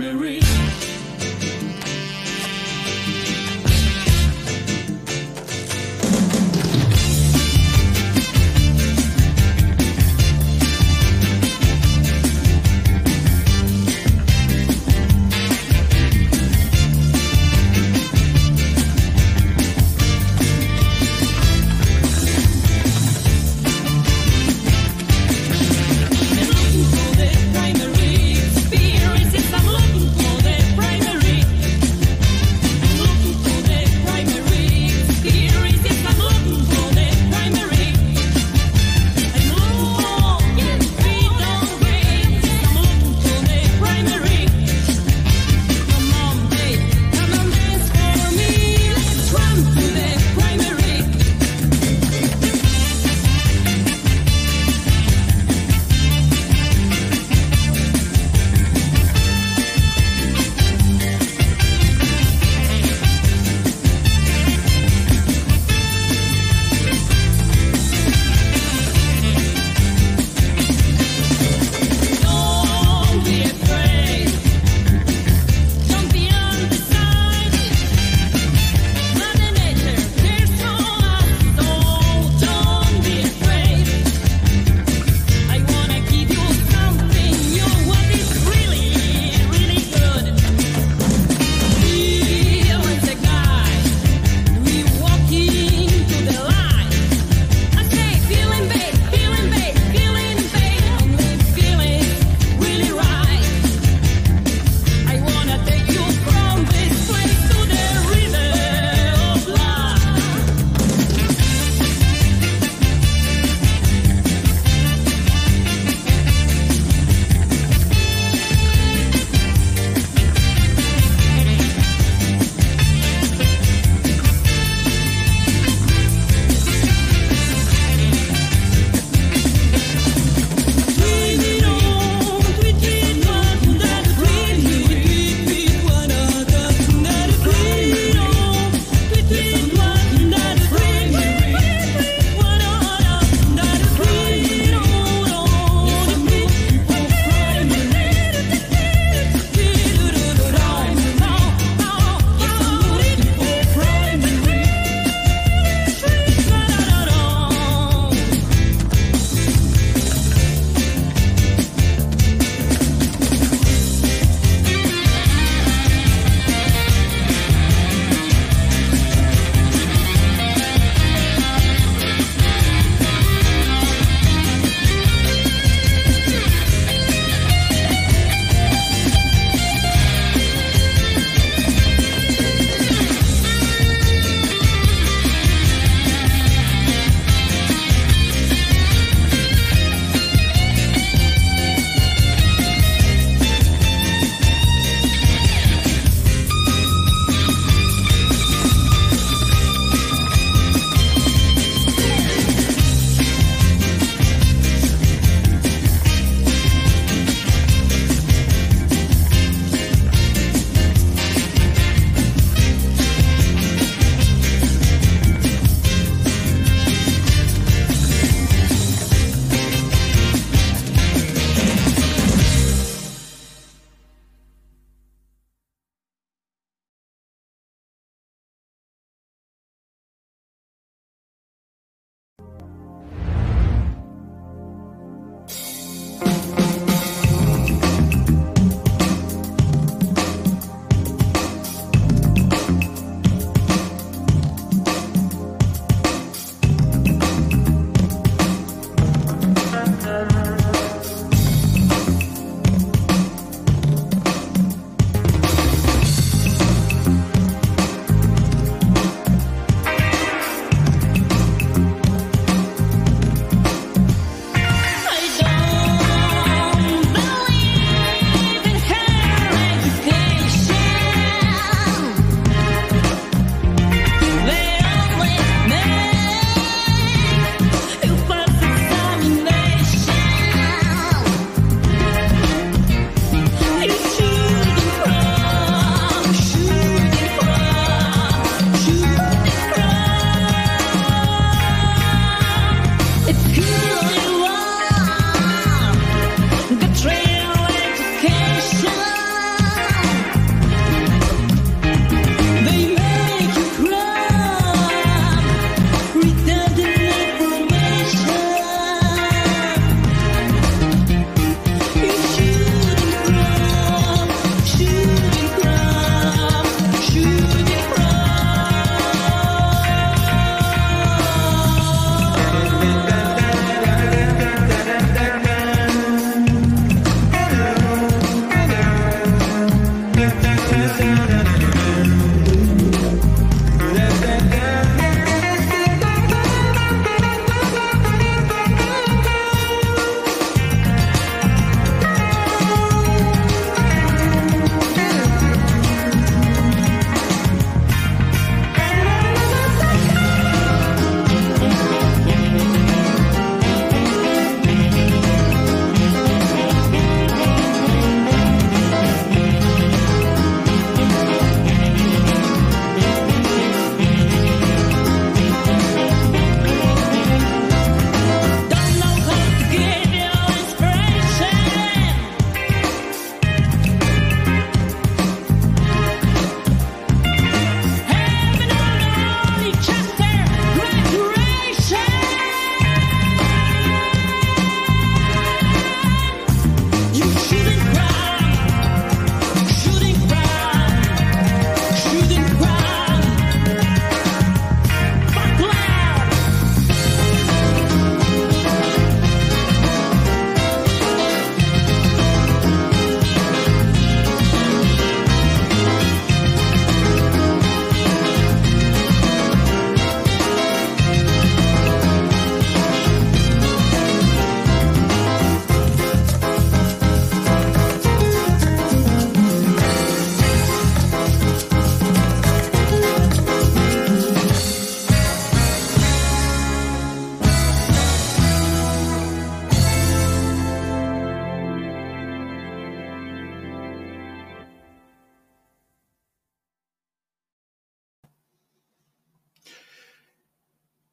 primary. I'm looking for the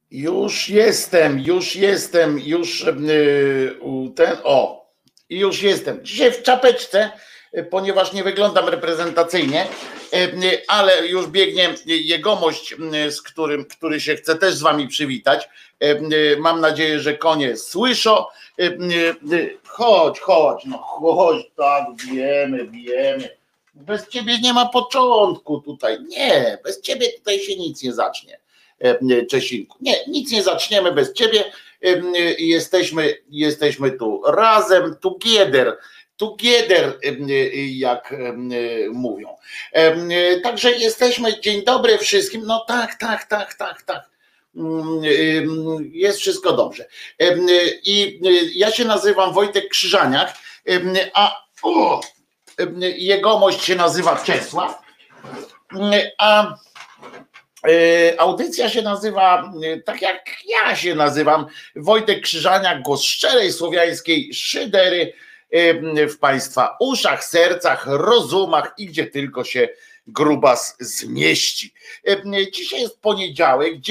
Już jestem. Dzisiaj w czapeczce, ponieważ nie wyglądam reprezentacyjnie, ale już biegnie jegomość, który się chce też z wami przywitać. Mam nadzieję, że konie słyszą. Chodź, no chodź, tak, wiemy. Bez ciebie nie ma początku tutaj. Nie, bez ciebie tutaj się nic nie zacznie. Czesinku. Nie, nic nie zaczniemy bez ciebie. Jesteśmy tu razem, together, jak mówią. Także jesteśmy, dzień dobry wszystkim. No tak. Jest wszystko dobrze. I ja się nazywam Wojtek Krzyżaniak, a jegomość się nazywa Czesław, a audycja się nazywa tak jak ja się nazywam, Wojtek Krzyżaniak, głos szczerej słowiańskiej szydery w państwa uszach, sercach, rozumach i gdzie tylko się grubas zmieści. Dzisiaj jest poniedziałek,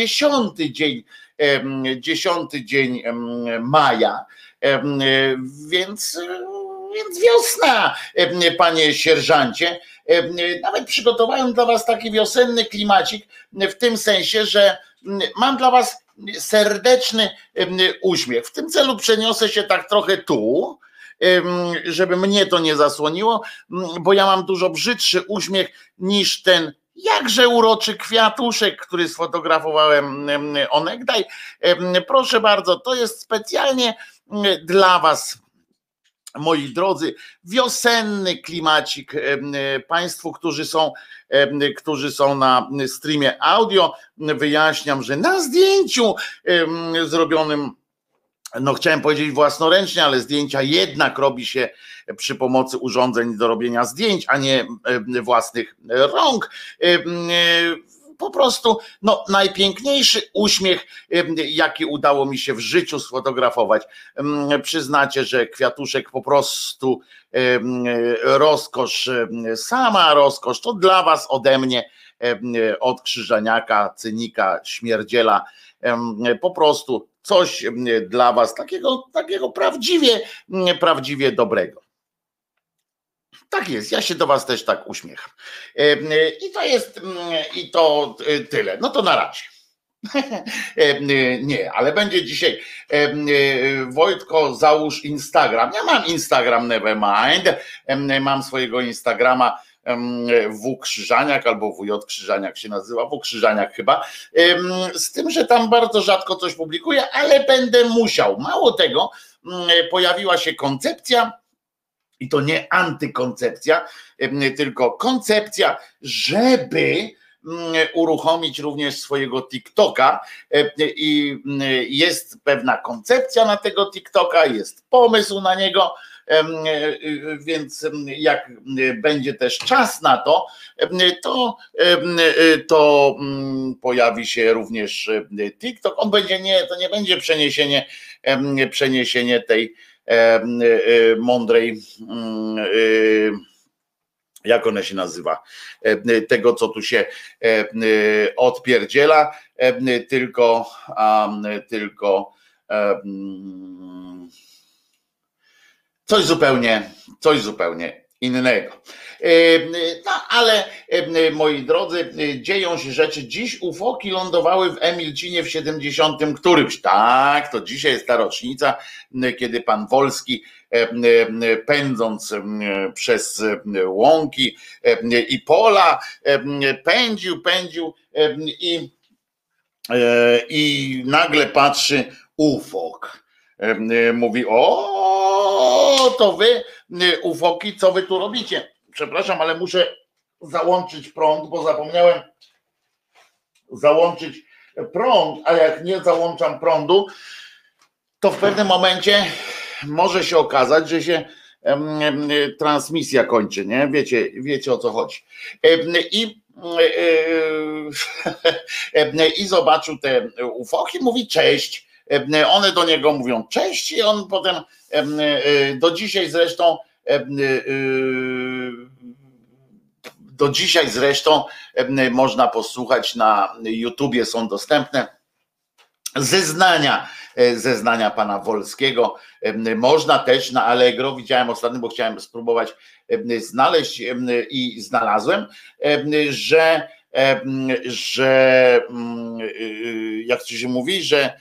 10 dzień maja, więc wiosna, panie sierżancie. Nawet przygotowałem dla was taki wiosenny klimacik, w tym sensie, że mam dla was serdeczny uśmiech. W tym celu przeniosę się tak trochę tu, żeby mnie to nie zasłoniło, bo ja mam dużo brzydszy uśmiech niż ten jakże uroczy kwiatuszek, który sfotografowałem onegdaj. Proszę bardzo, to jest specjalnie dla was, moi drodzy, wiosenny klimacik. Państwu, którzy są na streamie audio, wyjaśniam, że na zdjęciu zrobionym, no chciałem powiedzieć własnoręcznie, ale zdjęcia jednak robi się przy pomocy urządzeń do robienia zdjęć, a nie własnych rąk. Po prostu najpiękniejszy uśmiech, jaki udało mi się w życiu sfotografować. Przyznacie, że kwiatuszek po prostu rozkosz, sama rozkosz, to dla was ode mnie, od Krzyżaniaka, cynika, śmierdziela, po prostu coś dla was takiego prawdziwie dobrego. Tak jest, ja się do was też tak uśmiecham. I to tyle. No to na razie. Nie, ale będzie dzisiaj. Wojtko, załóż Instagram. Ja mam Instagram, nevermind. Mam swojego Instagrama W Krzyżaniak albo WJ Krzyżaniak się nazywa, W Krzyżaniak chyba. Z tym, że tam bardzo rzadko coś publikuję, ale będę musiał. Mało tego, pojawiła się koncepcja, i to nie antykoncepcja, tylko koncepcja, żeby uruchomić również swojego TikToka, i jest pewna koncepcja na tego TikToka, jest pomysł na niego, więc jak będzie też czas na to pojawi się również TikTok. On będzie, to nie będzie przeniesienie tej mądrej, jak ona się nazywa, tego, co tu się odpierdziela, tylko coś zupełnie innego. No ale moi drodzy, dzieją się rzeczy. Dziś ufoki lądowały w Emilcinie w 70 którymś. Tak, to dzisiaj jest ta rocznica, kiedy pan Wolski, pędząc przez łąki i pola, pędził i nagle patrzy ufok. Mówi: o, to wy, ufoki, co wy tu robicie? Przepraszam, ale muszę załączyć prąd, bo zapomniałem załączyć prąd, a jak nie załączam prądu, to w pewnym momencie może się okazać, że się transmisja kończy, nie? Wiecie o co chodzi. I zobaczył te ufoki, mówi cześć. One do niego mówią cześć i on potem do dzisiaj zresztą można posłuchać, na YouTubie są dostępne zeznania pana Wolskiego. Można też na Allegro, widziałem ostatnio, bo chciałem spróbować znaleźć i znalazłem, że jak to się mówi, że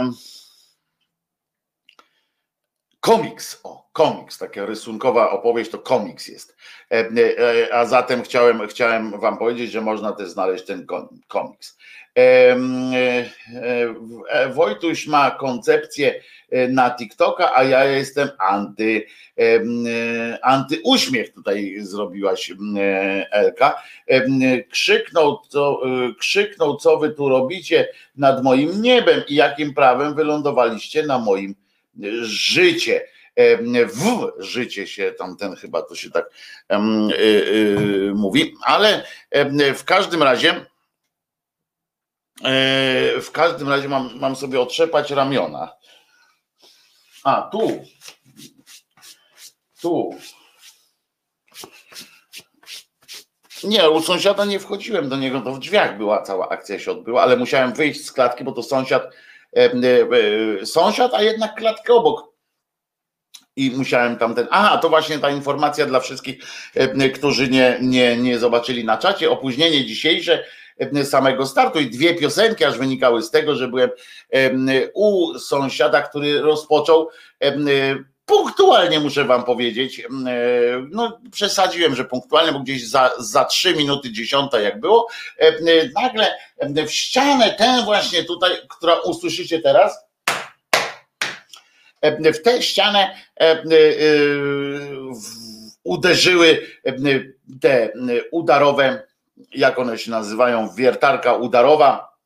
komiks, taka rysunkowa opowieść to komiks jest. A zatem chciałem wam powiedzieć, że można też znaleźć ten komiks. Wojtuś ma koncepcję na TikToka, a ja jestem antyuśmiech, tutaj zrobiłaś, Elka. Krzyknął, co wy tu robicie nad moim niebem i jakim prawem wylądowaliście na moim życie. W życie się tamten, chyba to się tak mówi, ale w każdym razie mam sobie otrzepać ramiona. A, tu. Nie, u sąsiada nie wchodziłem do niego, to w drzwiach była, cała akcja się odbyła, ale musiałem wyjść z klatki, bo to sąsiad, a jednak klatkę obok. I musiałem to właśnie ta informacja dla wszystkich, którzy nie zobaczyli na czacie, opóźnienie dzisiejsze samego startu i 2 piosenki aż wynikały z tego, że byłem u sąsiada, który rozpoczął punktualnie, muszę wam powiedzieć, no przesadziłem, że punktualnie, bo gdzieś za 3 minuty 10 jak było, nagle w ścianę tę właśnie tutaj, która usłyszycie teraz, w tę ścianę uderzyły te udarowe, jak one się nazywają, wiertarka udarowa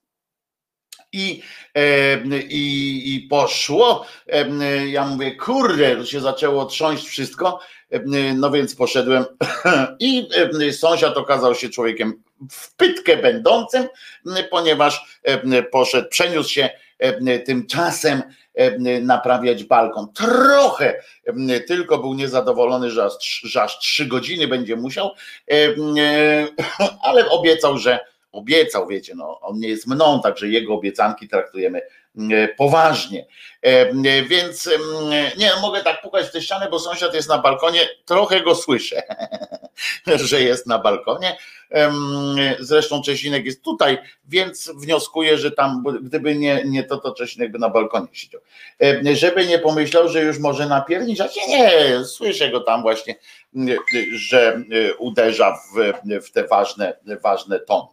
i poszło. Ja mówię, kurde, to się zaczęło trząść wszystko, no więc poszedłem i sąsiad okazał się człowiekiem w pytkę będącym, ponieważ przeniósł się tymczasem naprawiać balkon. Trochę tylko był niezadowolony, że aż 3 godziny będzie musiał, ale obiecał, wiecie, no, on nie jest mną, także jego obiecanki traktujemy poważnie. Więc nie mogę tak pukać w tę ścianę, bo sąsiad jest na balkonie, trochę go słyszę, że jest na balkonie. Zresztą Czesinek jest tutaj, więc wnioskuję, że tam, gdyby nie to Czesinek by na balkonie siedział. Żeby nie pomyślał, że już może napierniczać. Nie, słyszę go tam właśnie, że uderza w te ważne tony.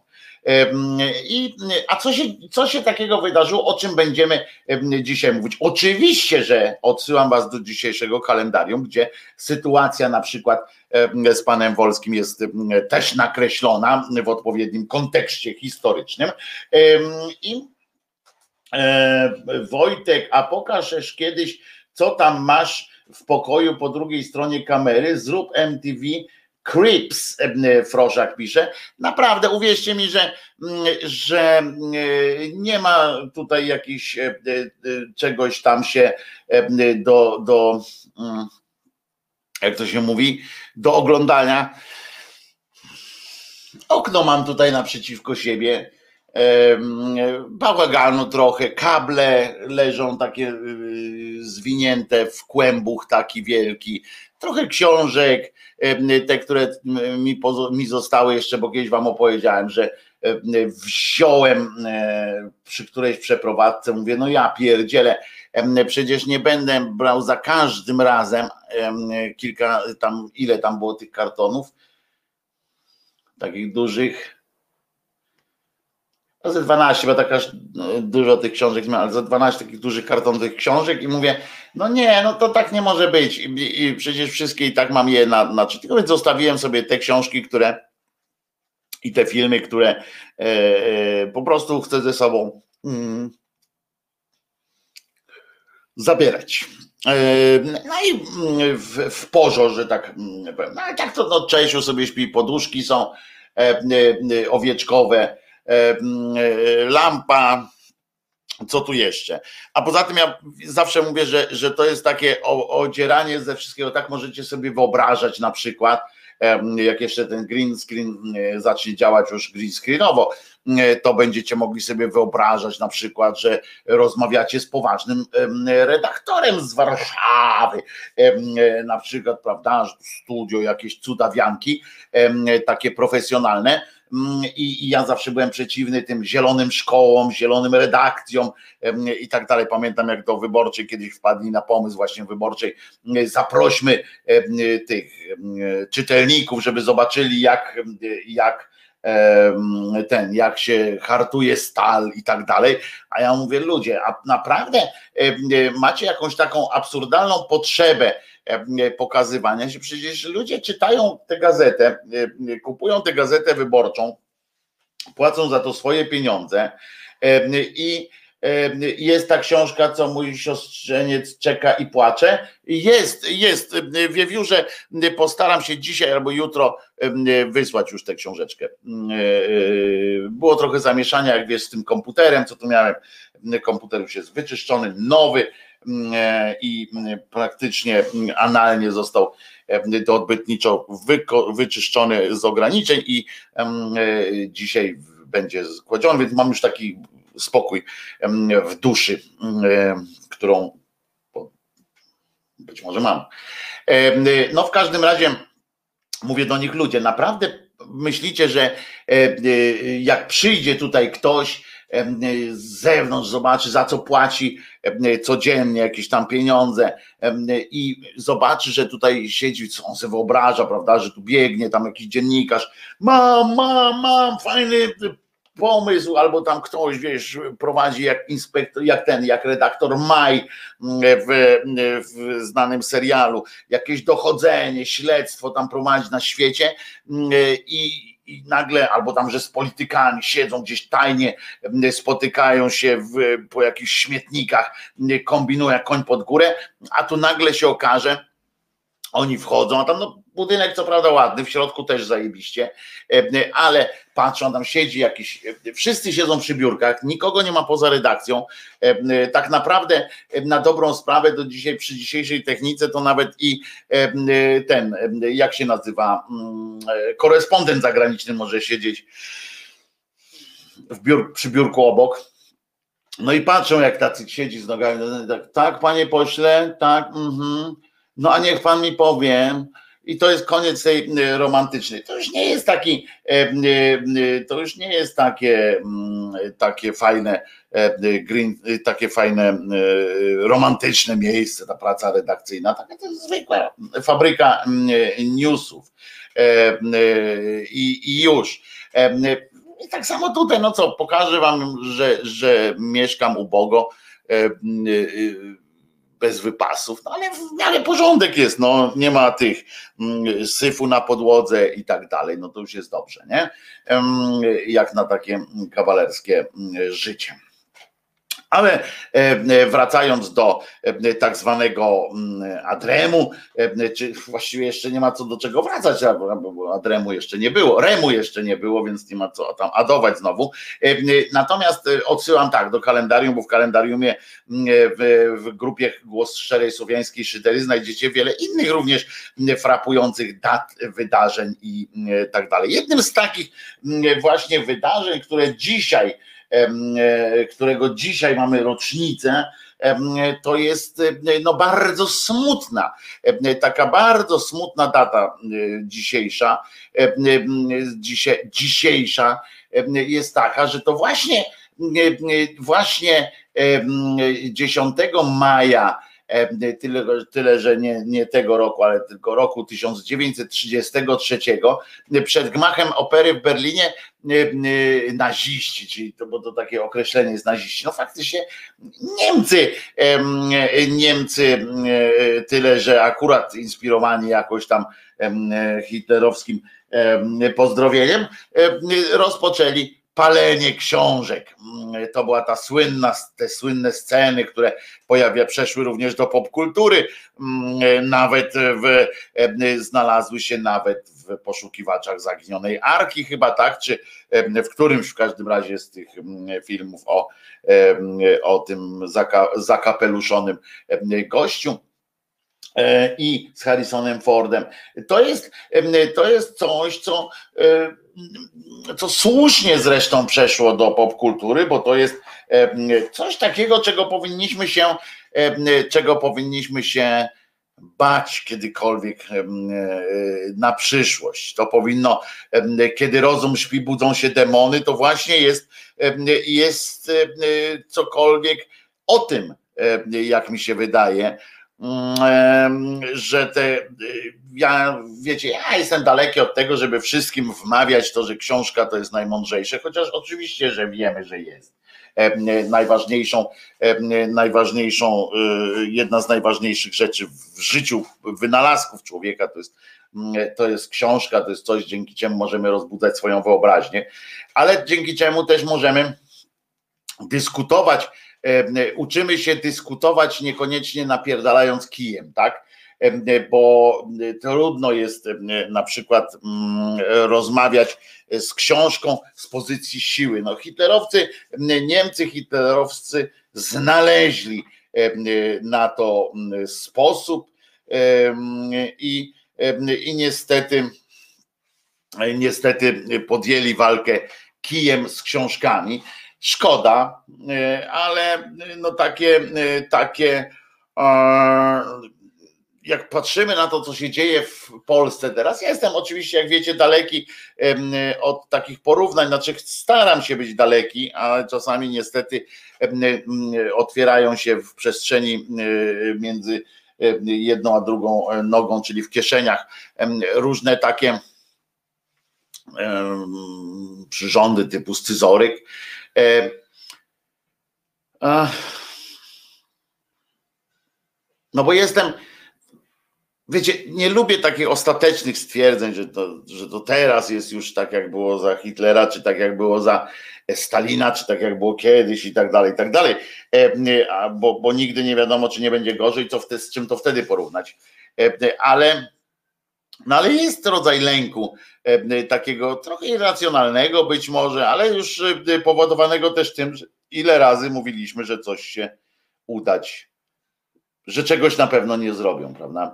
A co się takiego wydarzyło, o czym będziemy dzisiaj mówić? Oczywiście, że odsyłam was do dzisiejszego kalendarium, gdzie sytuacja na przykład z panem Wolskim jest też nakreślona w odpowiednim kontekście historycznym. I Wojtek, a pokażesz kiedyś, co tam masz w pokoju po drugiej stronie kamery, zrób MTV Crips, Froszak pisze. Naprawdę, uwierzcie mi, że nie ma tutaj jakichś czegoś tam się do jak to się mówi, do oglądania. Okno mam tutaj naprzeciwko siebie, bałaganu trochę, kable leżą takie zwinięte w kłębuch taki wielki, trochę książek, te, które mi zostały jeszcze, bo kiedyś wam opowiedziałem, że wziąłem przy którejś przeprowadzce, mówię, no ja pierdzielę, przecież nie będę brał za każdym razem kilka tam, ile tam było tych kartonów, takich dużych, no ze 12, bo tak aż dużo tych książek miałem, ale za 12 takich dużych kartonowych książek i mówię, no nie, no to tak nie może być i przecież wszystkie i tak mam je na czytnik, więc zostawiłem sobie te książki, i te filmy, które po prostu chcę ze sobą zabierać. No i w porzo, że tak powiem, no i tak to no, Czesiu sobie śpi, poduszki są owieczkowe, lampa Co tu jeszcze? A poza tym ja zawsze mówię, że to jest takie odzieranie ze wszystkiego. Tak możecie sobie wyobrażać na przykład, jak jeszcze ten green screen zacznie działać już green screenowo, to będziecie mogli sobie wyobrażać na przykład, że rozmawiacie z poważnym redaktorem z Warszawy, na przykład, prawda, studio, jakieś cudawianki, takie profesjonalne. I ja zawsze byłem przeciwny tym zielonym szkołom, zielonym redakcjom i tak dalej. Pamiętam, jak do Wyborczej kiedyś wpadli na pomysł właśnie Wyborczej, zaprośmy tych czytelników, żeby zobaczyli jak się hartuje stal i tak dalej, a ja mówię, ludzie, a naprawdę macie jakąś taką absurdalną potrzebę pokazywania się, przecież ludzie czytają tę gazetę, kupują tę gazetę wyborczą, płacą za to swoje pieniądze i jest ta książka, co mój siostrzeniec czeka i płacze. Jest. Wiewiórze, postaram się dzisiaj albo jutro wysłać już tę książeczkę. Było trochę zamieszania, jak wiesz, z tym komputerem, co tu miałem. Komputer już jest wyczyszczony, nowy i praktycznie analnie został doodbytniczo wyczyszczony z ograniczeń i dzisiaj będzie składziony, więc mam już taki spokój w duszy, którą być może mam. No w każdym razie mówię do nich, ludzie, naprawdę myślicie, że jak przyjdzie tutaj ktoś z zewnątrz, zobaczy, za co płaci codziennie jakieś tam pieniądze i zobaczy, że tutaj siedzi, co on sobie wyobraża, prawda, że tu biegnie tam jakiś dziennikarz, mam fajny pomysł, albo tam ktoś, wiesz, prowadzi jak inspektor, jak redaktor Maj w znanym serialu, jakieś dochodzenie, śledztwo tam prowadzi na świecie i nagle, albo tam, że z politykami siedzą gdzieś tajnie, spotykają się po jakichś śmietnikach, kombinują jak koń pod górę, a tu nagle się okaże, oni wchodzą, a tam no, budynek co prawda ładny, w środku też zajebiście, ale patrzą, tam siedzi jakiś, wszyscy siedzą przy biurkach, nikogo nie ma poza redakcją, tak naprawdę na dobrą sprawę do dzisiaj, przy dzisiejszej technice to nawet i ten, jak się nazywa, korespondent zagraniczny może siedzieć przy biurku obok. No i patrzą, jak tacy siedzi z nogami, tak panie pośle, tak, no a niech pan mi powie, i to jest koniec tej romantycznej. To już nie jest taki, to już nie jest takie fajne, takie fajne, romantyczne miejsce, ta praca redakcyjna, taka to jest zwykła fabryka newsów i już. I tak samo tutaj, no co, pokażę wam, że mieszkam ubogo, bez wypasów, no ale w miarę porządek jest, no nie ma tych syfu na podłodze i tak dalej, no to już jest dobrze, nie? Jak na takie kawalerskie życie. Ale wracając do tak zwanego Adremu, czy właściwie jeszcze nie ma co do czego wracać, bo Adremu jeszcze nie było, Remu jeszcze nie było, więc nie ma co tam adować znowu. Natomiast odsyłam tak do kalendarium, bo w kalendariumie w grupie Głos Szczerej Słowiańskiej Szydery znajdziecie wiele innych również frapujących dat, wydarzeń i tak dalej. Jednym z takich właśnie wydarzeń, którego dzisiaj mamy rocznicę, to jest no bardzo smutna, taka bardzo smutna data dzisiejsza jest taka, że to właśnie 10 maja, tyle że nie tego roku, ale tylko roku 1933, przed gmachem opery w Berlinie naziści, czyli bo to takie określenie jest naziści, no faktycznie Niemcy tyle, że akurat inspirowani jakoś tam hitlerowskim pozdrowieniem, rozpoczęli palenie książek. To była te słynne sceny, które przeszły również do popkultury, znalazły się nawet w w poszukiwaczach zaginionej arki chyba, tak, czy w którymś w każdym razie z tych filmów o tym zakapeluszonym gościu i z Harrisonem Fordem. To jest coś, co słusznie zresztą przeszło do popkultury, bo to jest coś takiego, czego powinniśmy się bać kiedykolwiek na przyszłość. To powinno, kiedy rozum śpi, budzą się demony, to właśnie jest cokolwiek o tym, jak mi się wydaje, że ja jestem daleki od tego, żeby wszystkim wmawiać to, że książka to jest najmądrzejsze, chociaż oczywiście, że wiemy, że jest jedna z najważniejszych rzeczy w życiu, wynalazków człowieka to jest książka, to jest coś, dzięki czemu możemy rozbudzać swoją wyobraźnię, ale dzięki czemu też możemy dyskutować. Uczymy się dyskutować, niekoniecznie napierdalając kijem, tak? Bo trudno jest na przykład rozmawiać z książką z pozycji siły. No Niemcy hitlerowscy znaleźli na to sposób i niestety podjęli walkę kijem z książkami. Szkoda, ale no takie jak patrzymy na to, co się dzieje w Polsce teraz, ja jestem oczywiście, jak wiecie, daleki od takich porównań, znaczy staram się być daleki, ale czasami niestety otwierają się w przestrzeni między jedną a drugą nogą, czyli w kieszeniach, różne takie przyrządy typu scyzoryk. No bo wiecie, nie lubię takich ostatecznych stwierdzeń, że to teraz jest już tak, jak było za Hitlera, czy tak, jak było za Stalina, czy tak, jak było kiedyś i tak dalej, bo nigdy nie wiadomo, czy nie będzie gorzej, z czym to wtedy porównać. Ale jest rodzaj lęku, takiego trochę irracjonalnego być może, ale już powodowanego też tym, że ile razy mówiliśmy, że coś się udać, że czegoś na pewno nie zrobią, prawda?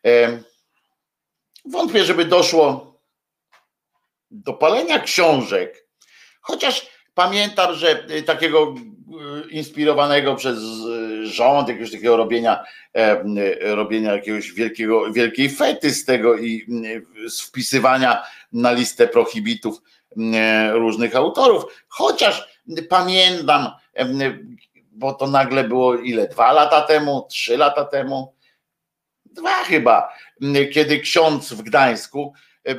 Wątpię, żeby doszło do palenia książek, chociaż pamiętam, że takiego inspirowanego przez rząd, jakiegoś takiego robienia jakiegoś wielkiej fety z tego i z wpisywania na listę prohibitów różnych autorów, chociaż pamiętam, bo to nagle było 2 lata temu, 3 lata temu, 2 chyba, kiedy ksiądz w Gdańsku,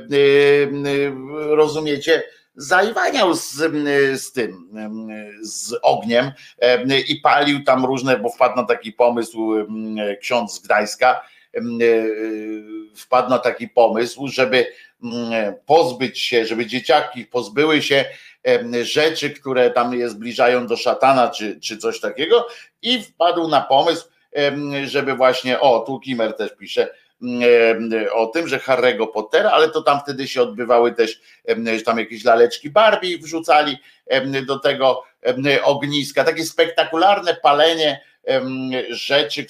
rozumiecie, zaiwaniał z ogniem i palił tam różne, bo wpadł na taki pomysł, ksiądz z Gdańska wpadł na taki pomysł, żeby pozbyć się, żeby dzieciaki pozbyły się rzeczy, które tam je zbliżają do szatana, czy coś takiego, i wpadł na pomysł, żeby właśnie, tu Kimmer też pisze o tym, że Harry'ego Pottera, ale to tam wtedy się odbywały też, że tam jakieś laleczki Barbie wrzucali do tego ogniska, takie spektakularne palenie rzeczy,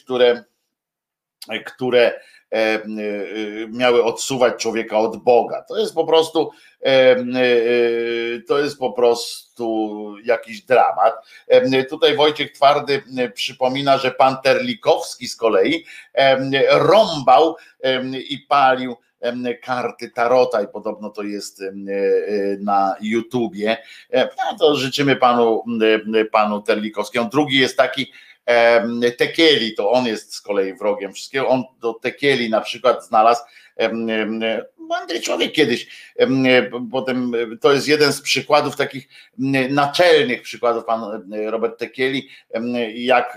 które miały odsuwać człowieka od Boga. To jest po prostu jakiś dramat. Tutaj Wojciech Twardy przypomina, że pan Terlikowski z kolei rąbał i palił karty tarota i podobno to jest na YouTubie. No to życzymy panu Terlikowskiemu. Drugi jest taki Tekieli, to on jest z kolei wrogiem wszystkiego. On do Tekieli na przykład znalazł, mądry człowiek kiedyś, potem to jest jeden z przykładów, takich naczelnych przykładów, pan Robert Tekieli, jak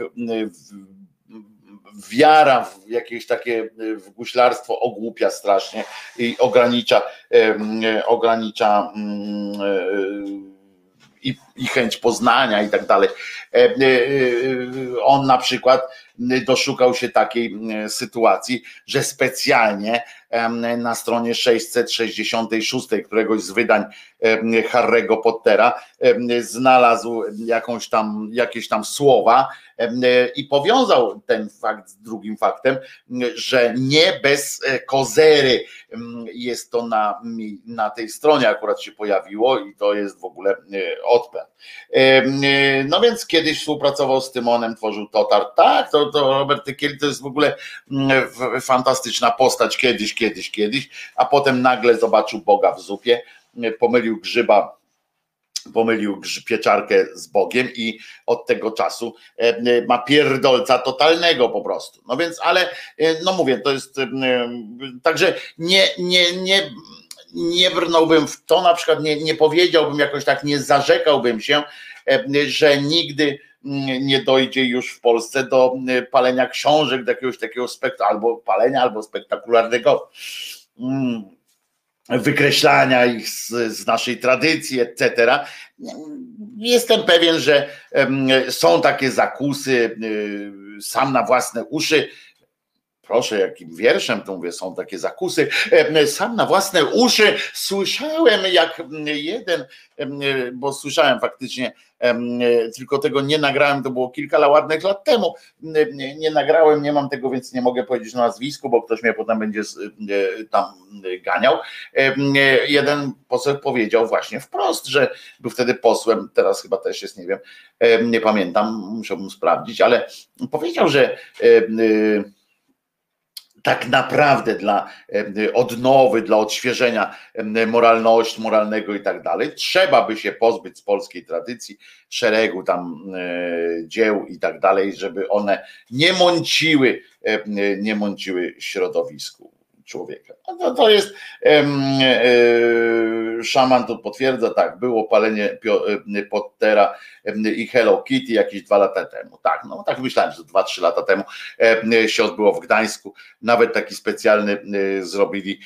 wiara w jakieś takie w guślarstwo ogłupia strasznie i ogranicza i chęć poznania i tak dalej. On na przykład doszukał się takiej sytuacji, że specjalnie na stronie 666 któregoś z wydań Harry'ego Pottera znalazł jakieś tam słowa i powiązał ten fakt z drugim faktem, że nie bez kozery jest to na tej stronie akurat się pojawiło i to jest w ogóle odpęd. No więc kiedyś współpracował z Tymonem, tworzył Totar. Tak, to Robert Tykiel to jest w ogóle fantastyczna postać kiedyś, a potem nagle zobaczył Boga w zupie, pomylił pieczarkę z Bogiem i od tego czasu ma pierdolca totalnego po prostu. No więc, ale no mówię, to jest także nie brnąłbym w to, na przykład nie powiedziałbym jakoś tak, nie zarzekałbym się, że nigdy nie dojdzie już w Polsce do palenia książek, do jakiegoś takiego albo palenia, albo spektakularnego wykreślania ich z naszej tradycji, etc. Jestem pewien, że są takie zakusy, sam na własne uszy. Proszę, jakim wierszem to mówię, są takie zakusy. Sam na własne uszy słyszałem, jak jeden, bo słyszałem faktycznie, tylko tego nie nagrałem, to było kilka ładnych lat temu. Nie nagrałem, nie mam tego, więc nie mogę powiedzieć na nazwisku, bo ktoś mnie potem będzie tam ganiał. Jeden poseł powiedział właśnie wprost, że był wtedy posłem, teraz chyba też jest, nie wiem, nie pamiętam, musiałbym sprawdzić, ale powiedział, że tak naprawdę dla odnowy, dla odświeżenia moralnego i tak dalej, trzeba by się pozbyć z polskiej tradycji szeregu tam dzieł i tak dalej, żeby one nie mąciły środowisku człowieka. No to jest szaman tu potwierdza, tak, było palenie Pottera i Hello Kitty jakieś 2 lata temu. Tak, no tak myślałem, że 2-3 lata temu się odbyło w Gdańsku. Nawet taki specjalny zrobili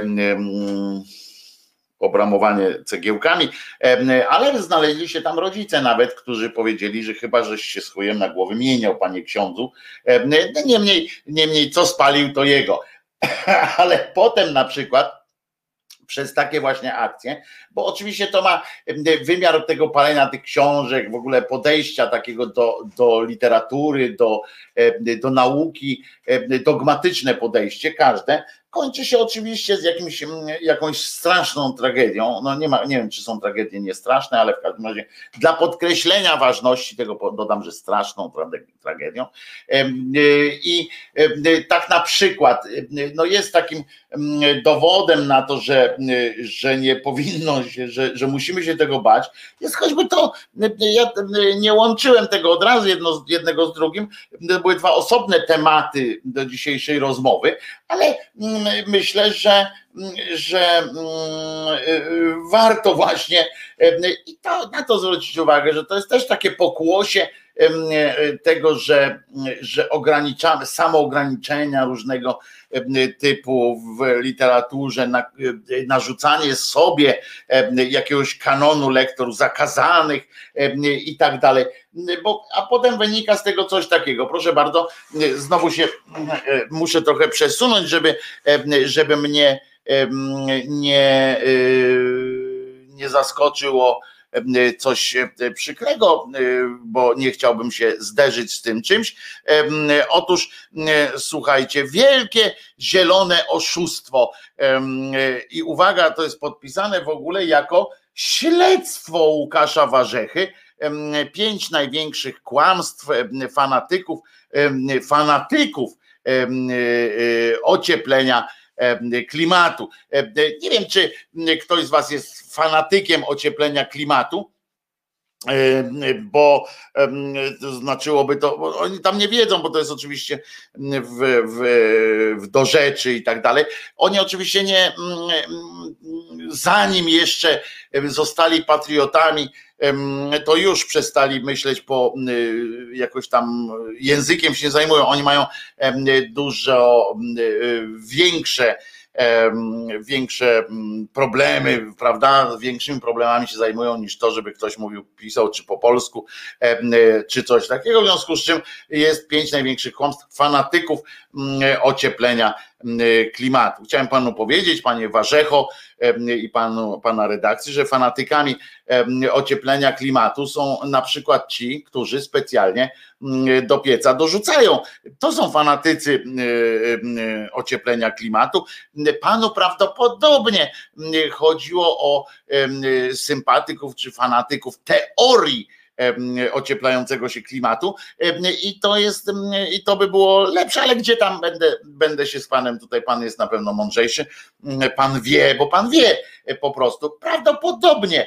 obramowanie cegiełkami, ale znaleźli się tam rodzice nawet, którzy powiedzieli, że chyba żeś się z chujem na głowie mieniał, panie ksiądzu. Niemniej co spalił, to jego. Ale potem na przykład przez takie właśnie akcje, bo oczywiście to ma wymiar tego palenia tych książek, w ogóle podejścia takiego do literatury, do nauki, dogmatyczne podejście, każde, kończy się oczywiście z jakąś straszną tragedią. No nie wiem, czy są tragedie niestraszne, ale w każdym razie dla podkreślenia ważności tego dodam, że straszną tragedią. I tak na przykład no jest takim dowodem na to, że nie powinno się, że musimy się tego bać, jest choćby to, ja nie łączyłem tego od razu jednego z drugim, to były 2 osobne tematy do dzisiejszej rozmowy, ale myślę, że warto właśnie i na to zwrócić uwagę, że to jest też takie pokłosie tego, że ograniczamy samoograniczenia różnego typu w literaturze, narzucanie sobie jakiegoś kanonu lektur zakazanych i tak dalej, a potem wynika z tego coś takiego. Proszę bardzo, znowu się muszę trochę przesunąć, żeby mnie nie zaskoczyło coś przykrego, bo nie chciałbym się zderzyć z tym czymś. Otóż słuchajcie, wielkie zielone oszustwo i uwaga, to jest podpisane w ogóle jako śledztwo Łukasza Warzechy. 5 największych kłamstw fanatyków ocieplenia klimatu. Nie wiem, czy ktoś z was jest fanatykiem ocieplenia klimatu, bo to znaczyłoby to, bo oni tam nie wiedzą, bo to jest oczywiście w do rzeczy i tak dalej. Oni oczywiście nie, zanim jeszcze zostali patriotami, to już przestali myśleć jakoś tam językiem się nie zajmują. Oni mają dużo większe większe problemy, prawda? Większymi problemami się zajmują niż to, żeby ktoś mówił, pisał czy po polsku, czy coś takiego. W związku z czym jest 5 największych kłamstw fanatyków ocieplenia klimatu. Chciałem panu powiedzieć, panie Warzecho i pana redakcji, że fanatykami ocieplenia klimatu są na przykład ci, którzy specjalnie do pieca dorzucają. To są fanatycy ocieplenia klimatu. Panu prawdopodobnie chodziło o sympatyków czy fanatyków teorii ocieplającego się klimatu i to by było lepsze, ale gdzie tam będę się z panem, tutaj pan jest na pewno mądrzejszy, pan wie, bo pan wie po prostu, prawdopodobnie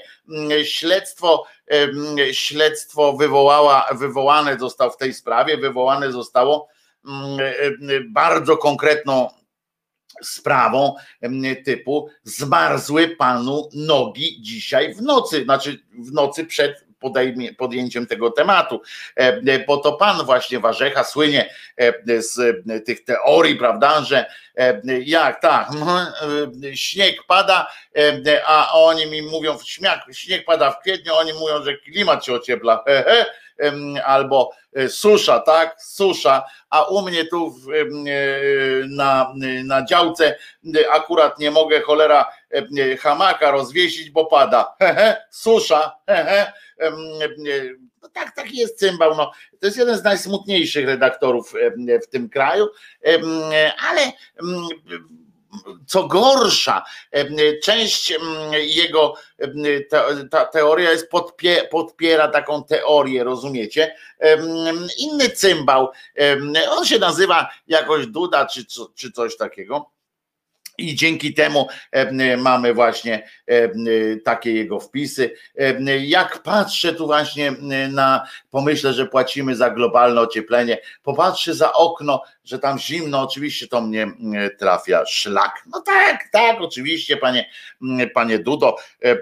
śledztwo wywołane zostało w tej sprawie, wywołane zostało bardzo konkretną sprawą typu zmarzły panu nogi dzisiaj w nocy, znaczy w nocy przed podjęciem tego tematu, bo to pan właśnie Warzecha słynie z tych teorii, prawda, że jak tak, śnieg pada, a oni mi mówią, śnieg pada w kwietniu, oni mówią, że klimat się ociepla, albo susza, tak, susza, a u mnie tu na działce akurat nie mogę, cholera, hamaka rozwiesić, bo pada, susza, no tak, taki jest cymbał. No. To jest jeden z najsmutniejszych redaktorów w tym kraju, ale co gorsza, część jego, ta teoria jest podpiera taką teorię, rozumiecie? Inny cymbał, on się nazywa jakoś Duda czy coś takiego. I dzięki temu mamy właśnie takie jego wpisy. Jak patrzę tu właśnie pomyślę, że płacimy za globalne ocieplenie, popatrzę za okno, że tam zimno, oczywiście to mnie trafia szlak. No tak, oczywiście, panie Dudo,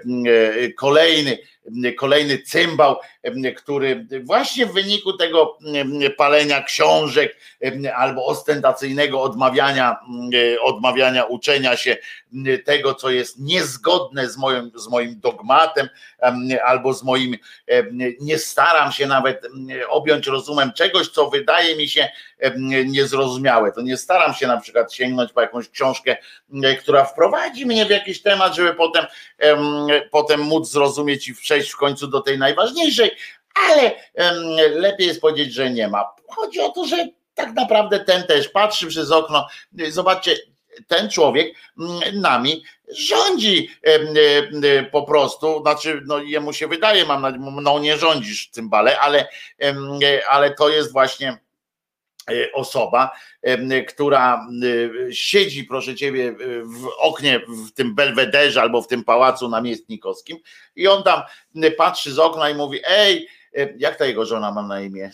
kolejny cymbał, który właśnie w wyniku tego palenia książek albo ostentacyjnego odmawiania uczenia się tego, co jest niezgodne z moim dogmatem albo z moim, nie staram się nawet objąć rozumem czegoś, co wydaje mi się niezrozumiałe. To nie staram się na przykład sięgnąć po jakąś książkę, która wprowadzi mnie w jakiś temat, żeby potem móc zrozumieć i przejść w końcu do tej najważniejszej, ale lepiej jest powiedzieć, że nie ma. Chodzi o to, że tak naprawdę ten też patrzy przez okno. Zobaczcie, ten człowiek nami rządzi po prostu, znaczy no jemu się wydaje, mam nadzieję, no nie rządzisz cymbale, ale to jest właśnie osoba, która siedzi, proszę ciebie, w oknie w tym Belwederze albo w tym pałacu namiestnikowskim i on tam patrzy z okna i mówi: ej, jak ta jego żona ma na imię?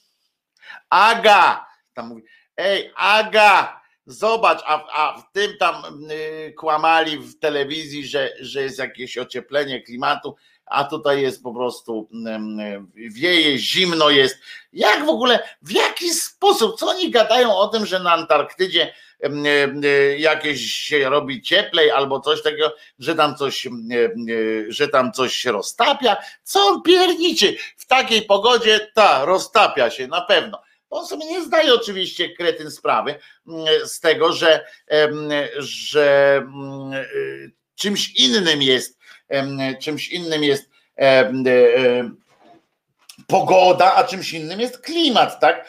Aga! Tam mówi: ej, Aga! Zobacz, a w tym tam kłamali w telewizji, że jest jakieś ocieplenie klimatu, a tutaj jest po prostu wieje, zimno jest. Jak w ogóle, w jaki sposób, co oni gadają o tym, że na Antarktydzie jakieś się robi cieplej albo coś takiego, że tam coś się roztapia? Co on pierniczy? W takiej pogodzie roztapia się na pewno. On sobie nie zdaje oczywiście, kretyn, sprawy z tego, że czymś innym jest pogoda, a czymś innym jest klimat, tak?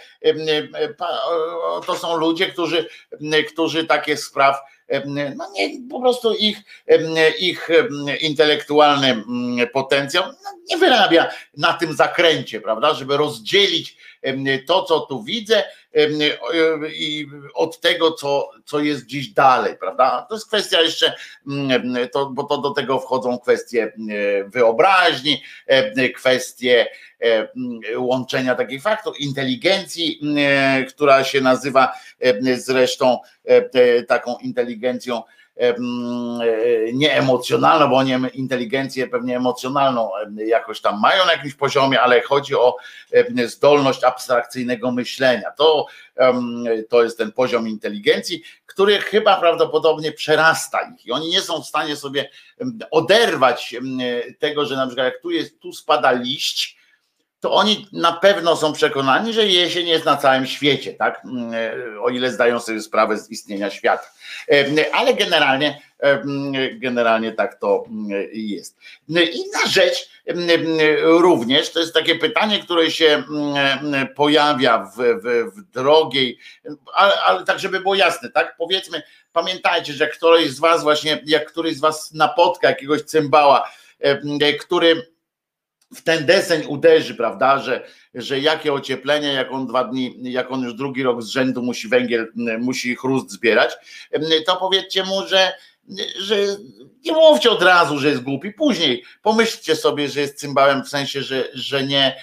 To są ludzie, którzy takich spraw, no nie, po prostu ich intelektualny potencjał nie wyrabia na tym zakręcie, prawda, żeby rozdzielić to, co tu widzę, i od tego, co jest gdzieś dalej, prawda? To jest kwestia jeszcze, bo to do tego wchodzą kwestie wyobraźni, kwestie łączenia takich faktów, inteligencji, która się nazywa zresztą taką inteligencją nieemocjonalną, bo oni inteligencję pewnie emocjonalną jakoś tam mają na jakimś poziomie, ale chodzi o zdolność abstrakcyjnego myślenia. To jest ten poziom inteligencji, który chyba prawdopodobnie przerasta ich i oni nie są w stanie sobie oderwać tego, że na przykład jak tu spada liść, to oni na pewno są przekonani, że jesień jest na całym świecie, tak? O ile zdają sobie sprawę z istnienia świata. Ale generalnie tak to jest. Inna rzecz również, to jest takie pytanie, które się pojawia w drogiej, ale tak, żeby było jasne, tak? Powiedzmy, pamiętajcie, że któryś z was właśnie, jak któryś z was napotka jakiegoś cymbała, który w ten deseń uderzy, prawda, że jakie ocieplenie, jak on 2 dni, jak on już drugi rok z rzędu musi węgiel, musi chrust zbierać, to powiedzcie mu, że nie mówcie od razu, że jest głupi, później pomyślcie sobie, że jest cymbałem, w sensie, że nie,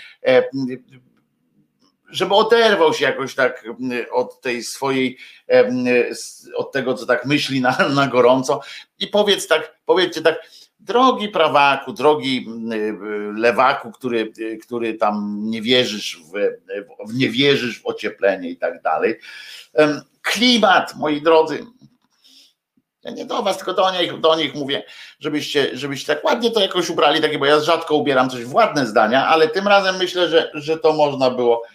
żeby oderwał się jakoś tak od tej swojej, od tego, co tak myśli na gorąco i powiedzcie tak, drogi prawaku, drogi lewaku, który tam nie wierzysz w ocieplenie i tak dalej. Klimat, moi drodzy, ja nie do was, tylko do nich mówię, żebyście tak ładnie to jakoś ubrali, takie, bo ja rzadko ubieram coś w ładne zdania, ale tym razem myślę, że to można było,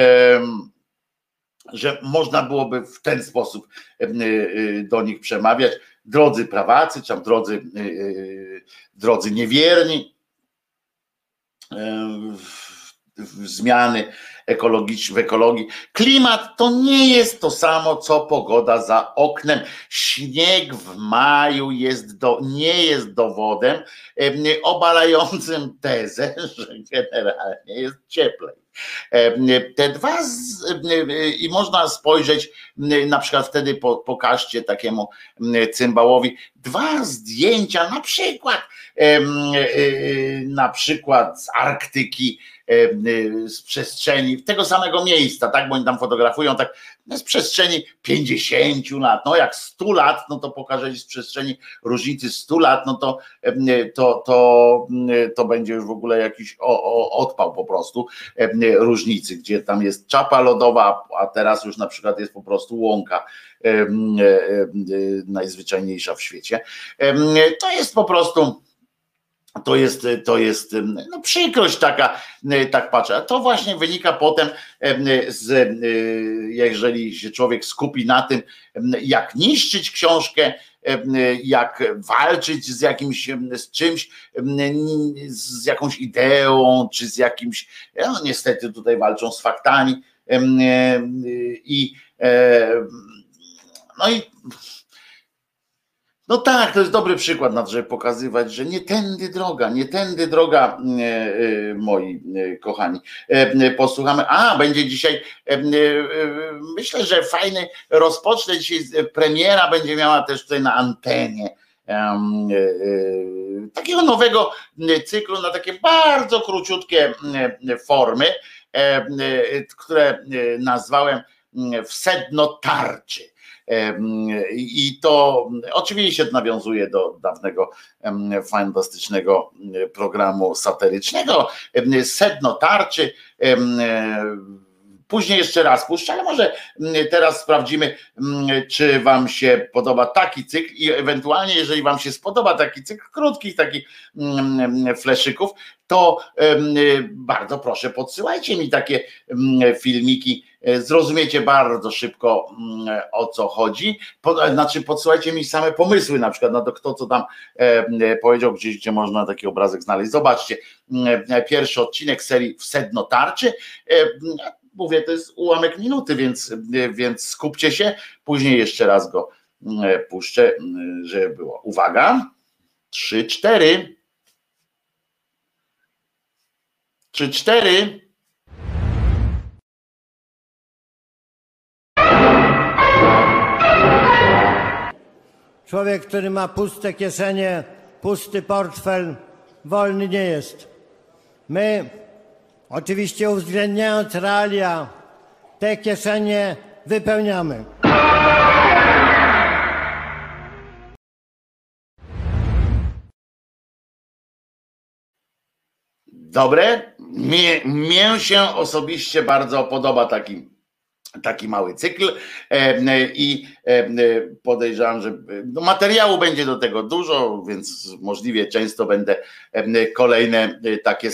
że można byłoby w ten sposób do nich przemawiać. Drodzy prawacy, czy tam drodzy niewierni, zmiany ekologiczne w ekologii. Klimat to nie jest to samo, co pogoda za oknem. Śnieg w maju nie jest dowodem obalającym tezę, że generalnie jest cieplej. Te dwa i można spojrzeć, na przykład wtedy pokażcie takiemu cymbałowi 2 zdjęcia, na przykład z Arktyki, z przestrzeni tego samego miejsca, tak, bo oni tam fotografują tak z przestrzeni 50 lat, no jak 100 lat, no to pokażę z przestrzeni różnicy 100 lat, no to będzie już w ogóle jakiś odpał po prostu różnicy, gdzie tam jest czapa lodowa, a teraz już na przykład jest po prostu łąka najzwyczajniejsza w świecie. To jest po prostu to jest no przykrość taka, tak patrzę. A to właśnie wynika potem jeżeli się człowiek skupi na tym, jak niszczyć książkę, jak walczyć z czymś, z jakąś ideą, czy z jakimś, no niestety tutaj walczą z faktami no tak, to jest dobry przykład, żeby pokazywać, że nie tędy droga, moi kochani. Posłuchamy. Będzie dzisiaj, myślę, że fajny, rozpocznę dzisiaj, premiera będzie miała też tutaj na antenie takiego nowego cyklu na takie bardzo króciutkie formy, które nazwałem w sedno tarczy. I to oczywiście nawiązuje do dawnego fantastycznego programu satyrycznego Sedno tarczy. Później jeszcze raz puszczę, ale może teraz sprawdzimy, czy wam się podoba taki cykl i ewentualnie, jeżeli wam się spodoba taki cykl krótkich takich fleszyków, to bardzo proszę, podsyłajcie mi takie filmiki. Zrozumiecie bardzo szybko, o co chodzi. Znaczy podsyłajcie mi same pomysły, na przykład na to, kto co tam powiedział, gdzie można taki obrazek znaleźć. Zobaczcie, pierwszy odcinek serii w sedno tarczy. Mówię, to jest ułamek minuty, więc skupcie się. Później jeszcze raz go puszczę, żeby było. Uwaga. 3, 4. 3, 4. Człowiek, który ma puste kieszenie, pusty portfel, wolny nie jest. My, oczywiście uwzględniając realia, te kieszenie wypełniamy. Dobre? Mnie się osobiście bardzo podoba taki taki mały cykl i podejrzewam, że materiału będzie do tego dużo, więc możliwie często będę kolejne takie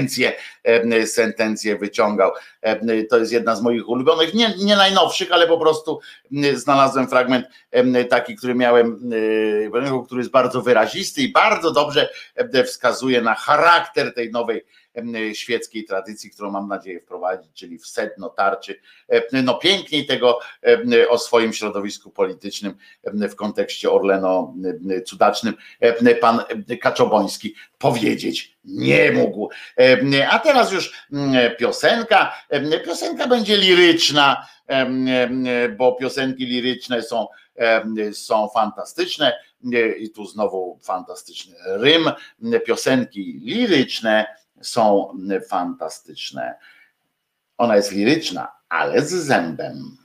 sentencje wyciągał. To jest jedna z moich ulubionych, nie najnowszych, ale po prostu znalazłem fragment taki, który miałem, który jest bardzo wyrazisty i bardzo dobrze wskazuje na charakter tej nowej świeckiej tradycji, którą mam nadzieję wprowadzić, czyli w sedno tarczy. No piękniej tego o swoim środowisku politycznym w kontekście Orlenu cudacznym pan Kaczoboński powiedzieć nie mógł. A teraz już piosenka. Piosenka będzie liryczna, bo piosenki liryczne są fantastyczne i tu znowu fantastyczny rym. Piosenki liryczne są fantastyczne. Ona jest liryczna, ale z zębem.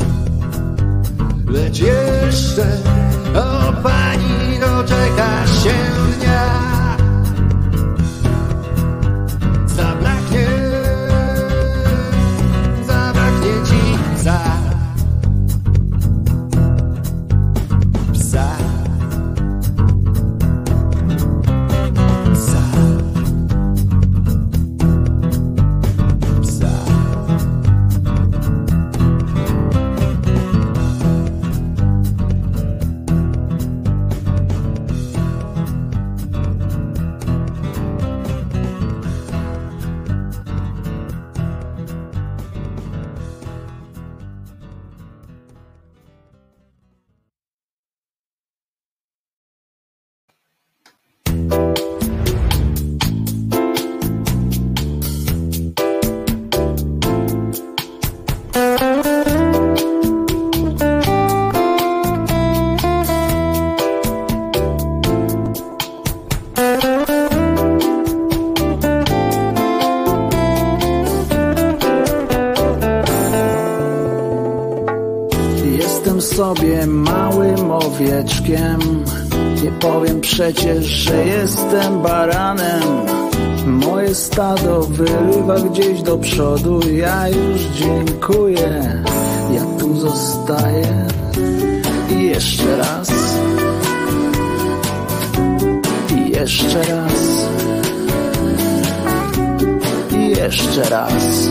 Jeszcze, o pani, doczekasz się sobie małym owieczkiem. Nie powiem przecież, że jestem baranem. Moje stado wyrywa gdzieś do przodu. Ja już dziękuję, ja tu zostaję. I jeszcze raz. I jeszcze raz. I jeszcze raz.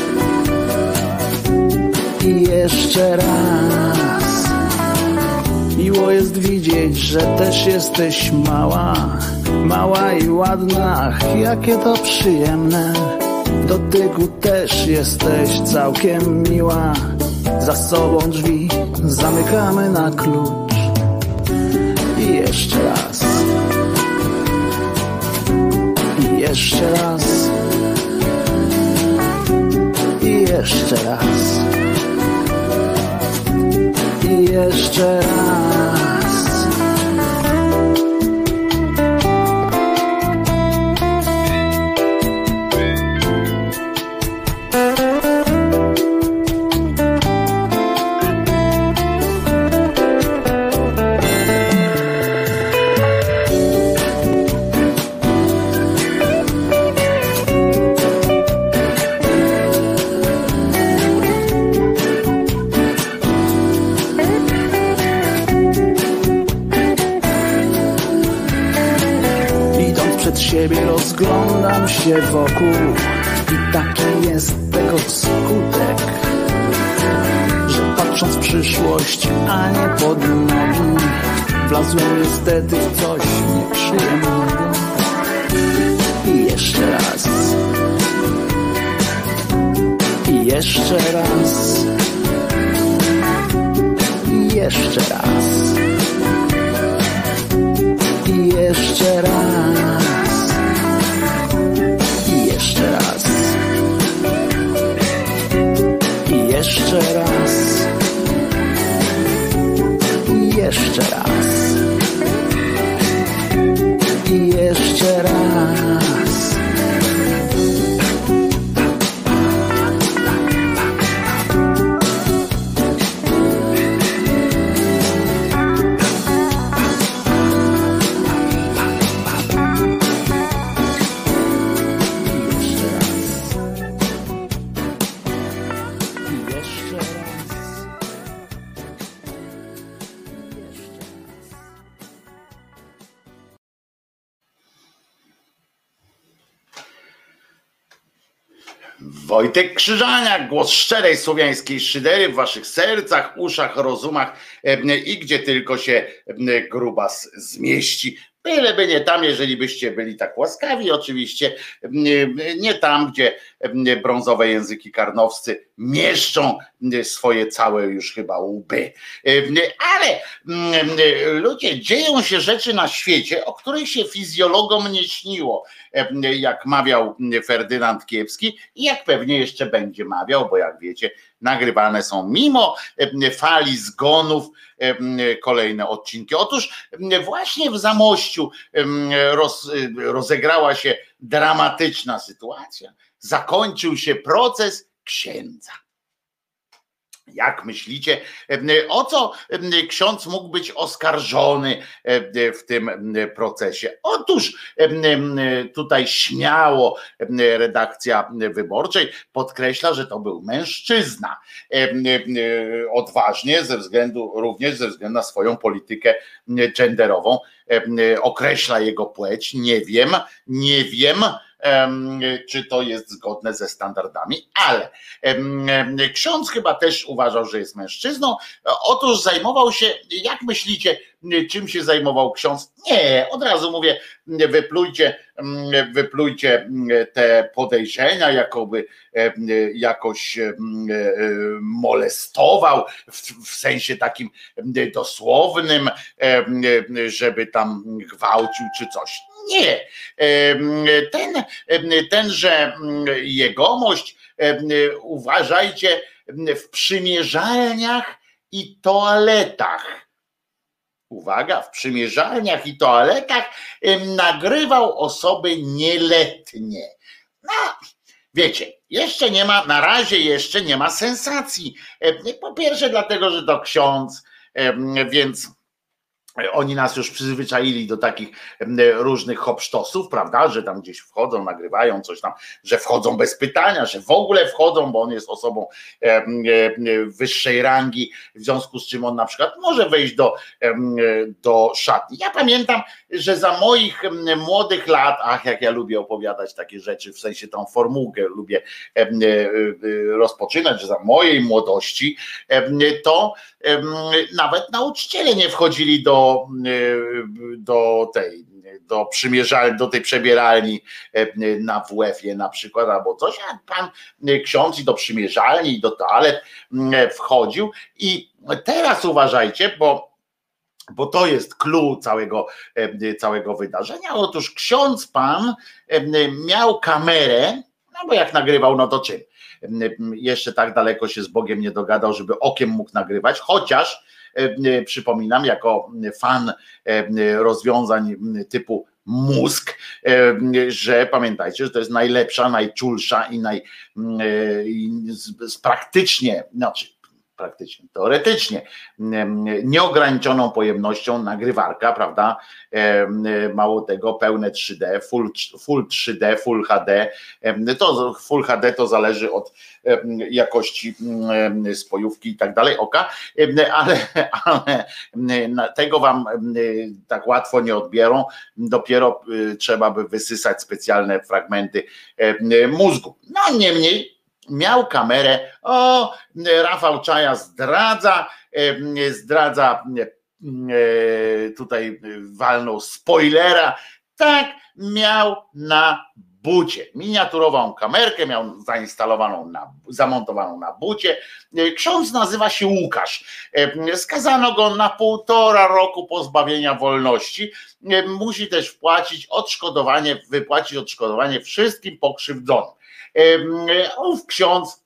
I jeszcze raz. Miło jest widzieć, że też jesteś mała. Mała i ładna, ach, jakie to przyjemne. W dotyku też jesteś całkiem miła. Za sobą drzwi zamykamy na klucz. I jeszcze raz. I jeszcze raz. I jeszcze raz. I jeszcze raz. Siebie rozglądam się wokół i taki jest tego skutek, że patrząc w przyszłość, a nie pod nogi, wlazłem niestety w coś nieprzyjemnego. I jeszcze raz. I jeszcze raz. I jeszcze raz. I jeszcze raz. Jeszcze raz. I jeszcze raz. I jeszcze raz. I jeszcze raz. Wojtek Krzyżaniak, głos szczerej słowiańskiej szydery w waszych sercach, uszach, rozumach i gdzie tylko się grubas zmieści. Byleby nie tam, jeżeli byście byli tak łaskawi, oczywiście, nie tam, gdzie brązowe języki karnowscy mieszczą swoje całe już chyba łby. Ale ludzie, dzieją się rzeczy na świecie, o których się fizjologom nie śniło, jak mawiał Ferdynand Kiepski i jak pewnie jeszcze będzie mawiał, bo jak wiecie, nagrywane są mimo fali zgonów kolejne odcinki. Otóż właśnie w Zamościu rozegrała się dramatyczna sytuacja. Zakończył się proces księdza. Jak myślicie, o co ksiądz mógł być oskarżony w tym procesie? Otóż tutaj śmiało redakcja Wyborczej podkreśla, że to był mężczyzna. Odważnie, również ze względu na swoją politykę genderową, określa jego płeć. Nie wiem, czy to jest zgodne ze standardami, ale ksiądz chyba też uważał, że jest mężczyzną. Otóż zajmował się, jak myślicie, czym się zajmował ksiądz? Nie, od razu mówię, wyplujcie te podejrzenia, jakoby jakoś molestował w sensie takim dosłownym, żeby tam gwałcił czy coś. Nie. Tenże jegomość, uważajcie, w przymierzalniach i toaletach. Uwaga, w przymierzalniach i toaletach nagrywał osoby nieletnie. No, wiecie, jeszcze nie ma, na razie jeszcze nie ma sensacji. Po pierwsze dlatego, że to ksiądz, Więc oni nas już przyzwyczaili do takich różnych hopsztosów, prawda, że tam gdzieś wchodzą, nagrywają coś tam, że wchodzą bez pytania, że w ogóle wchodzą, bo on jest osobą wyższej rangi, w związku z czym on na przykład może wejść do szatni. Ja pamiętam, że za moich młodych lat, jak ja lubię opowiadać takie rzeczy, w sensie tą formułkę lubię rozpoczynać, że za mojej młodości to nawet nauczyciele nie wchodzili do tej przebieralni na WF-ie na przykład albo coś, a pan ksiądz i do przymierzalni i do toalet wchodził. I teraz uważajcie, bo to jest clue całego wydarzenia. Otóż ksiądz pan miał kamerę, no bo jak nagrywał, no to czym? Jeszcze tak daleko się z Bogiem nie dogadał, żeby okiem mógł nagrywać, chociaż przypominam, jako fan rozwiązań typu mózg, że pamiętajcie, że to jest najlepsza, najczulsza teoretycznie nieograniczoną pojemnością nagrywarka, prawda? Mało tego, pełne 3D, full 3D, full HD. To Full HD to zależy od jakości spojówki i tak dalej, oka, ale tego wam tak łatwo nie odbiorą, dopiero trzeba by wysysać specjalne fragmenty mózgu. No niemniej miał kamerę. Rafał Czaja zdradza tutaj walnął spoilera, tak, miał na bucie, miniaturową kamerkę miał zamontowaną na bucie. Ksiądz nazywa się Łukasz. Skazano go na 1,5 roku pozbawienia wolności. Musi też wypłacić odszkodowanie wszystkim pokrzywdzonym. Ów ksiądz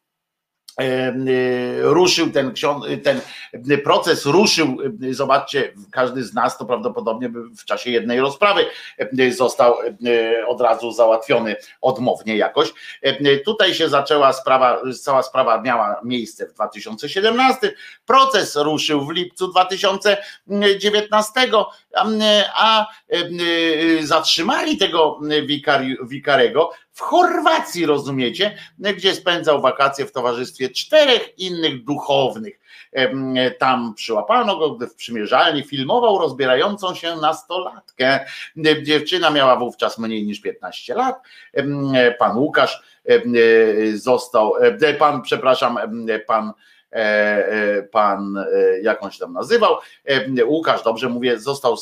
ruszył ten proces ruszył, zobaczcie, każdy z nas to prawdopodobnie w czasie jednej rozprawy został od razu załatwiony odmownie jakoś. Tutaj się zaczęła cała sprawa miała miejsce w 2017, proces ruszył w lipcu 2019, a zatrzymali tego wikarego w Chorwacji, rozumiecie, gdzie spędzał wakacje w towarzystwie 4 innych duchownych. Tam przyłapano go, gdy w przymierzalni filmował rozbierającą się nastolatkę. Dziewczyna miała wówczas mniej niż 15 lat. Pan Łukasz został, pan jak on się tam nazywał, Łukasz, dobrze mówię, został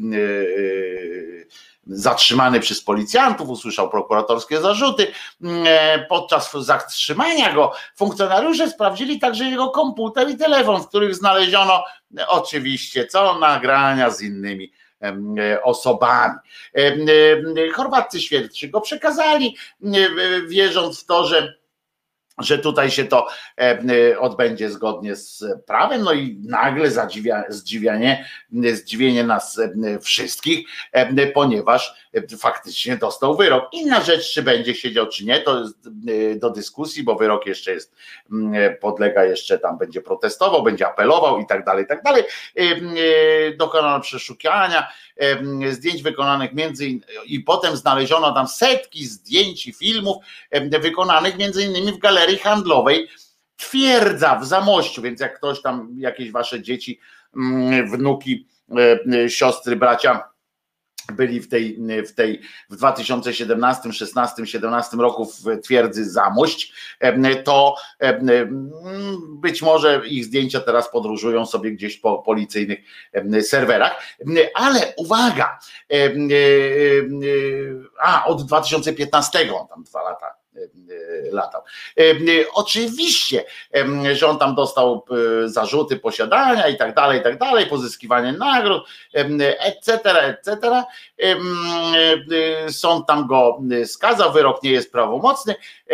zatrzymany przez policjantów, usłyszał prokuratorskie zarzuty. Podczas zatrzymania go funkcjonariusze sprawdzili także jego komputer i telefon, w których znaleziono oczywiście nagrania z innymi osobami. Chorwaccy świadcy go przekazali, wierząc w to, że tutaj się to odbędzie zgodnie z prawem, no i nagle zdziwienie nas wszystkich, ponieważ faktycznie dostał wyrok. Inna rzecz, czy będzie siedział, czy nie, to jest do dyskusji, bo wyrok jeszcze jest, podlega jeszcze, tam będzie protestował, będzie apelował i tak dalej, i tak dalej. Dokonano przeszukania zdjęć wykonanych i potem znaleziono tam setki zdjęć i filmów wykonanych między innymi w galerii handlowej Twierdza w Zamościu, więc jak ktoś tam, jakieś wasze dzieci, wnuki, siostry, bracia byli w 2017, 16, 17 roku w twierdzy Zamość, to być może ich zdjęcia teraz podróżują sobie gdzieś po policyjnych serwerach, ale uwaga, od 2015, tam 2 lata latał. Oczywiście, że on tam dostał zarzuty posiadania i tak dalej, pozyskiwanie nagród, etc. Sąd tam go skazał, wyrok nie jest prawomocny.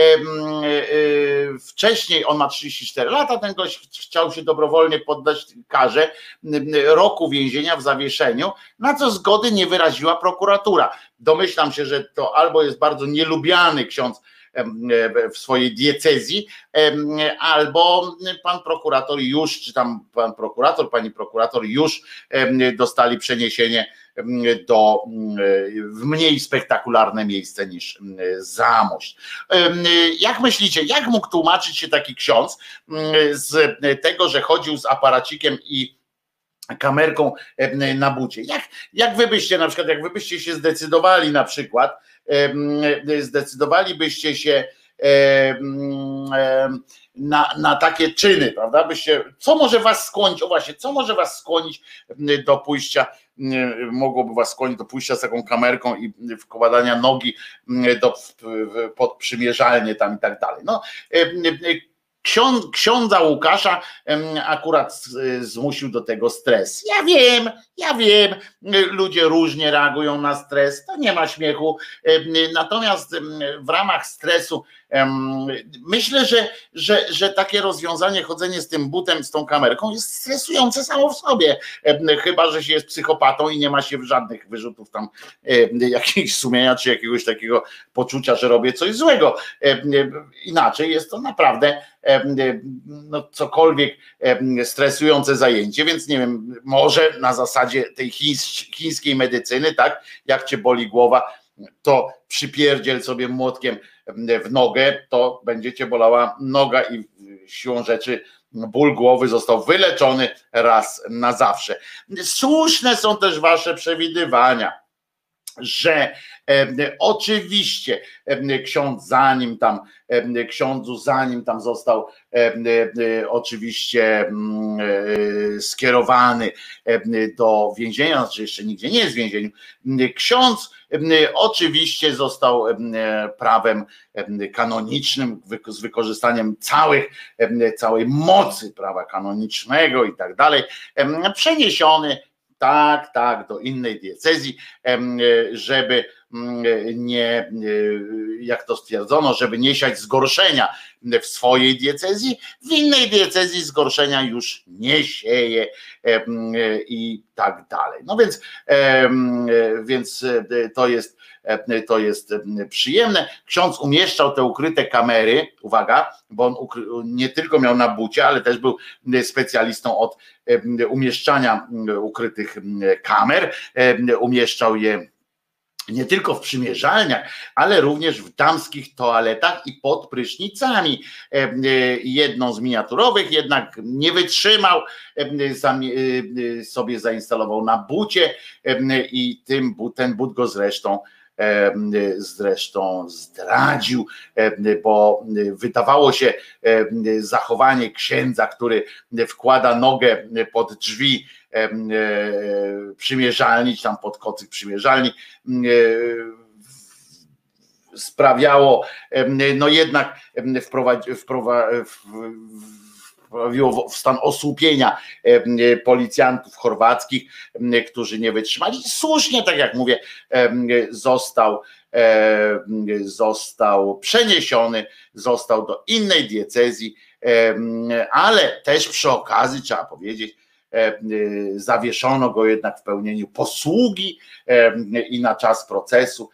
Wcześniej, on ma 34 lata, ten gość chciał się dobrowolnie poddać karze roku więzienia w zawieszeniu, na co zgody nie wyraziła prokuratura. Domyślam się, że to albo jest bardzo nielubiany ksiądz w swojej diecezji, albo pan prokurator już, czy tam pan prokurator, pani prokurator już dostali przeniesienie w mniej spektakularne miejsce niż Zamość. Jak myślicie, jak mógł tłumaczyć się taki ksiądz z tego, że chodził z aparacikiem i kamerką na bucie? Jak wy byście na przykład, jak wy byście się zdecydowali na przykład, zdecydowalibyście się na takie czyny, prawda? Co może was skłonić, o właśnie, co może was skłonić do pójścia, mogłoby was skłonić do pójścia z taką kamerką i wkładania nogi pod przymierzalnię tam i tak dalej. No, księdza Łukasza akurat zmusił do tego stres. Ja wiem, ludzie różnie reagują na stres, to nie ma śmiechu, natomiast w ramach stresu myślę, że takie rozwiązanie, chodzenie z tym butem, z tą kamerką jest stresujące samo w sobie, chyba że się jest psychopatą i nie ma się żadnych wyrzutów tam jakichś sumienia, czy jakiegoś takiego poczucia, że robię coś złego. Inaczej jest to naprawdę no, cokolwiek stresujące zajęcie, więc nie wiem, może na zasadzie tej chińskiej medycyny, tak, jak cię boli głowa, to przypierdziel sobie młotkiem w nogę, to będzie cię bolała noga i siłą rzeczy ból głowy został wyleczony raz na zawsze. Słuszne są też wasze przewidywania, że oczywiście księdzu zanim tam został oczywiście skierowany do więzienia, znaczy jeszcze nigdzie nie jest w więzieniu, ksiądz oczywiście został prawem kanonicznym z wykorzystaniem całej mocy prawa kanonicznego i tak dalej, przeniesiony tak, do innej diecezji, żeby nie, jak to stwierdzono, żeby nie siać zgorszenia w swojej diecezji, w innej diecezji zgorszenia już nie sieje i tak dalej. No więc to jest przyjemne. Ksiądz umieszczał te ukryte kamery, uwaga, bo on nie tylko miał na bucie, ale też był specjalistą od umieszczania ukrytych kamer, umieszczał je nie tylko w przymierzalniach, ale również w damskich toaletach i pod prysznicami. Jedną z miniaturowych jednak nie wytrzymał, sobie zainstalował na bucie i ten but go zresztą zdradził, bo wydawało się zachowanie księdza, który wkłada nogę pod drzwi przymierzalni, czy tam pod kocyk przymierzalni, sprawiało, no jednak wprowadziło w stan osłupienia policjantów chorwackich, którzy nie wytrzymali. Słusznie, tak jak mówię, został przeniesiony, został do innej diecezji, ale też przy okazji trzeba powiedzieć, zawieszono go jednak w pełnieniu posługi i na czas procesu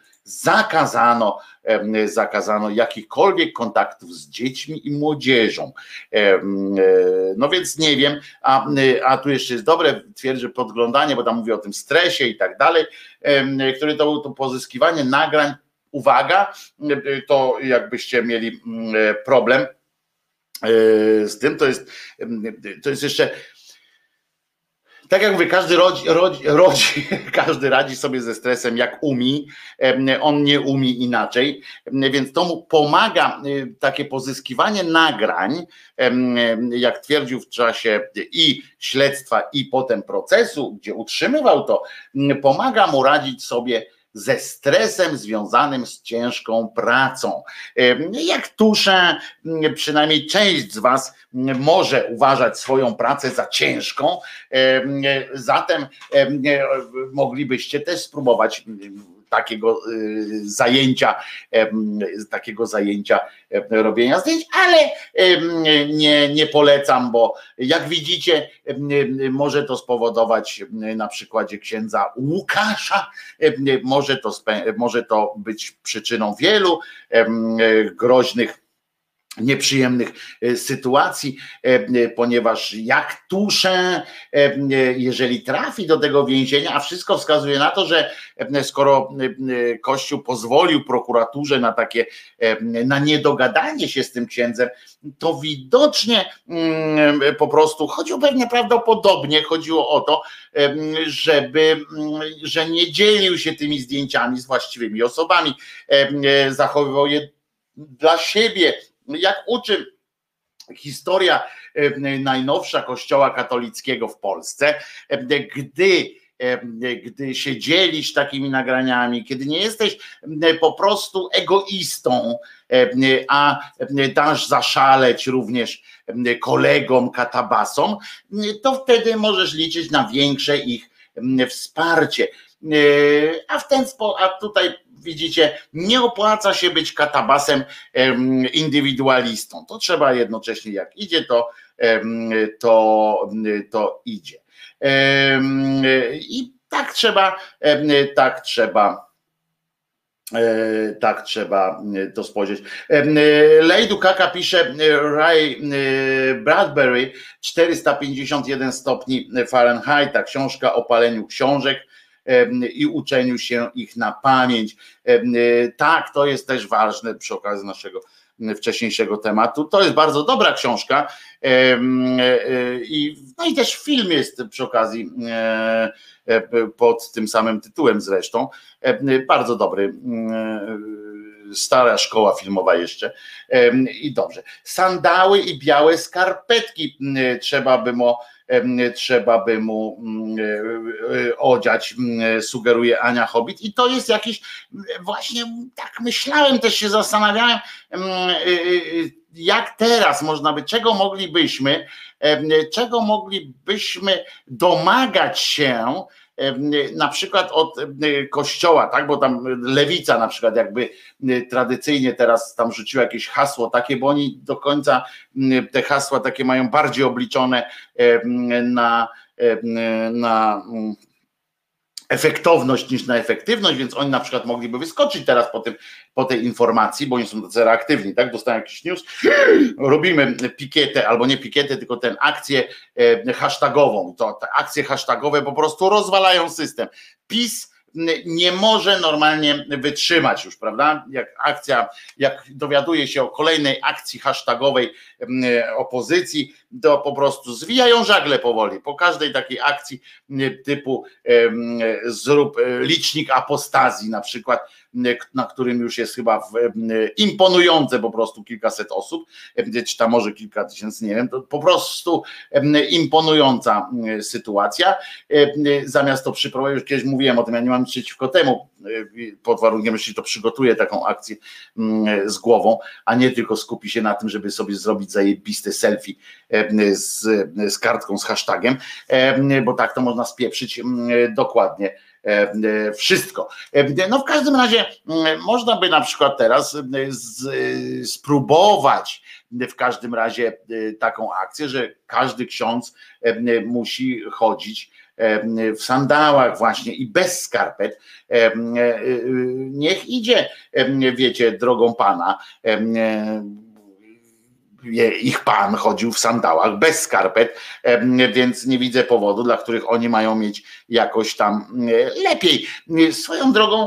zakazano jakichkolwiek kontaktów z dziećmi i młodzieżą. No więc nie wiem, a tu jeszcze jest dobre, twierdzę, podglądanie, bo tam mówi o tym stresie i tak dalej, który to był to pozyskiwanie nagrań. Uwaga, to jakbyście mieli problem z tym, to jest jeszcze. Tak jak mówię, każdy radzi sobie ze stresem jak umie, on nie umie inaczej, więc to mu pomaga takie pozyskiwanie nagrań, jak twierdził w czasie i śledztwa i potem procesu, gdzie utrzymywał to, pomaga mu radzić sobie ze stresem związanym z ciężką pracą. Jak tuszę, przynajmniej część z was może uważać swoją pracę za ciężką, zatem moglibyście też spróbować takiego zajęcia robienia zdjęć, ale nie polecam, bo jak widzicie, może to spowodować na przykładzie księdza Łukasza, może to być przyczyną wielu groźnych, nieprzyjemnych sytuacji, ponieważ jak tuszę, jeżeli trafi do tego więzienia, a wszystko wskazuje na to, że skoro Kościół pozwolił prokuraturze na niedogadanie się z tym księdzem, to widocznie po prostu prawdopodobnie chodziło o to, że nie dzielił się tymi zdjęciami z właściwymi osobami, zachowywał je dla siebie. Jak uczy historia najnowsza Kościoła katolickiego w Polsce, gdy się dzielisz takimi nagraniami, kiedy nie jesteś po prostu egoistą, a dasz zaszaleć również kolegom katabasom, to wtedy możesz liczyć na większe ich wsparcie. A tutaj widzicie, nie opłaca się być katabasem indywidualistą. To trzeba jednocześnie, jak idzie, to idzie. I tak trzeba to spojrzeć. Lady Kaka pisze, Ray Bradbury, 451 stopni Fahrenheita, książka o paleniu książek i uczeniu się ich na pamięć. Tak, to jest też ważne przy okazji naszego wcześniejszego tematu. To jest bardzo dobra książka no i też film jest przy okazji pod tym samym tytułem zresztą. Bardzo dobry. Stara szkoła filmowa jeszcze. I dobrze. Sandały i białe skarpetki trzeba by mu odziać, sugeruje Ania Hobbit. I to jest jakiś, właśnie tak myślałem, też się zastanawiałem, jak teraz można by, czego moglibyśmy domagać się na przykład od Kościoła, tak, bo tam Lewica na przykład jakby tradycyjnie teraz tam rzuciła jakieś hasło takie, bo oni do końca te hasła takie mają bardziej obliczone na efektowność niż na efektywność, więc oni na przykład mogliby wyskoczyć teraz po tej informacji, bo oni są tacy reaktywni, tak? Dostają jakiś news, robimy pikietę, albo nie pikietę, tylko tę akcję hashtagową. To te akcje hashtagowe po prostu rozwalają system. PiS nie może normalnie wytrzymać już, prawda? Jak dowiaduje się o kolejnej akcji hashtagowej opozycji, to po prostu zwijają żagle powoli. Po każdej takiej akcji typu zrób licznik apostazji na przykład, na którym już jest chyba imponujące po prostu kilkaset osób, czy tam może kilka tysięcy, nie wiem, to po prostu imponująca sytuacja. Zamiast to przyprowadzić, już kiedyś mówiłem o tym, ja nie mam nic przeciwko temu, pod warunkiem, że się to przygotuje taką akcję z głową, a nie tylko skupi się na tym, żeby sobie zrobić zajebiste selfie z kartką, z hashtagiem, bo tak to można spieprzyć dokładnie wszystko. No w każdym razie można by na przykład teraz spróbować w każdym razie taką akcję, że każdy ksiądz musi chodzić w sandałach właśnie i bez skarpet. Niech idzie, wiecie, drogą Pana. Ich Pan chodził w sandałach bez skarpet, więc nie widzę powodu, dla których oni mają mieć jakoś tam lepiej. Swoją drogą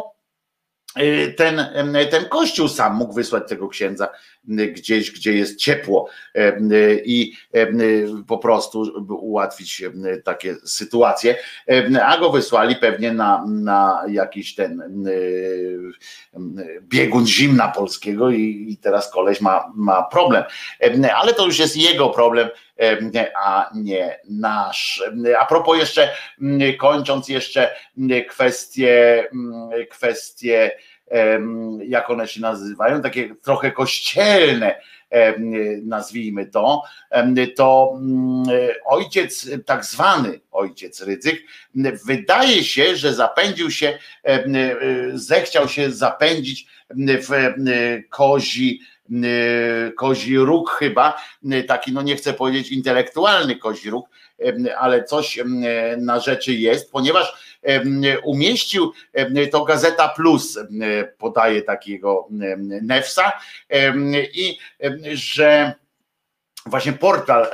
ten kościół sam mógł wysłać tego księdza gdzieś, gdzie jest ciepło i po prostu ułatwić takie sytuacje, a go wysłali pewnie na jakiś ten biegun zimna polskiego i teraz koleś ma problem, ale to już jest jego problem, a nie nasz. A propos jeszcze, kończąc jeszcze kwestię jak one się nazywają, takie trochę kościelne, nazwijmy to, to ojciec, tak zwany ojciec Rydzyk, wydaje się, że zapędził się, zechciał się zapędzić w kozi róg chyba, taki, no nie chcę powiedzieć intelektualny kozi róg, ale coś na rzeczy jest, ponieważ umieścił, to Gazeta Plus podaje takiego newsa, i że właśnie portal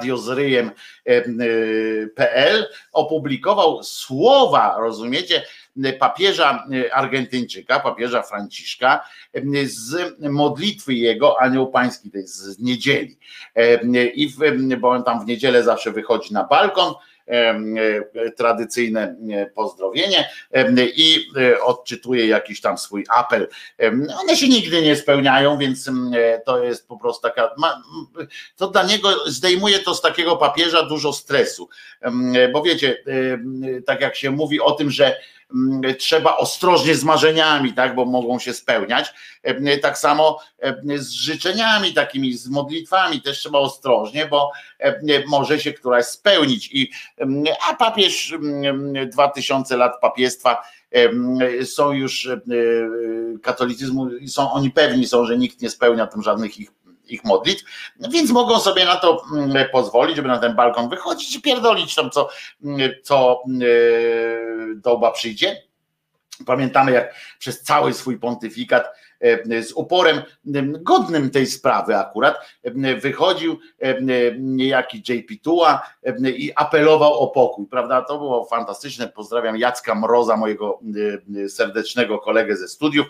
radiozryjem.pl opublikował słowa, rozumiecie, papieża Argentyńczyka, papieża Franciszka, z modlitwy jego Anioł Pański, to jest z niedzieli. Bo on tam w niedzielę zawsze wychodzi na balkon, tradycyjne pozdrowienie i odczytuje jakiś tam swój apel. One się nigdy nie spełniają, więc to jest po prostu taka, to dla niego zdejmuje to z takiego papieża dużo stresu, bo wiecie, tak jak się mówi o tym, że trzeba ostrożnie z marzeniami, tak, bo mogą się spełniać. Tak samo z życzeniami takimi, z modlitwami też trzeba ostrożnie, bo może się któraś spełnić. A papież, 2000 lat papiestwa, są już katolicyzmu, oni pewni są, że nikt nie spełnia tam żadnych ich modlitw, więc mogą sobie na to pozwolić, żeby na ten balkon wychodzić i pierdolić tam, co doba przyjdzie. Pamiętamy, jak przez cały swój pontyfikat z uporem godnym tej sprawy akurat wychodził niejaki J.P. Tuła i apelował o pokój, prawda? To było fantastyczne. Pozdrawiam Jacka Mroza, mojego serdecznego kolegę ze studiów,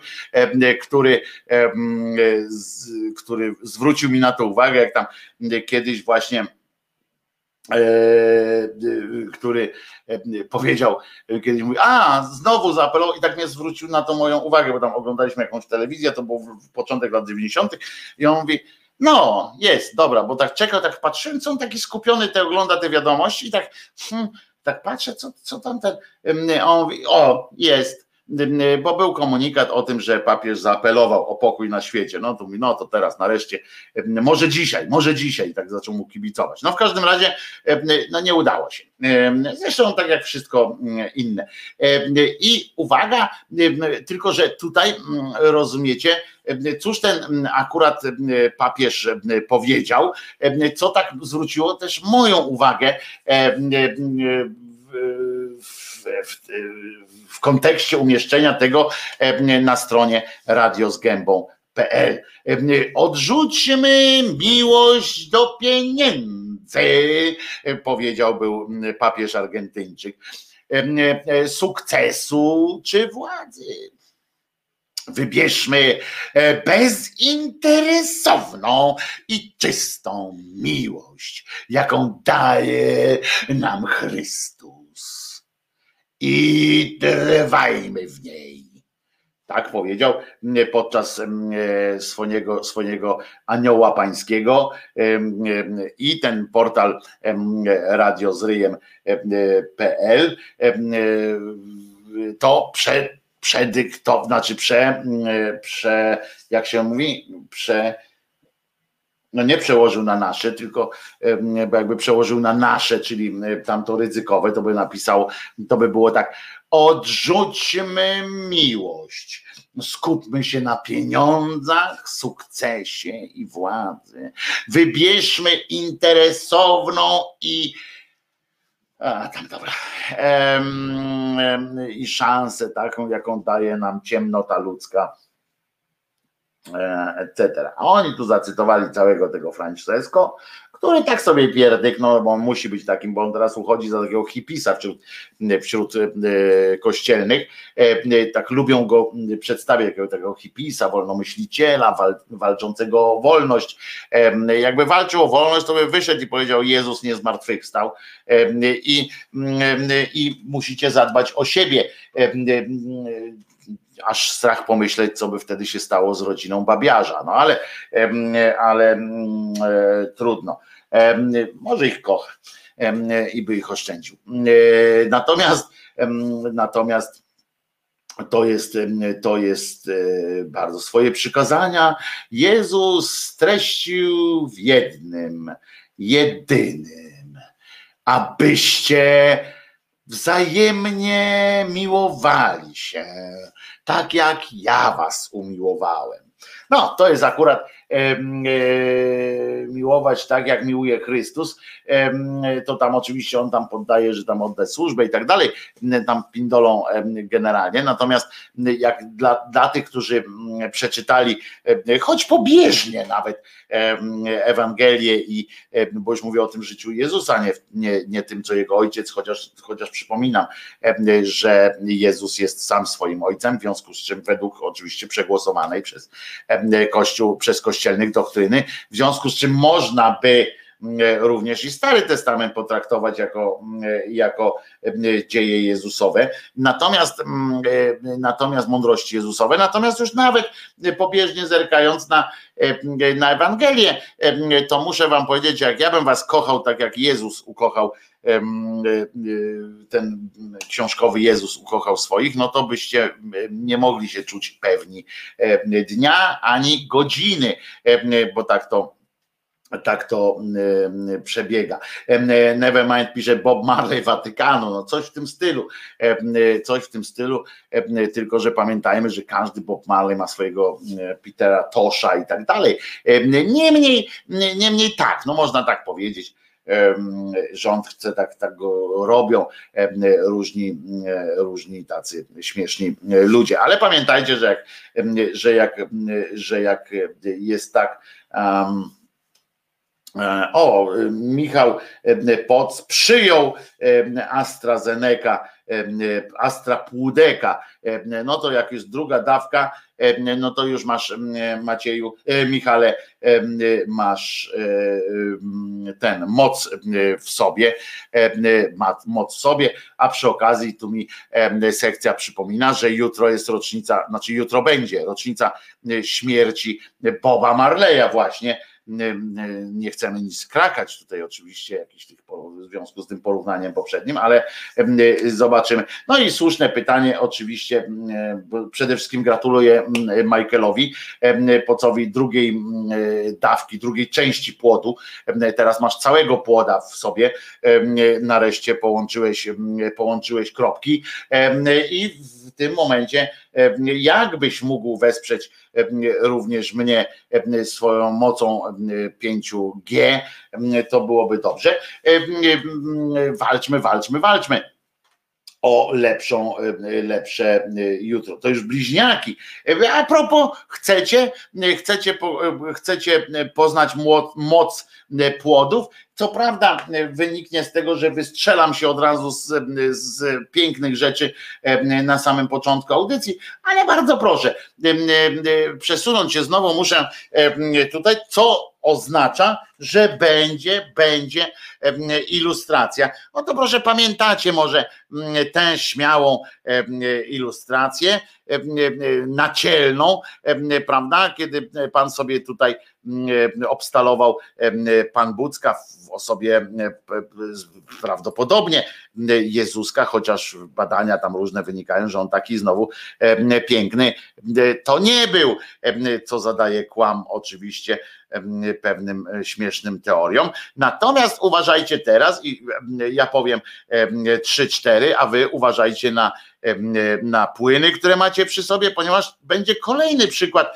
który zwrócił mi na to uwagę, jak tam kiedyś właśnie który powiedział, kiedyś mówi, znowu zaapelował i tak mnie zwrócił na to moją uwagę, bo tam oglądaliśmy jakąś telewizję, to było w początek lat 90. i on mówi, no jest, dobra, bo tak czekał, tak patrzyłem, co on taki skupiony ogląda te wiadomości i tak patrzę, co tam ten, on mówi, jest, bo był komunikat o tym, że papież zaapelował o pokój na świecie. No to mówi, no to teraz nareszcie, może dzisiaj, tak zaczął mu kibicować. No w każdym razie no nie udało się. Zresztą tak jak wszystko inne. I uwaga, tylko że tutaj rozumiecie, cóż ten akurat papież powiedział, co tak zwróciło też moją uwagę w kontekście umieszczenia tego na stronie radiozgębą.pl. Odrzućmy miłość do pieniędzy, powiedział był papież Argentyńczyk, sukcesu czy władzy. Wybierzmy bezinteresowną i czystą miłość, jaką daje nam Chrystus. I trwajmy w niej. Tak powiedział podczas swojego Anioła Pańskiego i ten portal radiozryjem.pl to jak się mówi, no nie przełożył na nasze, tylko bo jakby przełożył na nasze, czyli tamto ryzykowe, to by napisał, to by było tak: odrzućmy miłość, skupmy się na pieniądzach, sukcesie i władzy, wybierzmy interesowną i i szansę taką, jaką daje nam ciemnota ludzka, etc. A oni tu zacytowali całego tego Francesco, który tak sobie pierdyknął, bo on musi być takim, bo on teraz uchodzi za takiego hipisa wśród kościelnych. Tak lubią go przedstawiać jako takiego hipisa, wolnomyśliciela, walczącego o wolność. Jakby walczył o wolność, to by wyszedł i powiedział: Jezus nie zmartwychwstał i musicie zadbać o siebie. Aż strach pomyśleć, co by wtedy się stało z rodziną Babiarza. No ale trudno. Może ich kocha i by ich oszczędził. Natomiast to jest bardzo swoje przykazania Jezus streścił w jednym, jedynym, abyście wzajemnie miłowali się, tak jak ja was umiłowałem. No, to jest akurat miłować tak, jak miłuje Chrystus. To tam oczywiście on tam poddaje, że tam odda służbę i tak dalej, tam pindolą generalnie. Natomiast jak dla tych, którzy przeczytali choć pobieżnie nawet Ewangelię i bo już mówię o tym życiu Jezusa, nie tym, co jego ojciec, chociaż przypominam, że Jezus jest sam swoim ojcem, w związku z czym według oczywiście przegłosowanej przez Kościół, przez kościelnych doktryny, w związku z czym można by również i Stary Testament potraktować jako dzieje Jezusowe, natomiast mądrości Jezusowe, natomiast już nawet pobieżnie zerkając na Ewangelię, to muszę wam powiedzieć, jak ja bym was kochał, tak jak Jezus ukochał, ten książkowy Jezus ukochał swoich, no to byście nie mogli się czuć pewni dnia ani godziny, bo tak to przebiega. Nevermind pisze Bob Marley Watykanu, no coś w tym stylu, tylko że pamiętajmy, że każdy Bob Marley ma swojego Petera Tosha i tak dalej. Niemniej tak, no można tak powiedzieć, rząd chce, tak go robią różni tacy śmieszni ludzie, ale pamiętajcie, że jak jest tak. Michał Poc przyjął AstraZeneca, no to jak jest druga dawka, no to już masz, Macieju, Michale, masz ten moc w sobie, a przy okazji tu mi sekcja przypomina, że jutro jest rocznica, znaczy jutro będzie rocznica śmierci Boba Marleya właśnie. Nie chcemy nic skrakać tutaj oczywiście jakichś tych w związku z tym porównaniem poprzednim, ale zobaczymy. No i słuszne pytanie oczywiście, przede wszystkim gratuluję Michaelowi Pocowi drugiej dawki, drugiej części płodu. Teraz masz całego płoda w sobie, nareszcie połączyłeś kropki i w tym momencie jakbyś mógł wesprzeć również mnie swoją mocą 5G, to byłoby dobrze. Walczmy o lepsze jutro. To już bliźniaki. A propos, chcecie poznać moc płodów? Co prawda wyniknie z tego, że wystrzelam się od razu z pięknych rzeczy na samym początku audycji, ale bardzo proszę, przesunąć się znowu muszę tutaj, co oznacza, że będzie ilustracja. No to proszę, pamiętacie może tę śmiałą ilustrację nacielną, prawda, kiedy pan sobie tutaj obstalował pan Bucka w osobie prawdopodobnie Jezuska, chociaż badania tam różne wynikają, że on taki znowu piękny to nie był, co zadaje kłam oczywiście pewnym śmiesznym teoriom. Natomiast uważajcie teraz i ja powiem 3-4, a wy uważajcie na płyny, które macie przy sobie, ponieważ będzie kolejny przykład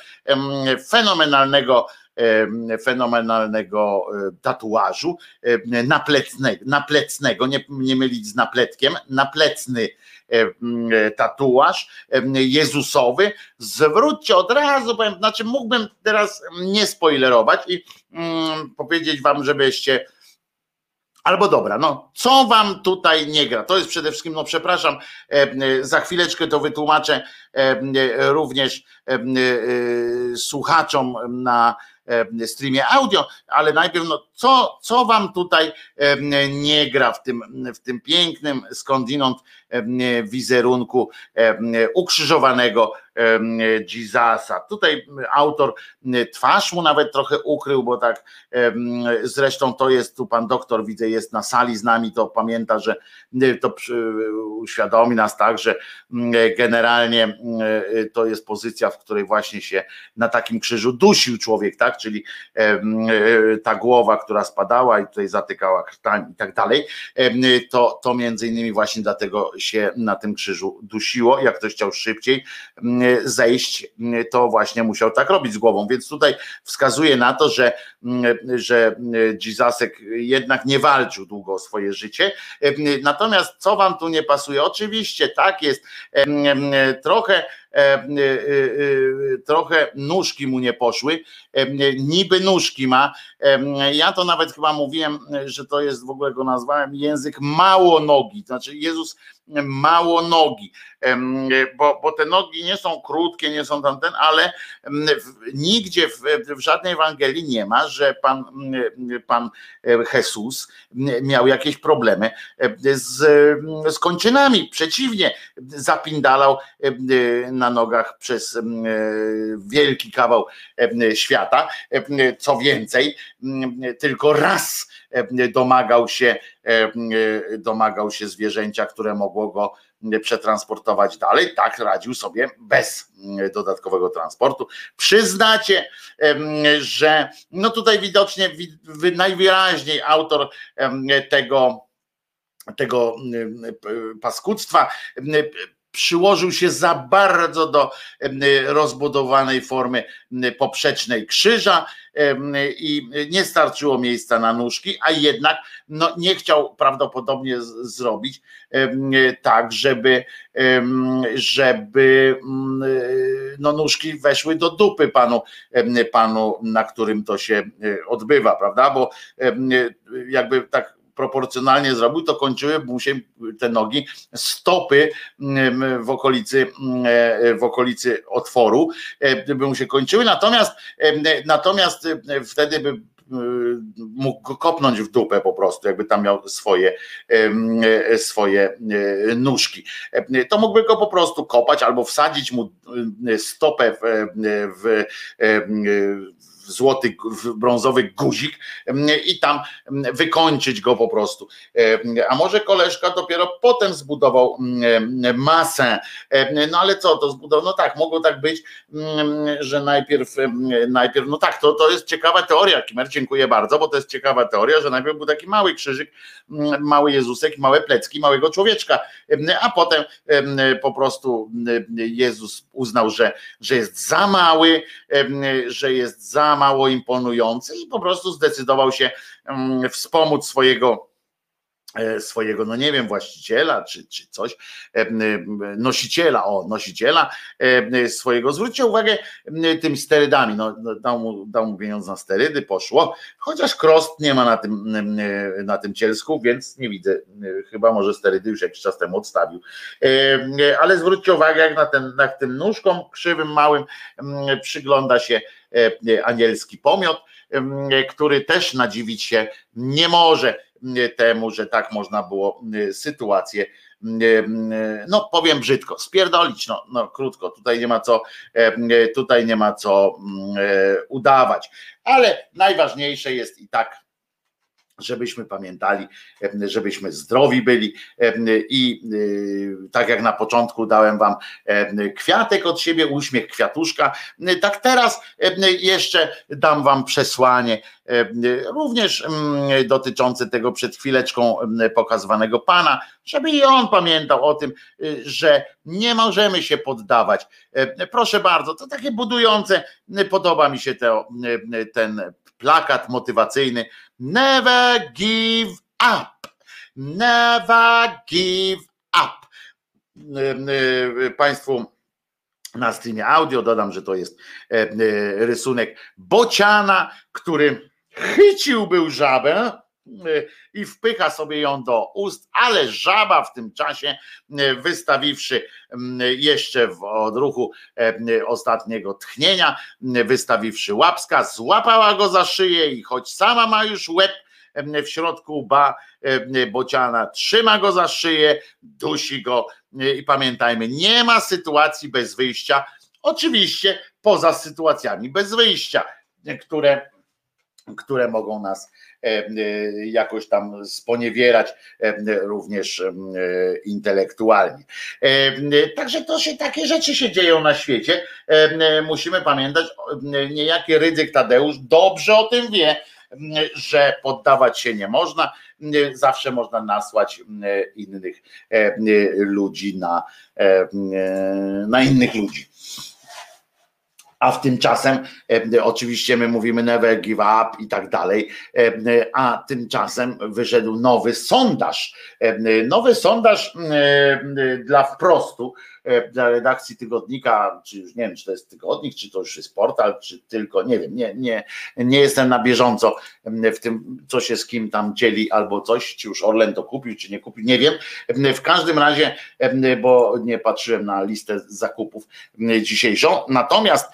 fenomenalnego tatuażu naplecnego, nie mylić z napletkiem, naplecny tatuaż Jezusowy. Zwróćcie od razu, powiem, znaczy mógłbym teraz nie spoilerować i powiedzieć wam, żebyście albo dobra, no co wam tutaj nie gra? To jest przede wszystkim, no przepraszam, za chwileczkę to wytłumaczę również słuchaczom streamie audio, ale najpierw no, co wam tutaj nie gra w tym pięknym skądinąd wizerunku ukrzyżowanego Jezusa. Tutaj autor twarz mu nawet trochę ukrył, bo tak zresztą to jest, tu pan doktor widzę jest na sali z nami, to pamięta, że to uświadomi nas tak, że generalnie to jest pozycja, w której właśnie się na takim krzyżu dusił człowiek, tak, czyli ta głowa, która spadała i tutaj zatykała krtań i tak dalej, to między innymi właśnie dlatego się na tym krzyżu dusiło. Jak ktoś chciał szybciej zejść, to właśnie musiał tak robić z głową, więc tutaj wskazuje na to, że Jezusek jednak nie walczył długo o swoje życie. Natomiast co wam tu nie pasuje? Oczywiście tak jest, trochę nóżki mu nie poszły, niby nóżki ma, ja to nawet chyba mówiłem, że to jest, w ogóle go nazwałem język małonogi, to znaczy Jezus małonogi, bo te nogi nie są krótkie, nie są tamten, ale nigdzie w żadnej Ewangelii nie ma, że Pan Jezus miał jakieś problemy z kończynami, przeciwnie, zapindalał na nogach przez wielki kawał świata, co więcej, tylko raz domagał się zwierzęcia, które mogło go przetransportować dalej, tak radził sobie bez dodatkowego transportu. Przyznacie, że no tutaj widocznie najwyraźniej autor tego paskudztwa przyłożył się za bardzo do rozbudowanej formy poprzecznej krzyża i nie starczyło miejsca na nóżki, a jednak no, nie chciał prawdopodobnie zrobić tak, żeby no, nóżki weszły do dupy panu, na którym to się odbywa, prawda? Bo jakby tak proporcjonalnie zrobił, to kończyły mu się te nogi, stopy w okolicy otworu by mu się kończyły, natomiast wtedy by mógł go kopnąć w dupę po prostu, jakby tam miał swoje nóżki. To mógłby go po prostu kopać albo wsadzić mu stopę w złoty, brązowy guzik i tam wykończyć go po prostu. A może koleżka dopiero potem zbudował masę. No ale co to zbudował? No tak, mogło tak być, że najpierw no tak, to jest ciekawa teoria, Kimer, dziękuję bardzo, bo to jest ciekawa teoria, że najpierw był taki mały krzyżyk, mały Jezusek, małe plecki, małego człowieczka, a potem po prostu Jezus uznał, że jest za mały, że jest za mało imponujący i po prostu zdecydował się wspomóc swojego, no nie wiem, właściciela czy coś, nosiciela swojego. Zwróćcie uwagę tymi sterydami, no, dał mu pieniądze na sterydy, poszło, chociaż Krost nie ma na tym cielsku, więc nie widzę, chyba może sterydy już jakiś czas temu odstawił, ale zwróćcie uwagę, jak na tym nóżkom krzywym, małym przygląda się anielski pomiot, który też nadziwić się nie może temu, że tak można było sytuację, no powiem brzydko, spierdolić, no krótko, tutaj nie ma co udawać, ale najważniejsze jest i tak, żebyśmy pamiętali, żebyśmy zdrowi byli i tak jak na początku dałem wam kwiatek od siebie, uśmiech kwiatuszka, tak teraz jeszcze dam wam przesłanie również dotyczące tego przed chwileczką pokazywanego Pana, żeby i on pamiętał o tym, że nie możemy się poddawać. Proszę bardzo, to takie budujące, podoba mi się ten plakat motywacyjny. Never give up. Never give up. Państwu na streamie audio dodam, że to jest rysunek bociana, który chycił był żabę, i wpycha sobie ją do ust, ale żaba w tym czasie, wystawiwszy jeszcze w odruchu ostatniego tchnienia, wystawiwszy łapska, złapała go za szyję i choć sama ma już łeb w środku łba bociana, trzyma go za szyję, dusi go i pamiętajmy, nie ma sytuacji bez wyjścia, oczywiście poza sytuacjami bez wyjścia, które mogą nas jakoś tam sponiewierać również intelektualnie. Także takie rzeczy się dzieją na świecie. Musimy pamiętać, niejaki Rydzyk Tadeusz dobrze o tym wie, że poddawać się nie można, zawsze można nasłać innych ludzi na innych ludzi. A w tymczasem oczywiście my mówimy never give up i tak dalej, a tymczasem wyszedł nowy sondaż dla Wprostu, dla redakcji tygodnika, czy już nie wiem, czy to jest tygodnik, czy to już jest portal, czy tylko, nie wiem, nie jestem na bieżąco w tym, co się z kim tam dzieli albo coś, czy już Orlen to kupił, czy nie kupił, nie wiem. W każdym razie, bo nie patrzyłem na listę zakupów dzisiejszą, natomiast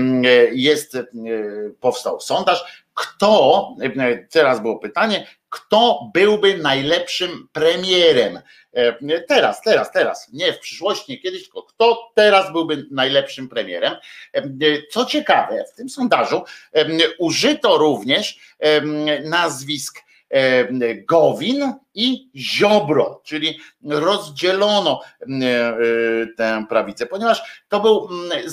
powstał sondaż, teraz było pytanie, kto byłby najlepszym premierem? Teraz, nie w przyszłości, nie kiedyś, tylko kto teraz byłby najlepszym premierem? Co ciekawe, w tym sondażu użyto również nazwisk Gowin i Ziobro, rozdzielono tę prawicę, ponieważ to był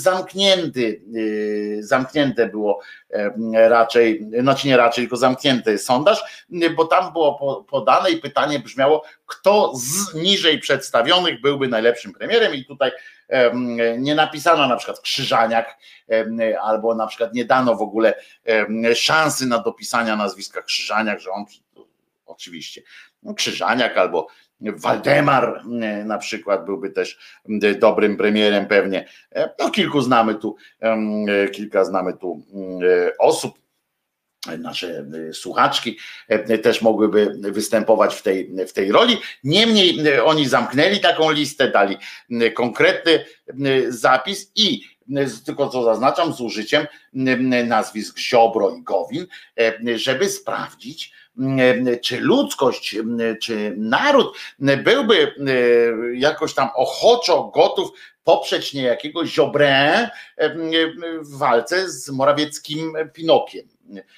zamknięte było raczej, znaczy nie raczej, tylko zamknięty sondaż, bo tam było podane i pytanie brzmiało, kto z niżej przedstawionych byłby najlepszym premierem i tutaj nie napisano na przykład Krzyżaniak, albo na przykład nie dano w ogóle szansy na dopisania nazwiska Krzyżaniak, że on oczywiście Krzyżaniak albo Waldemar na przykład byłby też dobrym premierem pewnie. No kilka znamy tu osób, nasze słuchaczki też mogłyby występować w tej roli. Niemniej oni zamknęli taką listę, dali konkretny zapis i tylko co zaznaczam, z użyciem nazwisk Ziobro i Gowin, żeby sprawdzić, czy ludzkość, czy naród byłby jakoś tam ochoczo gotów poprzeć niejakiego Ziobrę w walce z Morawieckim Pinokiem.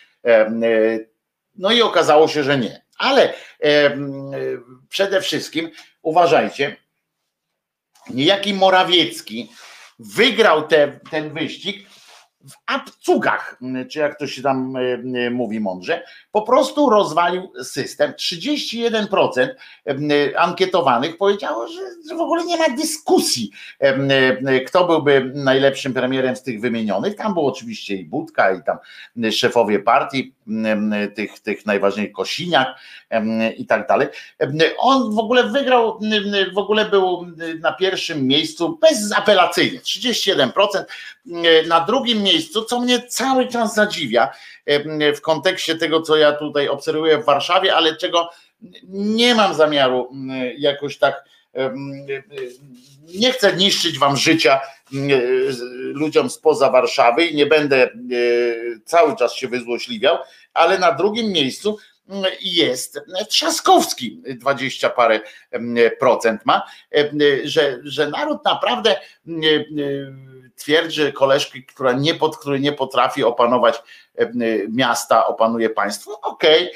No i okazało się, że nie. Ale przede wszystkim uważajcie, niejaki Morawiecki wygrał ten wyścig w abcugach, czy jak to się tam mówi mądrze, po prostu rozwalił system. 31% ankietowanych powiedziało, że w ogóle nie ma dyskusji, kto byłby najlepszym premierem z tych wymienionych. Tam był oczywiście i Budka, i tam szefowie partii, tych najważniejszych, Kosiniak i tak dalej. On w ogóle wygrał, w ogóle był na pierwszym miejscu bezapelacyjnie, 31%. Na drugim miejscu, co mnie cały czas zadziwia w kontekście tego, co ja tutaj obserwuję w Warszawie, ale czego nie mam zamiaru jakoś tak, nie chcę niszczyć wam życia ludziom spoza Warszawy i nie będę cały czas się wyzłośliwiał, ale na drugim miejscu jest Trzaskowski, 20 parę procent ma, że naród naprawdę twierdzi, koleżki, który nie potrafi opanować miasta, opanuje państwo. Okej,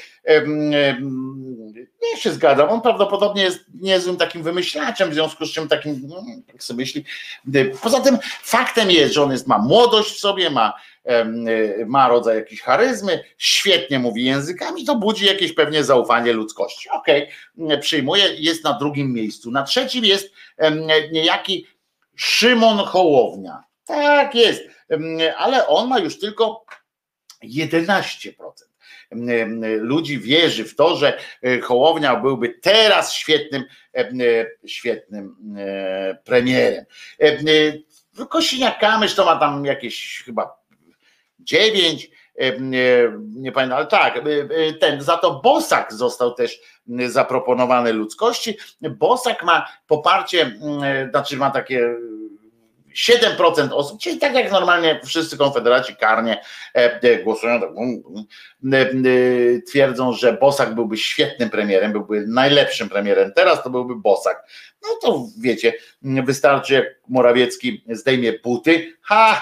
nie się zgadzam. On prawdopodobnie jest niezłym takim wymyślaczem, w związku z czym takim, jak sobie myśli. Poza tym faktem jest, że on ma młodość w sobie, ma rodzaj jakiejś charyzmy, świetnie mówi językami, to budzi jakieś pewnie zaufanie ludzkości. Okej, przyjmuję, jest na drugim miejscu. Na trzecim jest niejaki Szymon Hołownia. Tak jest, ale on ma już tylko 11%. Ludzi wierzy w to, że Hołownia byłby teraz świetnym premierem. Kosiniak-Kamysz to ma tam jakieś chyba 9, nie pamiętam, ale tak, za to Bosak został też zaproponowany ludzkości. Bosak ma poparcie, znaczy ma takie 7% osób, czyli tak jak normalnie wszyscy konfederaci karnie głosują, tak, twierdzą, że Bosak byłby świetnym premierem, byłby najlepszym premierem. Teraz to byłby Bosak. No to wiecie, wystarczy jak Morawiecki zdejmie buty,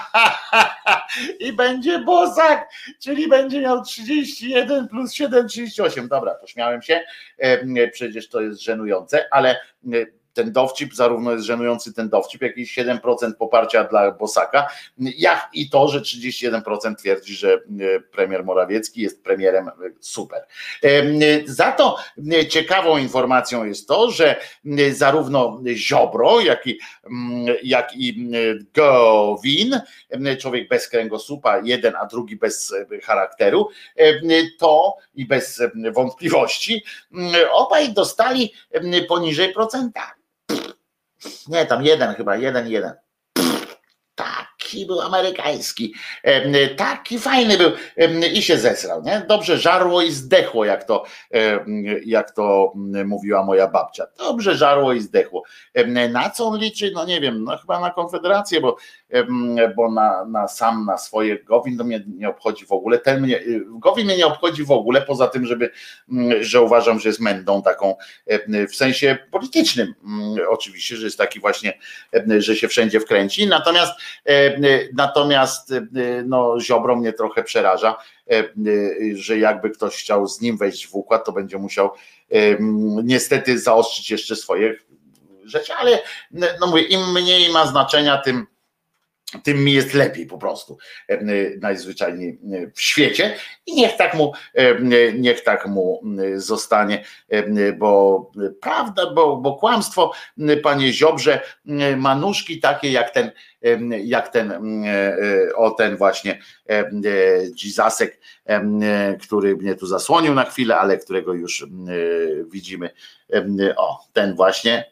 i będzie Bosak, czyli będzie miał 31 plus 7, 38. Dobra, pośmiałem się, przecież to jest żenujące, ale ten dowcip, zarówno jest żenujący ten dowcip, jak i 7% poparcia dla Bosaka, jak i to, że 31% twierdzi, że premier Morawiecki jest premierem super. Za to ciekawą informacją jest to, że zarówno Ziobro, jak i Gowin, człowiek bez kręgosłupa, jeden, a drugi bez charakteru, to i bez wątpliwości, obaj dostali poniżej procenta. Nie, tam chyba jeden. Taki był amerykański, taki fajny był i się zesrał, nie? Dobrze żarło i zdechło, jak to mówiła moja babcia. Dobrze żarło i zdechło. Na co on liczy? No nie wiem, no chyba na Konfederację, bo na swoje Gowin to mnie nie obchodzi w ogóle. Gowin mnie nie obchodzi w ogóle, poza tym, że uważam, że jest mędą taką w sensie politycznym. Oczywiście, że jest taki właśnie, że się wszędzie wkręci. Natomiast no, Ziobro mnie trochę przeraża, że jakby ktoś chciał z nim wejść w układ, to będzie musiał niestety zaostrzyć jeszcze swoje rzeczy, ale no mówię, im mniej ma znaczenia, tym mi jest lepiej po prostu, najzwyczajniej w świecie i niech tak mu zostanie, bo prawda, bo kłamstwo, panie Ziobrze, ma nóżki takie jak ten właśnie Dzizasek, który mnie tu zasłonił na chwilę, ale którego już widzimy, ten właśnie,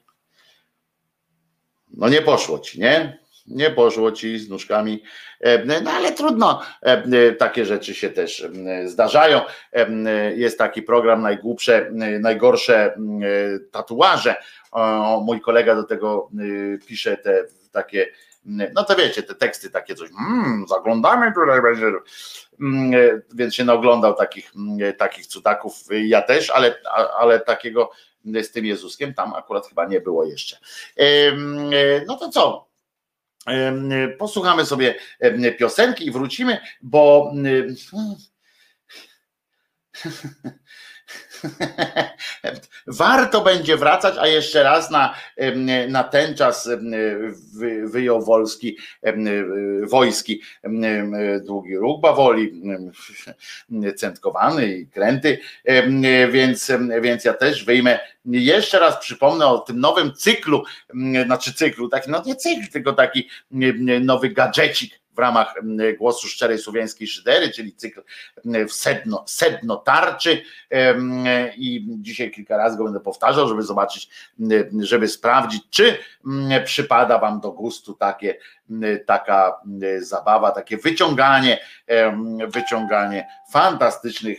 no nie poszło ci, nie poszło ci z nóżkami, no ale trudno, takie rzeczy się też zdarzają. Jest taki program najgorsze tatuaże. Mój kolega do tego pisze te takie, no to wiecie, te teksty takie coś, zaglądamy tutaj, więc się naoglądał takich cudaków, ja też, ale takiego z tym Jezuskiem tam akurat chyba nie było jeszcze. No to co? Posłuchamy sobie piosenki i wrócimy, bo warto będzie wracać, a jeszcze raz na ten czas wyjął wojski długi róg bawoli, centkowany i kręty, więc ja też wyjmę, jeszcze raz przypomnę o tym nowym cyklu, taki, no nie cykl, tylko taki nowy gadżecik w ramach Głosu Szczerej Słowiańskiej Szydery, czyli cykl w sedno tarczy, i dzisiaj kilka razy go będę powtarzał, żeby zobaczyć, żeby sprawdzić, czy przypada wam do gustu taka zabawa, takie wyciąganie fantastycznych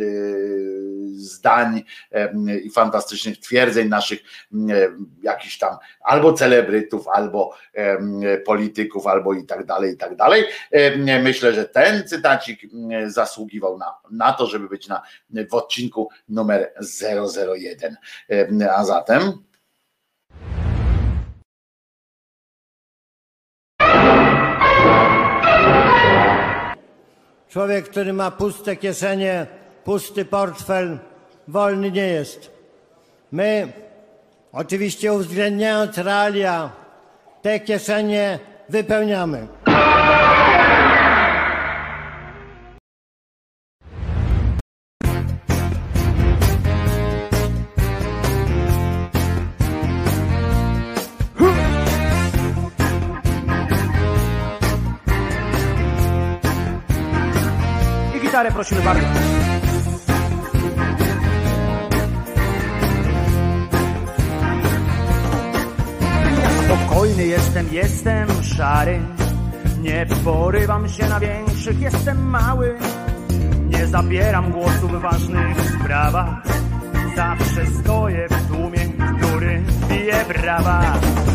zdań i fantastycznych twierdzeń naszych jakichś tam albo celebrytów, albo polityków, albo i tak dalej. Myślę, że ten cytacik zasługiwał na to, żeby być w odcinku numer 001. A zatem człowiek, który ma puste kieszenie, pusty portfel, wolny nie jest. My, oczywiście uwzględniając realia, te kieszenie wypełniamy. Gitarę prosimy bardzo. Spokojny jestem szary, nie porywam się na większych, jestem mały, Nie zabieram głosu w ważnych sprawach. Zawsze stoję w tłumie, który bije brawa.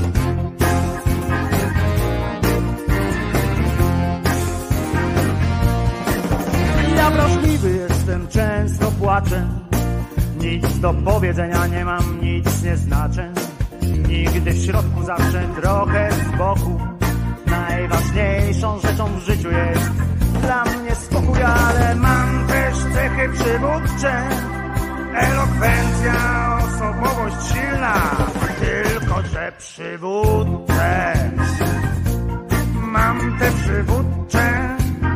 Ja wrażliwy jestem, często płaczę. Nic do powiedzenia nie mam, nic nie znaczę. Nigdy w środku, zawsze trochę z boku. Najważniejszą rzeczą w życiu jest dla mnie spokój, ale mam też cechy przywódcze. Elokwencja, osobowość silna, tylko że przywódcę. Mam te przywódcze,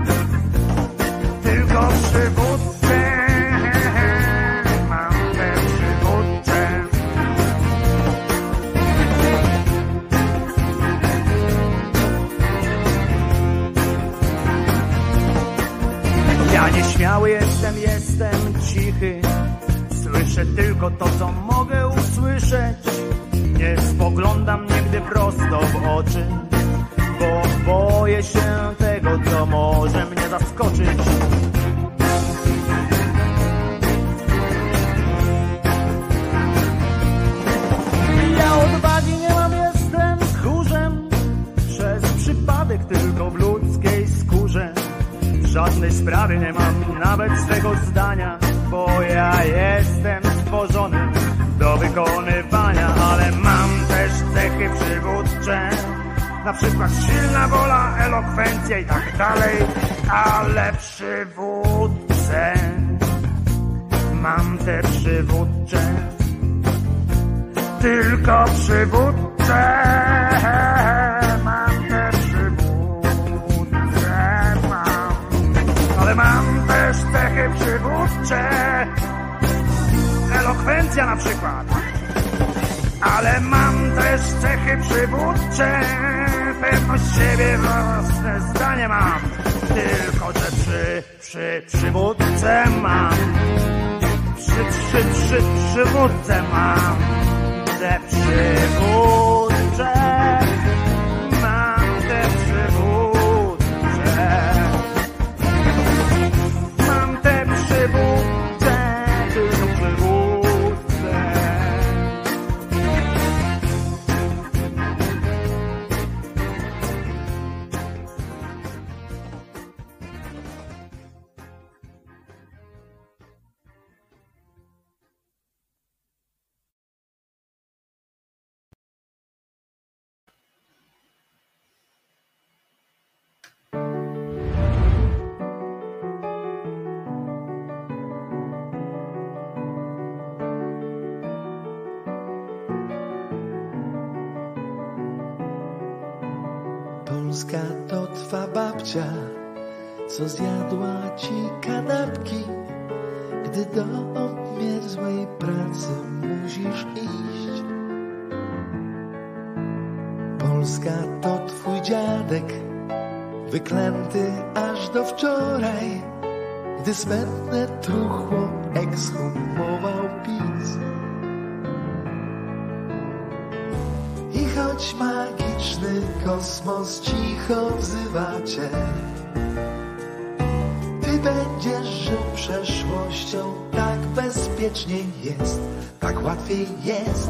tylko przywódcę. Mam te przywódcze. Ja nieśmiały jestem, jestem cichy. Słyszę tylko to, co mogę usłyszeć. Nie spoglądam nigdy prosto w oczy, bo boję się tego, co może mnie zaskoczyć. Ja odwagi nie mam, jestem tchórzem. Przez przypadek tylko w ludzkiej skórze. Żadnej sprawy nie mam nawet z tego zdania, bo ja jestem stworzony do wykonywania, ale mam też cechy przywódcze, na przykład silna wola, elokwencja i tak dalej, ale przywódcę, mam te przywódcze, tylko przywódcę, mam te przywódce, mam, ale mam też cechy przywódcze, elokwencja na przykład, ale mam też cechy przywódcze, pewność siebie, własne zdanie mam, tylko że przywódcę mam, przywódcę mam, te przywódcze, mam te przywódcze, mam te przywódcze, tylko przywódce. Polska to twa babcia, co zjadła ci kanapki, gdy do obmierzłej pracy musisz iść. Polska to twój dziadek, wyklęty aż do wczoraj, gdy smętne truchło ekshumował PiS. I choć magiczny kosmos cicho wzywa cię, ty będziesz żył przeszłością, tak bezpieczniej jest, tak łatwiej jest,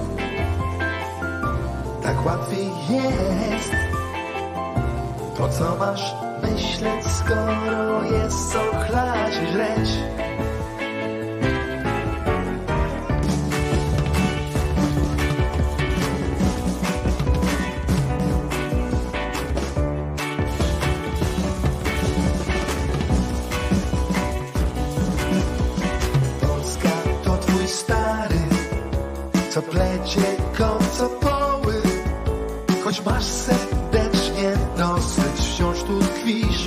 tak łatwiej jest. Po co masz myśleć, skoro jest co chlać i żreć? Co plecie kocopoły, choć masz serdecznie dosyć, wciąż tu tkwisz.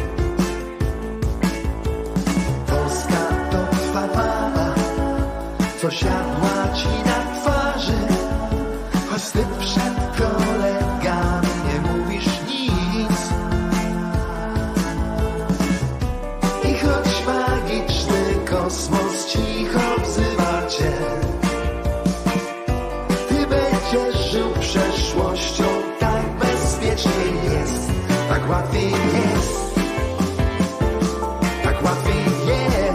Polska to twa mama, co siadła ci na twarzy, choć ty przed kolegami nie mówisz nic. I choć magiczny kosmos cicho wzywa cię, żył przeszłością, tak bezpiecznie jest, tak łatwiej jest, tak łatwiej jest.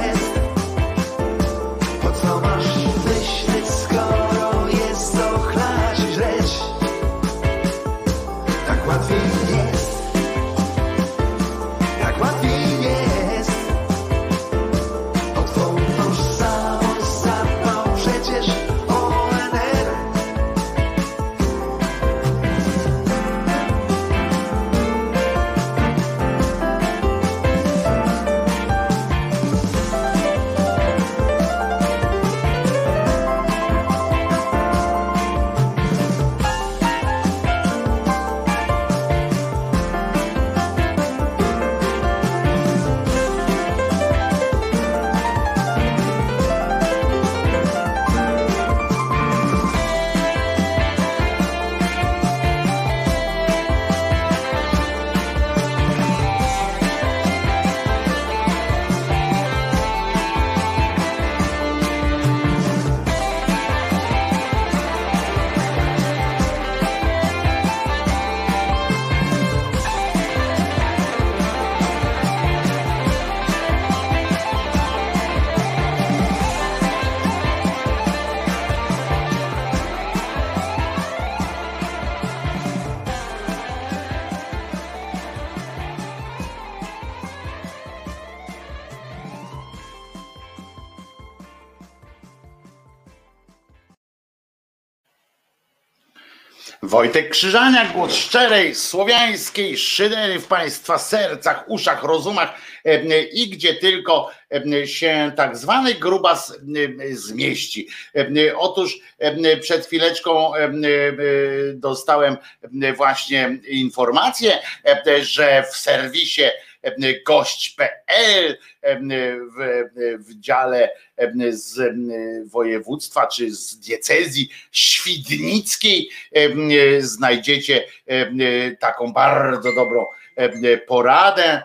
Wojtek Krzyżaniak, głos szczerej, słowiańskiej szydery w państwa sercach, uszach, rozumach i gdzie tylko się tak zwany grubas zmieści. Otóż przed chwileczką dostałem właśnie informację, że w serwisie gość.pl w dziale z województwa czy z diecezji świdnickiej znajdziecie taką bardzo dobrą poradę,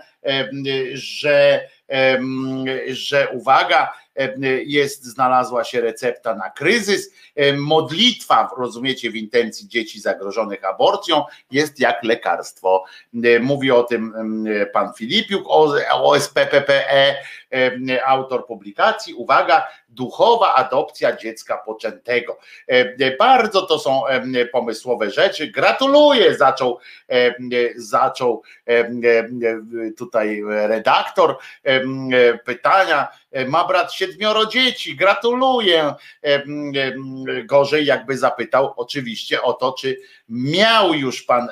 że uwaga, znalazła się recepta na kryzys. Modlitwa, rozumiecie, w intencji dzieci zagrożonych aborcją jest jak lekarstwo. Mówi o tym pan Filipiuk, OSPPE, autor publikacji. Uwaga, duchowa adopcja dziecka poczętego. Bardzo to są pomysłowe rzeczy. Gratuluję, zaczął tutaj redaktor pytania. Ma brat 7 dzieci, gratuluję. Gorzej jakby zapytał oczywiście o to, czy miał już pan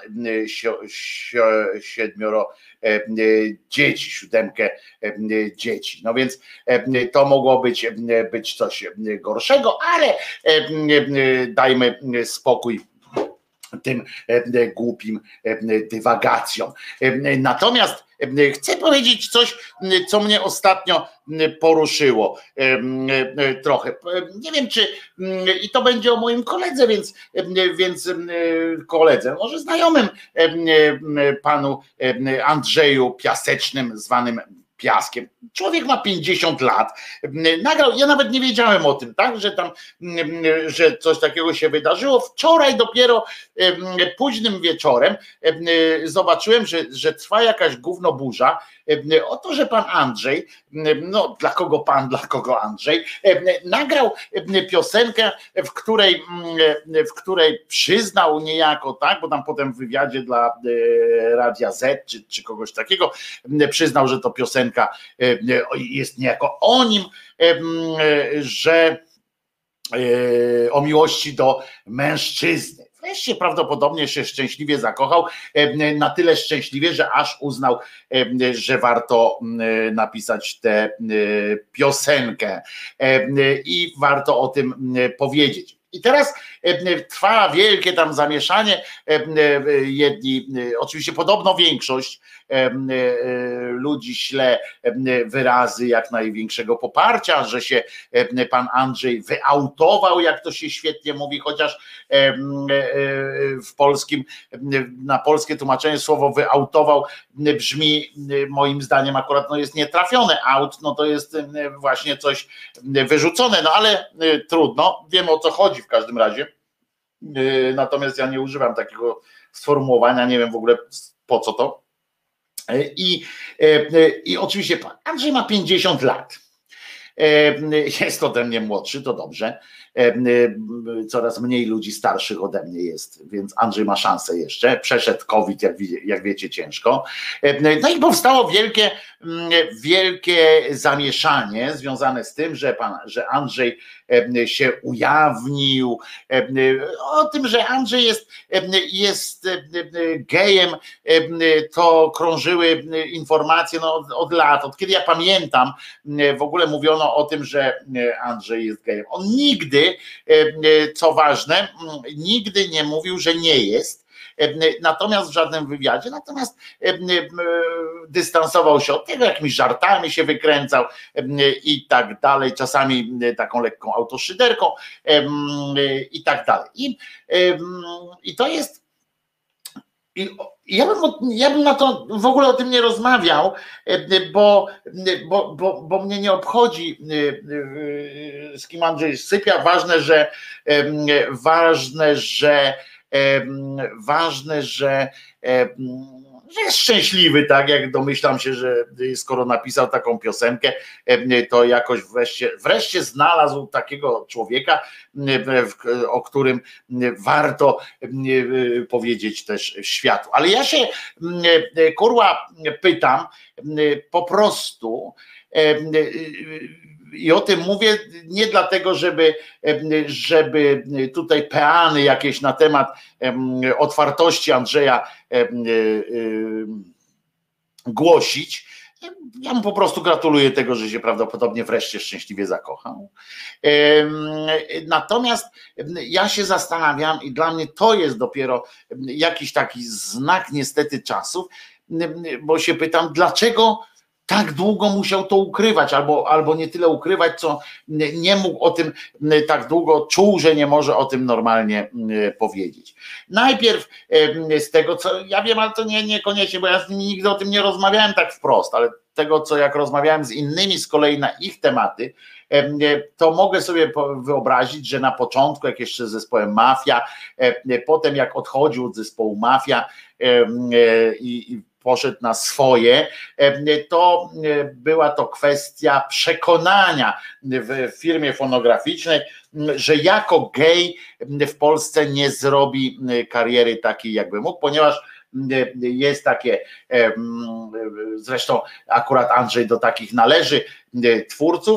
7 dzieci, 7 dzieci. No więc to mogło być coś gorszego, ale dajmy spokój tym głupim dywagacjom. Natomiast chcę powiedzieć coś, co mnie ostatnio poruszyło trochę. Nie wiem, czy i to będzie o moim koledze, więc koledze, może znajomym panu Andrzeju Piasecznym, zwanym Piaskiem. Człowiek ma 50 lat. Nagrał, ja nawet nie wiedziałem o tym, tak, że coś takiego się wydarzyło. Wczoraj dopiero późnym wieczorem zobaczyłem, że trwa jakaś gównoburza o to, że pan Andrzej, no dla kogo pan, dla kogo Andrzej, nagrał piosenkę, w której przyznał niejako, tak, bo tam potem w wywiadzie dla Radia Z czy kogoś takiego przyznał, że to piosenka jest niejako o nim, że o miłości do mężczyzny. Wreszcie prawdopodobnie się szczęśliwie zakochał, na tyle szczęśliwie, że aż uznał, że warto napisać tę piosenkę i warto o tym powiedzieć. I teraz trwa wielkie tam zamieszanie. Jedni, oczywiście podobno większość ludzi śle wyrazy jak największego poparcia, że się pan Andrzej wyautował, jak to się świetnie mówi, chociaż w polskim, na polskie tłumaczenie słowo wyautował brzmi moim zdaniem akurat no jest nietrafione. Out, no to jest właśnie coś wyrzucone, no ale trudno, wiem o co chodzi w każdym razie. Natomiast ja nie używam takiego sformułowania, nie wiem w ogóle po co to. I oczywiście pan Andrzej ma 50 lat. Jest ode mnie młodszy, to dobrze. Coraz mniej ludzi starszych ode mnie jest, więc Andrzej ma szansę jeszcze. Przeszedł COVID, jak wiecie, ciężko. No i powstało wielkie zamieszanie związane z tym, że Andrzej się ujawnił, o tym, że Andrzej jest gejem, to krążyły informacje od lat, od kiedy ja pamiętam, w ogóle mówiono o tym, że Andrzej jest gejem. On nigdy, co ważne, nigdy nie mówił, że nie jest. Natomiast w żadnym wywiadzie, dystansował się od tego, jakimiś żartami się wykręcał i tak dalej, czasami taką lekką autoszyderką i tak dalej. I to jest, ja bym na to w ogóle o tym nie rozmawiał, bo mnie nie obchodzi, z kim Andrzej sypia. Ważne, że jest szczęśliwy, tak jak domyślam się, że skoro napisał taką piosenkę, to jakoś wreszcie znalazł takiego człowieka, o którym warto powiedzieć też światu. Ale ja się, kurwa, pytam po prostu, I o tym mówię nie dlatego, żeby tutaj peany jakieś na temat otwartości Andrzeja głosić. Ja mu po prostu gratuluję tego, że się prawdopodobnie wreszcie szczęśliwie zakochał. Natomiast ja się zastanawiam i dla mnie to jest dopiero jakiś taki znak niestety czasów, bo się pytam, dlaczego tak długo musiał to ukrywać, albo nie tyle ukrywać, co nie mógł o tym tak długo, czuł, że nie może o tym normalnie powiedzieć. Najpierw z tego, co ja wiem, ale to niekoniecznie, bo ja z nimi nigdy o tym nie rozmawiałem tak wprost, ale tego, co jak rozmawiałem z innymi z kolei na ich tematy, to mogę sobie wyobrazić, że na początku, jak jeszcze z zespołem Mafia, potem jak odchodził od zespołu Mafia i poszedł na swoje, to była to kwestia przekonania w firmie fonograficznej, że jako gej w Polsce nie zrobi kariery takiej, jakby mógł, ponieważ jest takie, zresztą akurat Andrzej do takich należy, twórców,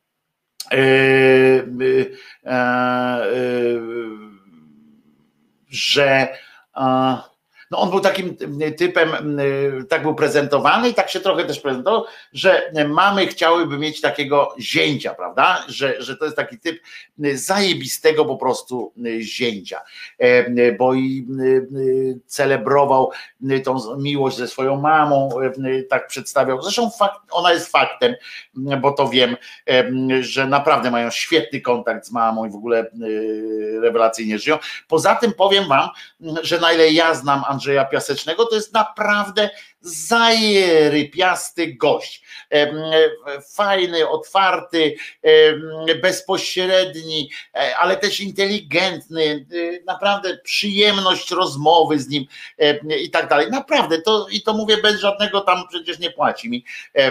że no on był takim typem, tak był prezentowany i tak się trochę też prezentował, że mamy chciałyby mieć takiego zięcia, prawda? Że to jest taki typ zajebistego po prostu zięcia, bo i celebrował tą miłość ze swoją mamą, tak przedstawiał. Zresztą ona jest faktem, bo to wiem, że naprawdę mają świetny kontakt z mamą i w ogóle rewelacyjnie żyją. Poza tym powiem wam, że na ile ja znam Andrzeja Piasecznego, to jest naprawdę zajerypiasty gość. Fajny, otwarty, bezpośredni, ale też inteligentny, naprawdę przyjemność rozmowy z nim i tak dalej. Naprawdę, to mówię bez żadnego tam, przecież nie płaci mi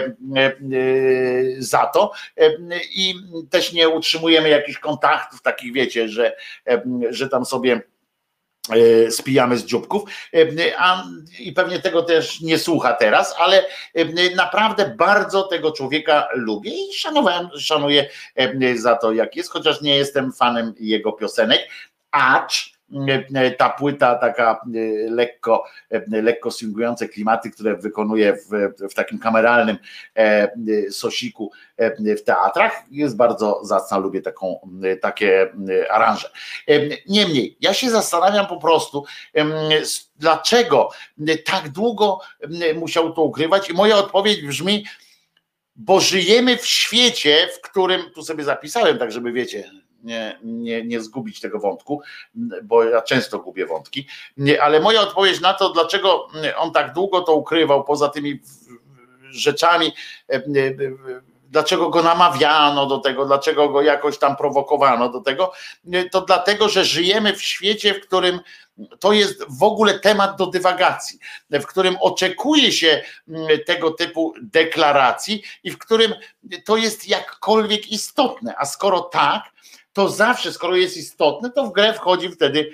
za to i też nie utrzymujemy jakichś kontaktów takich, wiecie, że tam sobie spijamy z dzióbków i pewnie tego też nie słucha teraz, ale naprawdę bardzo tego człowieka lubię i szanuję za to, jak jest, chociaż nie jestem fanem jego piosenek, acz ta płyta taka lekko swingujące klimaty, które wykonuje w takim kameralnym sosiku w teatrach, jest bardzo zacna, lubię takie aranże. Niemniej, ja się zastanawiam po prostu, dlaczego tak długo musiał to ukrywać i moja odpowiedź brzmi, bo żyjemy w świecie, w którym, tu sobie zapisałem, tak żeby wiecie, nie zgubić tego wątku, bo ja często gubię wątki, ale moja odpowiedź na to, dlaczego on tak długo to ukrywał, poza tymi rzeczami, dlaczego go namawiano do tego, dlaczego go jakoś tam prowokowano do tego, to dlatego, że żyjemy w świecie, w którym to jest w ogóle temat do dywagacji, w którym oczekuje się tego typu deklaracji i w którym to jest jakkolwiek istotne, a skoro tak, to zawsze, skoro jest istotne, to w grę wchodzi wtedy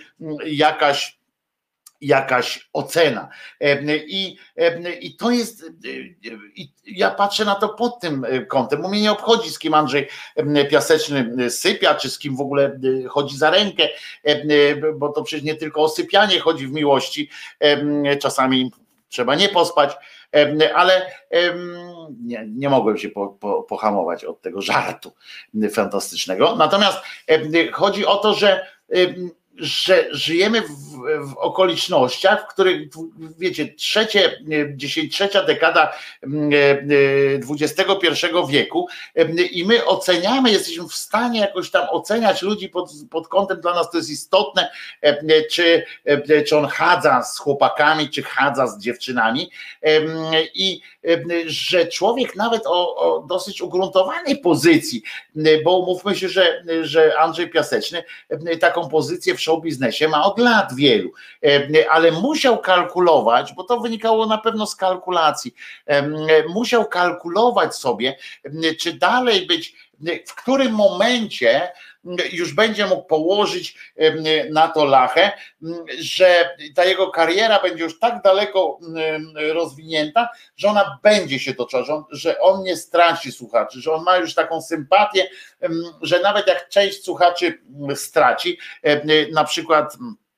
jakaś ocena. I to jest, ja patrzę na to pod tym kątem, bo mnie nie obchodzi, z kim Andrzej Piaseczny sypia, czy z kim w ogóle chodzi za rękę, bo to przecież nie tylko o sypianie chodzi w miłości, czasami trzeba nie pospać, ale nie mogłem się pohamować od tego żartu fantastycznego. Decyznego. Natomiast chodzi o to, że żyjemy w okolicznościach, w których, wiecie, trzecia dekada XXI wieku i my oceniamy, jesteśmy w stanie jakoś tam oceniać ludzi pod kątem, dla nas to jest istotne, czy on chadza z chłopakami, czy chadza z dziewczynami i że człowiek nawet o dosyć ugruntowanej pozycji, bo umówmy się, że Andrzej Piaseczny taką pozycję w show biznesie ma od lat wielu, ale musiał kalkulować, bo to wynikało na pewno z kalkulacji, musiał kalkulować sobie, czy dalej być, w którym momencie już będzie mógł położyć na to lachę, że ta jego kariera będzie już tak daleko rozwinięta, że ona będzie się toczyła, że on nie straci słuchaczy, że on ma już taką sympatię, że nawet jak część słuchaczy straci, na przykład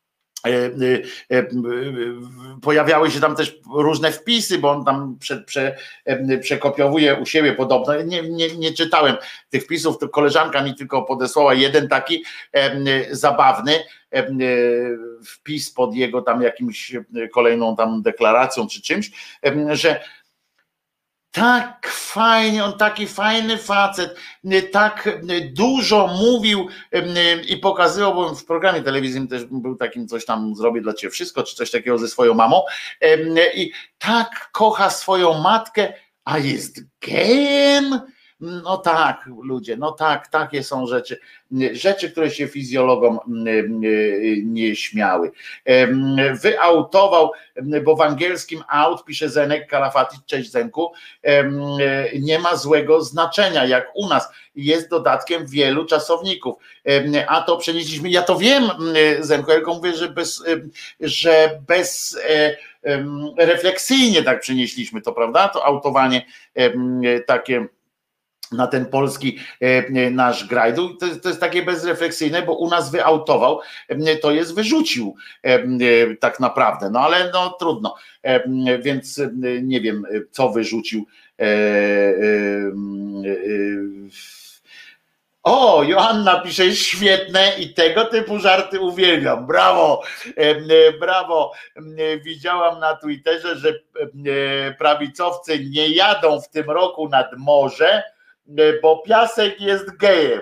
pojawiały się tam też różne wpisy, bo on tam przekopiowuje u siebie podobno. Nie czytałem tych wpisów, to koleżanka mi tylko podesłała jeden taki zabawny wpis pod jego tam jakimś kolejną tam deklaracją czy czymś, że tak fajnie, on taki fajny facet, tak dużo mówił i pokazywał, bo w programie telewizyjnym też był takim, coś tam zrobię dla ciebie wszystko, czy coś takiego ze swoją mamą, i tak kocha swoją matkę, a jest gejem. No tak, ludzie, no tak, takie są rzeczy, które się fizjologom nie śmiały. Wyautował, bo w angielskim out, pisze Zenek Kalafatic, cześć Zenku, nie ma złego znaczenia, jak u nas, jest dodatkiem wielu czasowników, a to przenieśliśmy, ja to wiem, Zenku, ja tylko mówię, że bez refleksyjnie tak przenieśliśmy to, prawda, to autowanie takie na ten polski nasz grajdu, to jest takie bezrefleksyjne, bo u nas wyautował, to jest wyrzucił tak naprawdę, no ale no trudno, więc nie wiem co wyrzucił. O, Joanna pisze, świetne i tego typu żarty uwielbiam, brawo, brawo. Widziałam na Twitterze, że prawicowcy nie jadą w tym roku nad morze, bo Piasek jest gejem.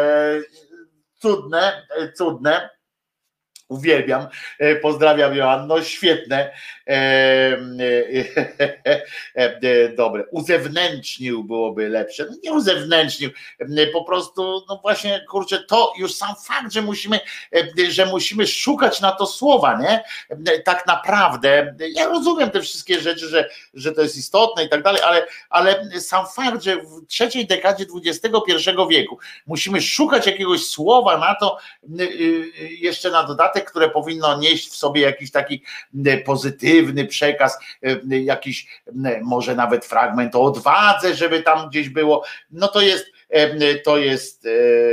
Cudne. Uwielbiam, pozdrawiam Joanno, świetne, dobre, uzewnętrznił byłoby lepsze, no nie uzewnętrznił, po prostu, no właśnie, kurczę, to już sam fakt, że musimy szukać na to słowa, nie, tak naprawdę, ja rozumiem te wszystkie rzeczy, że to jest istotne i tak dalej, ale sam fakt, że w trzeciej dekadzie XXI wieku musimy szukać jakiegoś słowa na to, jeszcze na dodatek, które powinno nieść w sobie jakiś taki pozytywny przekaz, jakiś może nawet fragment o odwadze, żeby tam gdzieś było, no to jest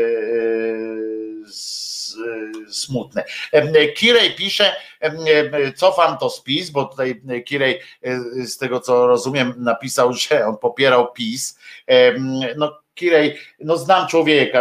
smutne. Kirej pisze, cofam to z PiS, bo tutaj Kirej z tego co rozumiem napisał, że on popierał PiS. No Kirej, no znam człowieka,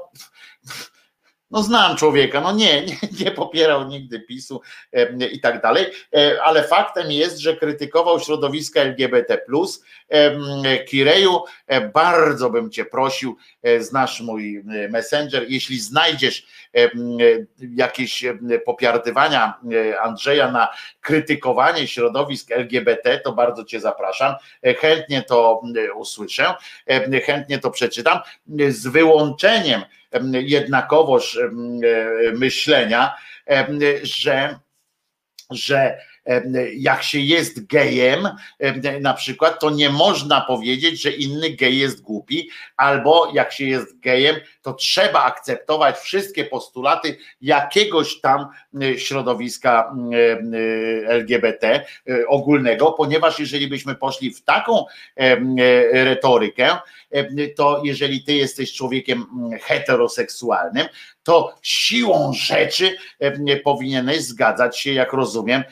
no znam człowieka, no nie popierał nigdy PiS-u i tak dalej, ale faktem jest, że krytykował środowiska LGBT+. Kireju, bardzo bym cię prosił, znasz mój Messenger, jeśli znajdziesz jakieś popiardywania Andrzeja na krytykowanie środowisk LGBT, to bardzo cię zapraszam, chętnie to usłyszę, chętnie to przeczytam, z wyłączeniem jednakowoż myślenia, że jak się jest gejem na przykład, to nie można powiedzieć, że inny gej jest głupi, albo jak się jest gejem, to trzeba akceptować wszystkie postulaty jakiegoś tam środowiska LGBT ogólnego, ponieważ jeżeli byśmy poszli w taką retorykę, to jeżeli ty jesteś człowiekiem heteroseksualnym, to siłą rzeczy powinieneś zgadzać się, jak rozumiem,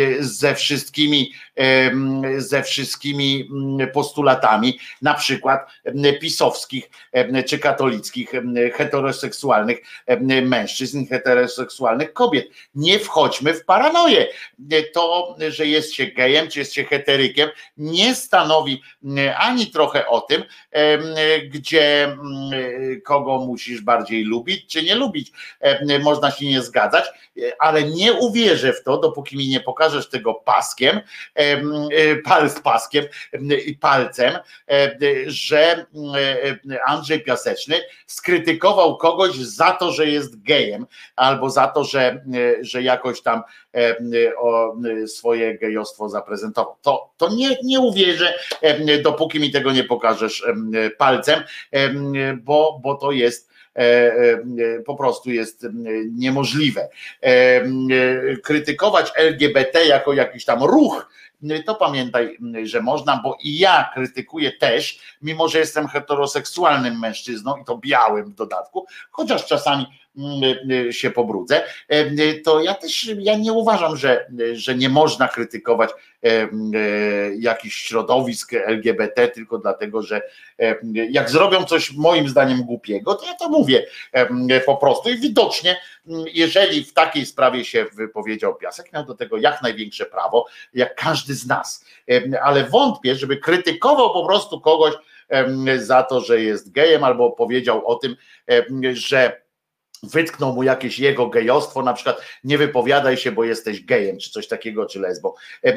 ze wszystkimi postulatami, na przykład pisowskich czy katolickich heteroseksualnych mężczyzn, heteroseksualnych kobiet. Nie wchodźmy w paranoję. To, że jest się gejem, czy jest się heterykiem, nie stanowi ani trochę o tym, gdzie kogo musisz bardziej lubić, czy nie lubić. Można się nie zgadzać, ale nie uwierzę w to, dopóki mi nie pokażesz tego paskiem, paskiem i palcem, że Andrzej Piaseczny skrytykował kogoś za to, że jest gejem, albo za to, że jakoś tam swoje gejostwo zaprezentował. To nie uwierzę, dopóki mi tego nie pokażesz palcem, bo to jest po prostu jest niemożliwe. Krytykować LGBT jako jakiś tam ruch, to pamiętaj, że można, bo i ja krytykuję też, mimo że jestem heteroseksualnym mężczyzną i to białym w dodatku, chociaż czasami się pobrudzę, to ja nie uważam, że nie można krytykować jakichś środowisk LGBT tylko dlatego, że jak zrobią coś moim zdaniem głupiego, to ja to mówię po prostu i widocznie, jeżeli w takiej sprawie się wypowiedział Piasek, miał do tego jak największe prawo, jak każdy z nas, ale wątpię, żeby krytykował po prostu kogoś za to, że jest gejem, albo powiedział o tym, że wytknął mu jakieś jego gejostwo, na przykład nie wypowiadaj się, bo jesteś gejem, czy coś takiego, czy lesbą.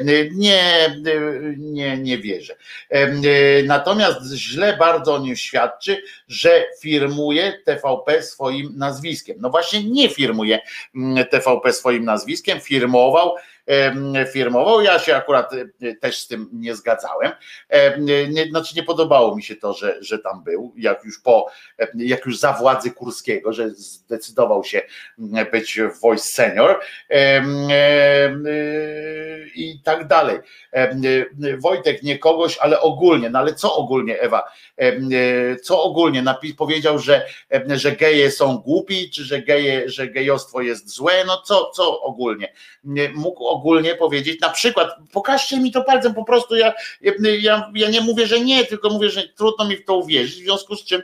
Nie wierzę. Natomiast źle bardzo o nim świadczy, że firmuje TVP swoim nazwiskiem. No właśnie nie firmuje TVP swoim nazwiskiem, firmował, ja się akurat też z tym nie zgadzałem, znaczy nie podobało mi się to, że tam był, jak już za władzy Kurskiego, że zdecydował się być w Voice Senior i tak dalej. Wojtek, nie kogoś, ale ogólnie, no ale co ogólnie, Ewa, co ogólnie, powiedział, że geje są głupi, czy że gejostwo jest złe, no co ogólnie, mógł ogólnie powiedzieć, na przykład, pokażcie mi to palcem, po prostu ja nie mówię, że nie, tylko mówię, że trudno mi w to uwierzyć, w związku z czym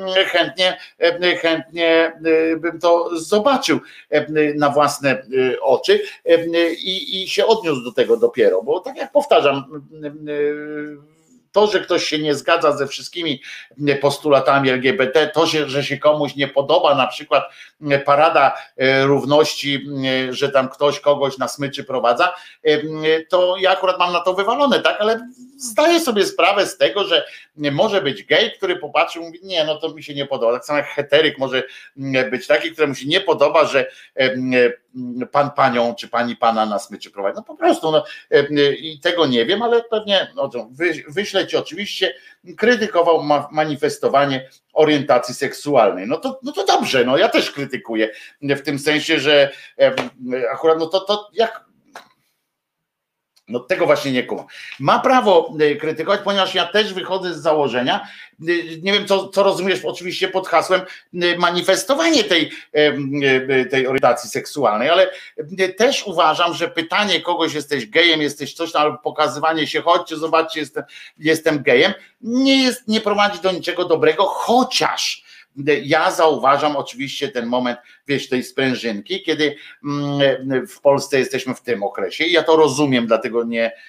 chętnie bym to zobaczył na własne oczy i się odniósł do tego dopiero, bo tak jak powtarzam, to, że ktoś się nie zgadza ze wszystkimi postulatami LGBT, to, że się komuś nie podoba na przykład parada równości, że tam ktoś kogoś na smyczy prowadza, to ja akurat mam na to wywalone, tak, ale zdaję sobie sprawę z tego, że może być gej, który popatrzył i mówi, nie, no to mi się nie podoba. Tak samo jak heteryk może być taki, któremu się nie podoba, że pan panią czy pani pana na smyczy prowadzi. No po prostu, no, i tego nie wiem, ale pewnie wyślę ci oczywiście, krytykował manifestowanie orientacji seksualnej. No to dobrze, no ja też krytykuję w tym sensie, że akurat no to jak no tego właśnie nie kumam. Ma prawo krytykować, ponieważ ja też wychodzę z założenia, nie wiem co rozumiesz oczywiście pod hasłem manifestowanie tej orientacji seksualnej, ale też uważam, że pytanie kogoś, jesteś gejem, jesteś coś tam, albo pokazywanie się, chodźcie, zobaczcie, jestem gejem, nie prowadzi do niczego dobrego, chociaż ja zauważam oczywiście ten moment, wiesz, tej sprężynki, kiedy w Polsce jesteśmy w tym okresie i ja to rozumiem, dlatego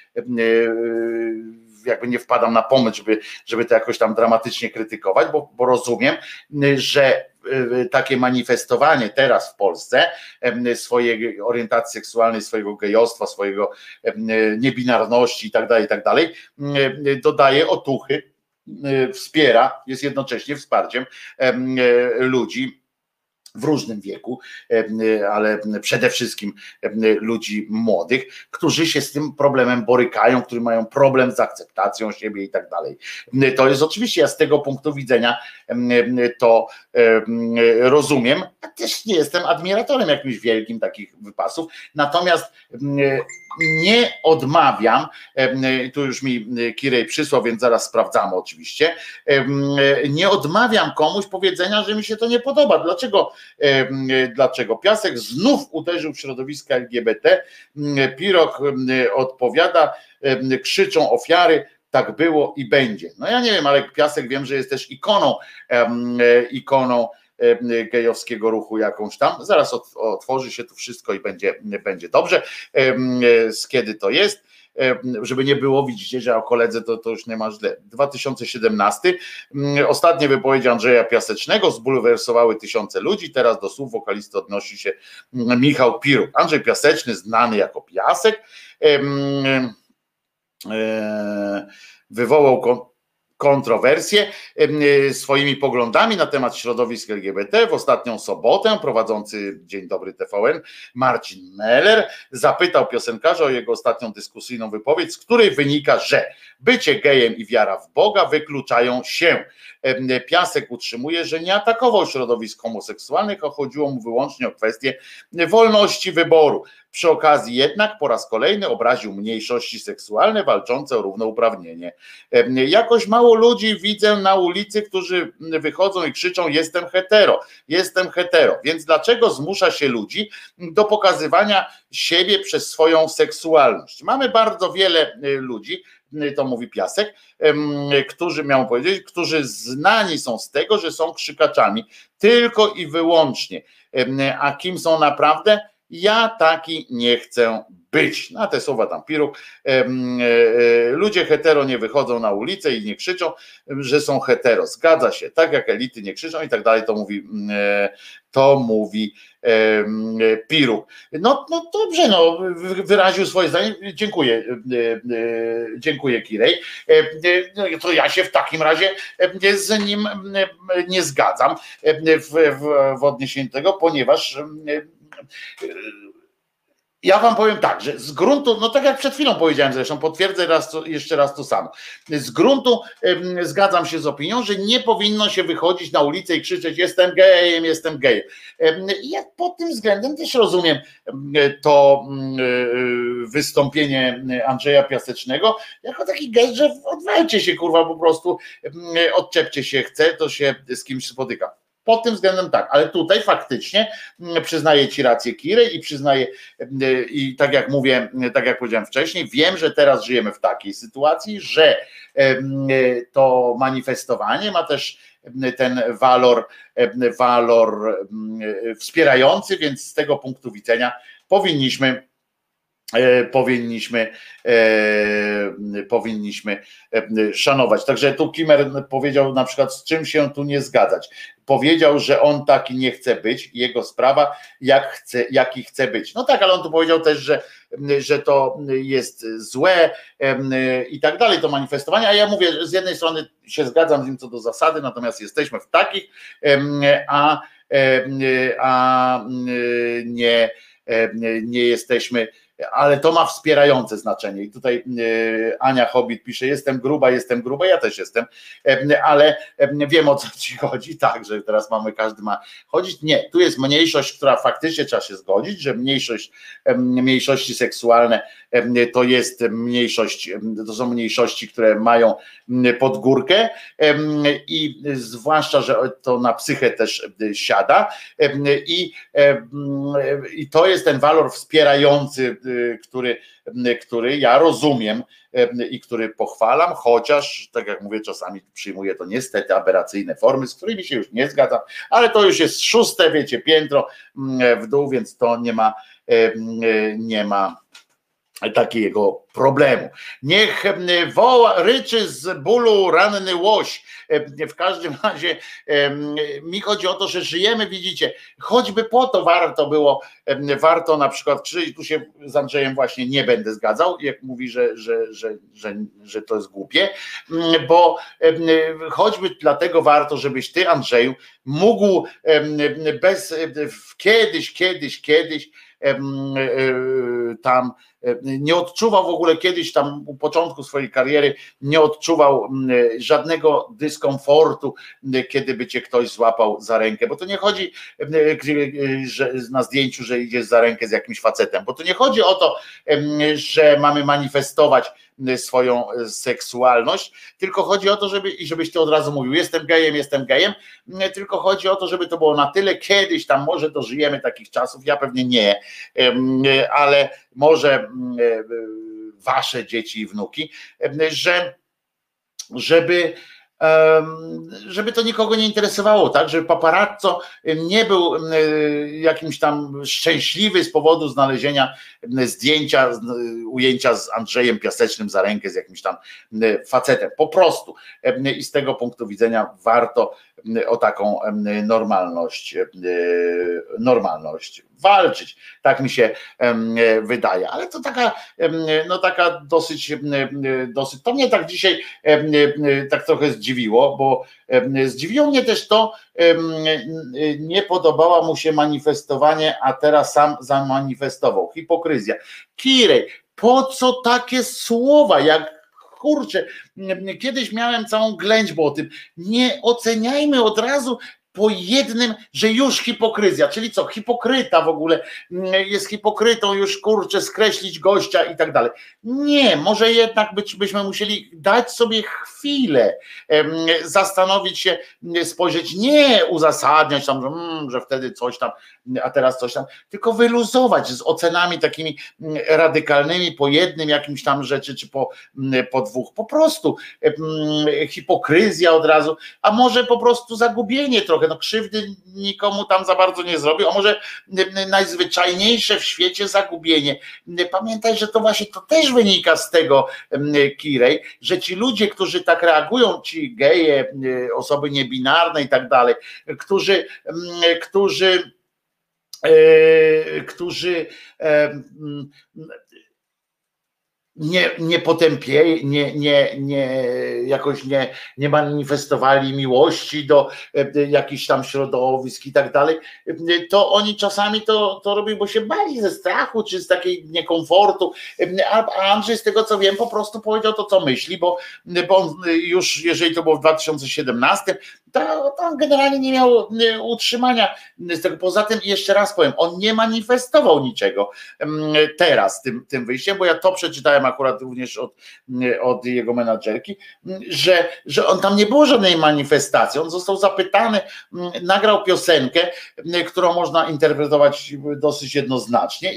jakby nie wpadam na pomysł, żeby to jakoś tam dramatycznie krytykować, bo rozumiem, że takie manifestowanie teraz w Polsce swojej orientacji seksualnej, swojego gejostwa, swojego niebinarności i tak dalej, dodaje otuchy, wspiera, jest jednocześnie wsparciem ludzi w różnym wieku, ale przede wszystkim ludzi młodych, którzy się z tym problemem borykają, którzy mają problem z akceptacją siebie i tak dalej. To jest oczywiście, ja z tego punktu widzenia to rozumiem, a też nie jestem admiratorem jakimś wielkim takich wypasów, natomiast nie odmawiam, tu już mi Kirej przysłał, więc zaraz sprawdzamy oczywiście, nie odmawiam komuś powiedzenia, że mi się to nie podoba. Dlaczego? Piasek znów uderzył w środowiska LGBT, Pirog odpowiada, krzyczą ofiary, tak było i będzie. No ja nie wiem, ale Piasek wiem, że jest też ikoną gejowskiego ruchu jakąś tam. Zaraz otworzy się tu wszystko i będzie dobrze. Z kiedy to jest? Żeby nie było, widzicie, że o koledze to już nie ma źle. 2017. Ostatnie wypowiedzi Andrzeja Piasecznego zbulwersowały tysiące ludzi. Teraz do słów wokalisty odnosi się Michał Piruk. Andrzej Piaseczny, znany jako Piasek, wywołał kontrowersje swoimi poglądami na temat środowisk LGBT. W ostatnią sobotę prowadzący Dzień Dobry TVN Marcin Meller zapytał piosenkarza o jego ostatnią dyskusyjną wypowiedź, z której wynika, że bycie gejem i wiara w Boga wykluczają się. Piasek utrzymuje, że nie atakował środowisk homoseksualnych, a chodziło mu wyłącznie o kwestię wolności wyboru. Przy okazji jednak po raz kolejny obraził mniejszości seksualne walczące o równouprawnienie. Jakoś mało ludzi widzę na ulicy, którzy wychodzą i krzyczą jestem hetero, więc dlaczego zmusza się ludzi do pokazywania siebie przez swoją seksualność? Mamy bardzo wiele ludzi, to mówi Piasek, którzy, miał powiedzieć, którzy znani są z tego, że są krzykaczami, tylko i wyłącznie. A kim są naprawdę? Ja taki nie chcę być. Na te słowa tam Piruk. Ludzie hetero nie wychodzą na ulicę i nie krzyczą, że są hetero. Zgadza się, tak jak elity nie krzyczą i tak dalej, to mówi Piruk. No dobrze, no, wyraził swoje zdanie. Dziękuję Kirej. To ja się w takim razie z nim nie zgadzam w odniesieniu do tego, ponieważ ja wam powiem tak, że z gruntu, no tak jak przed chwilą powiedziałem zresztą, potwierdzę jeszcze raz to samo. Z gruntu zgadzam się z opinią, że nie powinno się wychodzić na ulicę i krzyczeć jestem gejem. Ja pod tym względem też rozumiem to wystąpienie Andrzeja Piasecznego jako taki gest, że odwalcie się kurwa po prostu, odczepcie się chce, to się z kimś spotyka. Pod tym względem tak, ale tutaj faktycznie przyznaję ci rację Kirej i przyznaję i tak jak mówię, tak jak powiedziałem wcześniej, wiem, że teraz żyjemy w takiej sytuacji, że to manifestowanie ma też ten walor wspierający, więc z tego punktu widzenia powinniśmy szanować. Także tu Kimer powiedział na przykład, z czym się tu nie zgadzać. Powiedział, że on taki nie chce być, jego sprawa, jaki chce być. No tak, ale on tu powiedział też, że to jest złe i tak dalej, to manifestowanie, a ja mówię, że z jednej strony się zgadzam z nim co do zasady, natomiast jesteśmy w takich, a nie jesteśmy, ale to ma wspierające znaczenie i tutaj Ania Hobbit pisze, jestem gruba, ja też jestem, ale wiem o co ci chodzi, tak, że teraz każdy ma chodzić, nie, tu jest mniejszość, która faktycznie trzeba się zgodzić, że mniejszości seksualne to jest mniejszość, to są mniejszości, które mają podgórkę i zwłaszcza, że to na psychę też siada i to jest ten walor wspierający, który ja rozumiem i który pochwalam, chociaż, tak jak mówię, czasami przyjmuję to niestety aberracyjne formy, z którymi się już nie zgadzam, ale to już jest 6, wiecie, piętro w dół, więc to nie ma takiego problemu. Niech ryczy z bólu ranny łoś. W każdym razie mi chodzi o to, że żyjemy, widzicie, choćby po to warto na przykład krzyczeć, tu się z Andrzejem właśnie nie będę zgadzał, jak mówi, że to jest głupie, bo choćby dlatego warto, żebyś ty, Andrzeju, mógł kiedyś tam nie odczuwał w ogóle kiedyś tam u początku swojej kariery, nie odczuwał żadnego dyskomfortu, kiedy by cię ktoś złapał za rękę, bo to nie chodzi że na zdjęciu, że idziesz za rękę z jakimś facetem, bo to nie chodzi o to, że mamy manifestować swoją seksualność, tylko chodzi o to, żebyś ty od razu mówił, jestem gejem, tylko chodzi o to, żeby to było na tyle kiedyś tam, może dożyjemy takich czasów, ja pewnie nie, ale może wasze dzieci i wnuki, żeby to nikogo nie interesowało, tak, żeby paparazzo nie był jakimś tam szczęśliwy z powodu znalezienia ujęcia z Andrzejem Piasecznym za rękę, z jakimś tam facetem, po prostu. I z tego punktu widzenia warto o taką normalność walczyć, tak mi się wydaje, ale to taka dosyć, to mnie tak dzisiaj tak trochę zdziwiło, bo zdziwiło mnie też to, nie podobało mu się manifestowanie, a teraz sam zamanifestował. Hipokryzja. Kirej, po co takie słowa, jak kurczę, kiedyś miałem całą ględźbę o tym. Nie oceniajmy od razu po jednym, że już hipokryzja, czyli co, hipokryta w ogóle jest hipokrytą, już kurczę, skreślić gościa i tak dalej. Nie, może jednak byśmy musieli dać sobie chwilę, zastanowić się, spojrzeć, nie uzasadniać tam, że wtedy coś tam, a teraz coś tam, tylko wyluzować z ocenami takimi radykalnymi po jednym jakimś tam rzeczy, czy po dwóch, po prostu hipokryzja od razu, a może po prostu zagubienie trochę, no krzywdy nikomu tam za bardzo nie zrobił, a może najzwyczajniejsze w świecie zagubienie. Pamiętaj, że to właśnie to też wynika z tego, Kirej, że ci ludzie, którzy tak reagują, ci geje, osoby niebinarne i tak dalej, którzy nie potępieli, jakoś nie manifestowali miłości do jakichś tam środowisk i tak dalej, to oni czasami to robią, bo się bali ze strachu, czy z takiej niekomfortu, a Andrzej, z tego co wiem, po prostu powiedział to, co myśli, bo on już, jeżeli to było w 2017, to on generalnie nie miał utrzymania z tego. Poza tym, jeszcze raz powiem, on nie manifestował niczego teraz tym wyjściem, bo ja to przeczytałem akurat również od jego menadżerki, że on tam nie było żadnej manifestacji, on został zapytany, nagrał piosenkę, którą można interpretować dosyć jednoznacznie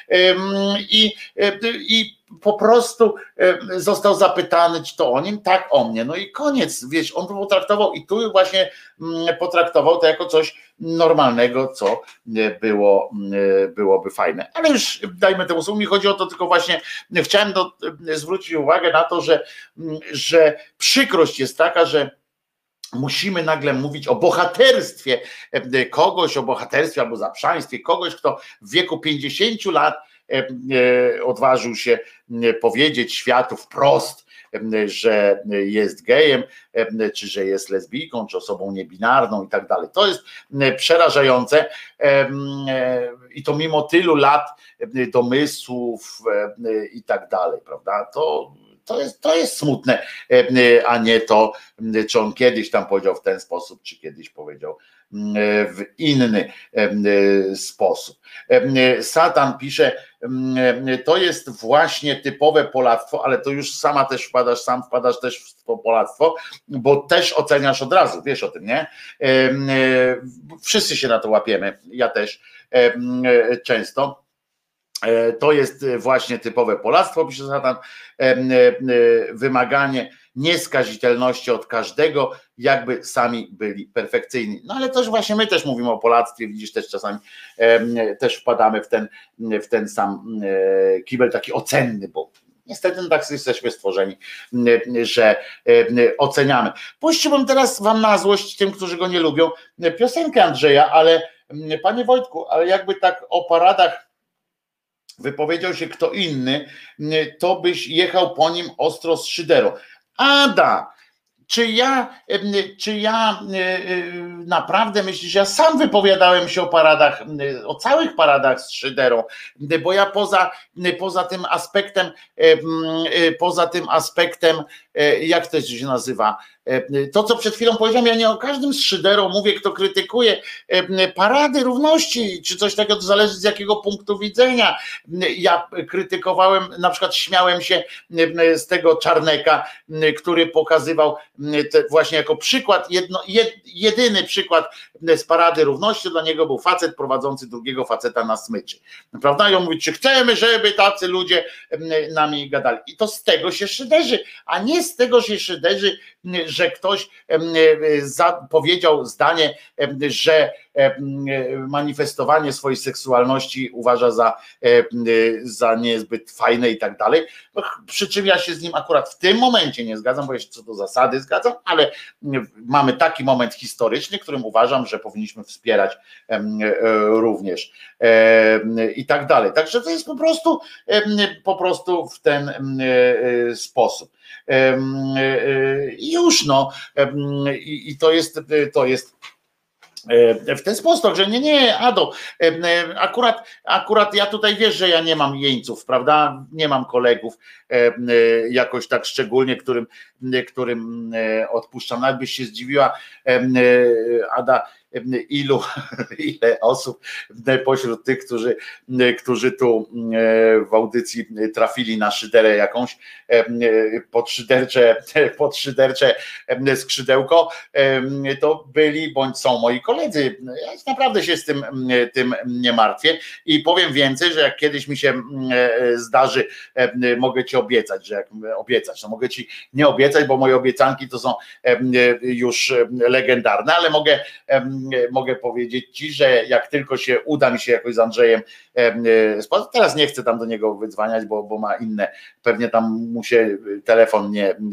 i po prostu został zapytany, czy to o nim, tak, o mnie, no i koniec, wiesz, on to potraktował i tu właśnie potraktował to jako coś normalnego, co byłoby fajne, ale już dajmy temu słowo, mi chodzi o to, tylko właśnie chciałem zwrócić uwagę na to, że przykrość jest taka, że musimy nagle mówić o bohaterstwie kogoś, o bohaterstwie albo zaprzaństwie kogoś, kto w wieku 50 lat odważył się powiedzieć światu wprost, że jest gejem, czy że jest lesbijką, czy osobą niebinarną i tak dalej. To jest przerażające i to mimo tylu lat domysłów i tak dalej, prawda? To jest smutne, a nie to, czy on kiedyś tam powiedział w ten sposób, czy kiedyś powiedział w inny sposób. Satan pisze, to jest właśnie typowe polactwo, ale to już sam wpadasz też w to polactwo, bo też oceniasz od razu, wiesz o tym, nie? Wszyscy się na to łapiemy, ja też często. To jest właśnie typowe polactwo, pisze Satan, wymaganie nieskazitelności od każdego, jakby sami byli perfekcyjni. No ale też właśnie my też mówimy o polactwie, widzisz, też czasami też wpadamy w ten sam kibel taki ocenny, bo niestety tak jesteśmy stworzeni, że oceniamy. Puściłbym teraz wam na złość tym, którzy go nie lubią, piosenkę Andrzeja, ale panie Wojtku, ale jakby tak o paradach wypowiedział się kto inny, to byś jechał po nim ostro z szyderą. Ada, czy ja naprawdę myślisz, że ja sam wypowiadałem się o paradach, o całych paradach z szyderą, bo ja poza tym aspektem, jak to się nazywa, to co przed chwilą powiedziałem, ja nie o każdym z szyderą mówię, kto krytykuje parady równości, czy coś takiego, to zależy z jakiego punktu widzenia. Ja krytykowałem, na przykład śmiałem się z tego Czarneka, który pokazywał właśnie jako przykład, jedyny przykład z parady równości, dla niego był facet prowadzący drugiego faceta na smyczy. Prawda? I on mówi, czy chcemy, żeby tacy ludzie nami gadali. I to z tego się szyderzy, a nie z tego się szyderzy, że ktoś powiedział zdanie, że manifestowanie swojej seksualności uważa za niezbyt fajne i tak dalej. Przy czym ja się z nim akurat w tym momencie nie zgadzam, bo ja się co do zasady zgadzam, ale mamy taki moment historyczny, którym uważam, że powinniśmy wspierać również i tak dalej. Także to jest po prostu w ten sposób. Już no i to jest w ten sposób, że nie, Ado, akurat ja tutaj wiesz, że ja nie mam jeńców, prawda? Nie mam kolegów jakoś tak szczególnie, którym odpuszczam. Nawet byś się zdziwiła, Ada, ile osób pośród tych, którzy tu w audycji trafili na szyderę jakąś, pod szydercze skrzydełko, to byli bądź są moi koledzy. Ja naprawdę się z tym nie martwię i powiem więcej, że jak kiedyś mi się zdarzy, mogę ci obiecać, że jak obiecać, no mogę ci nie obiecać, bo moje obiecanki to są już legendarne, ale mogę powiedzieć ci, że jak tylko uda mi się jakoś z Andrzejem, teraz nie chcę tam do niego wydzwaniać, bo ma inne, pewnie tam mu się telefon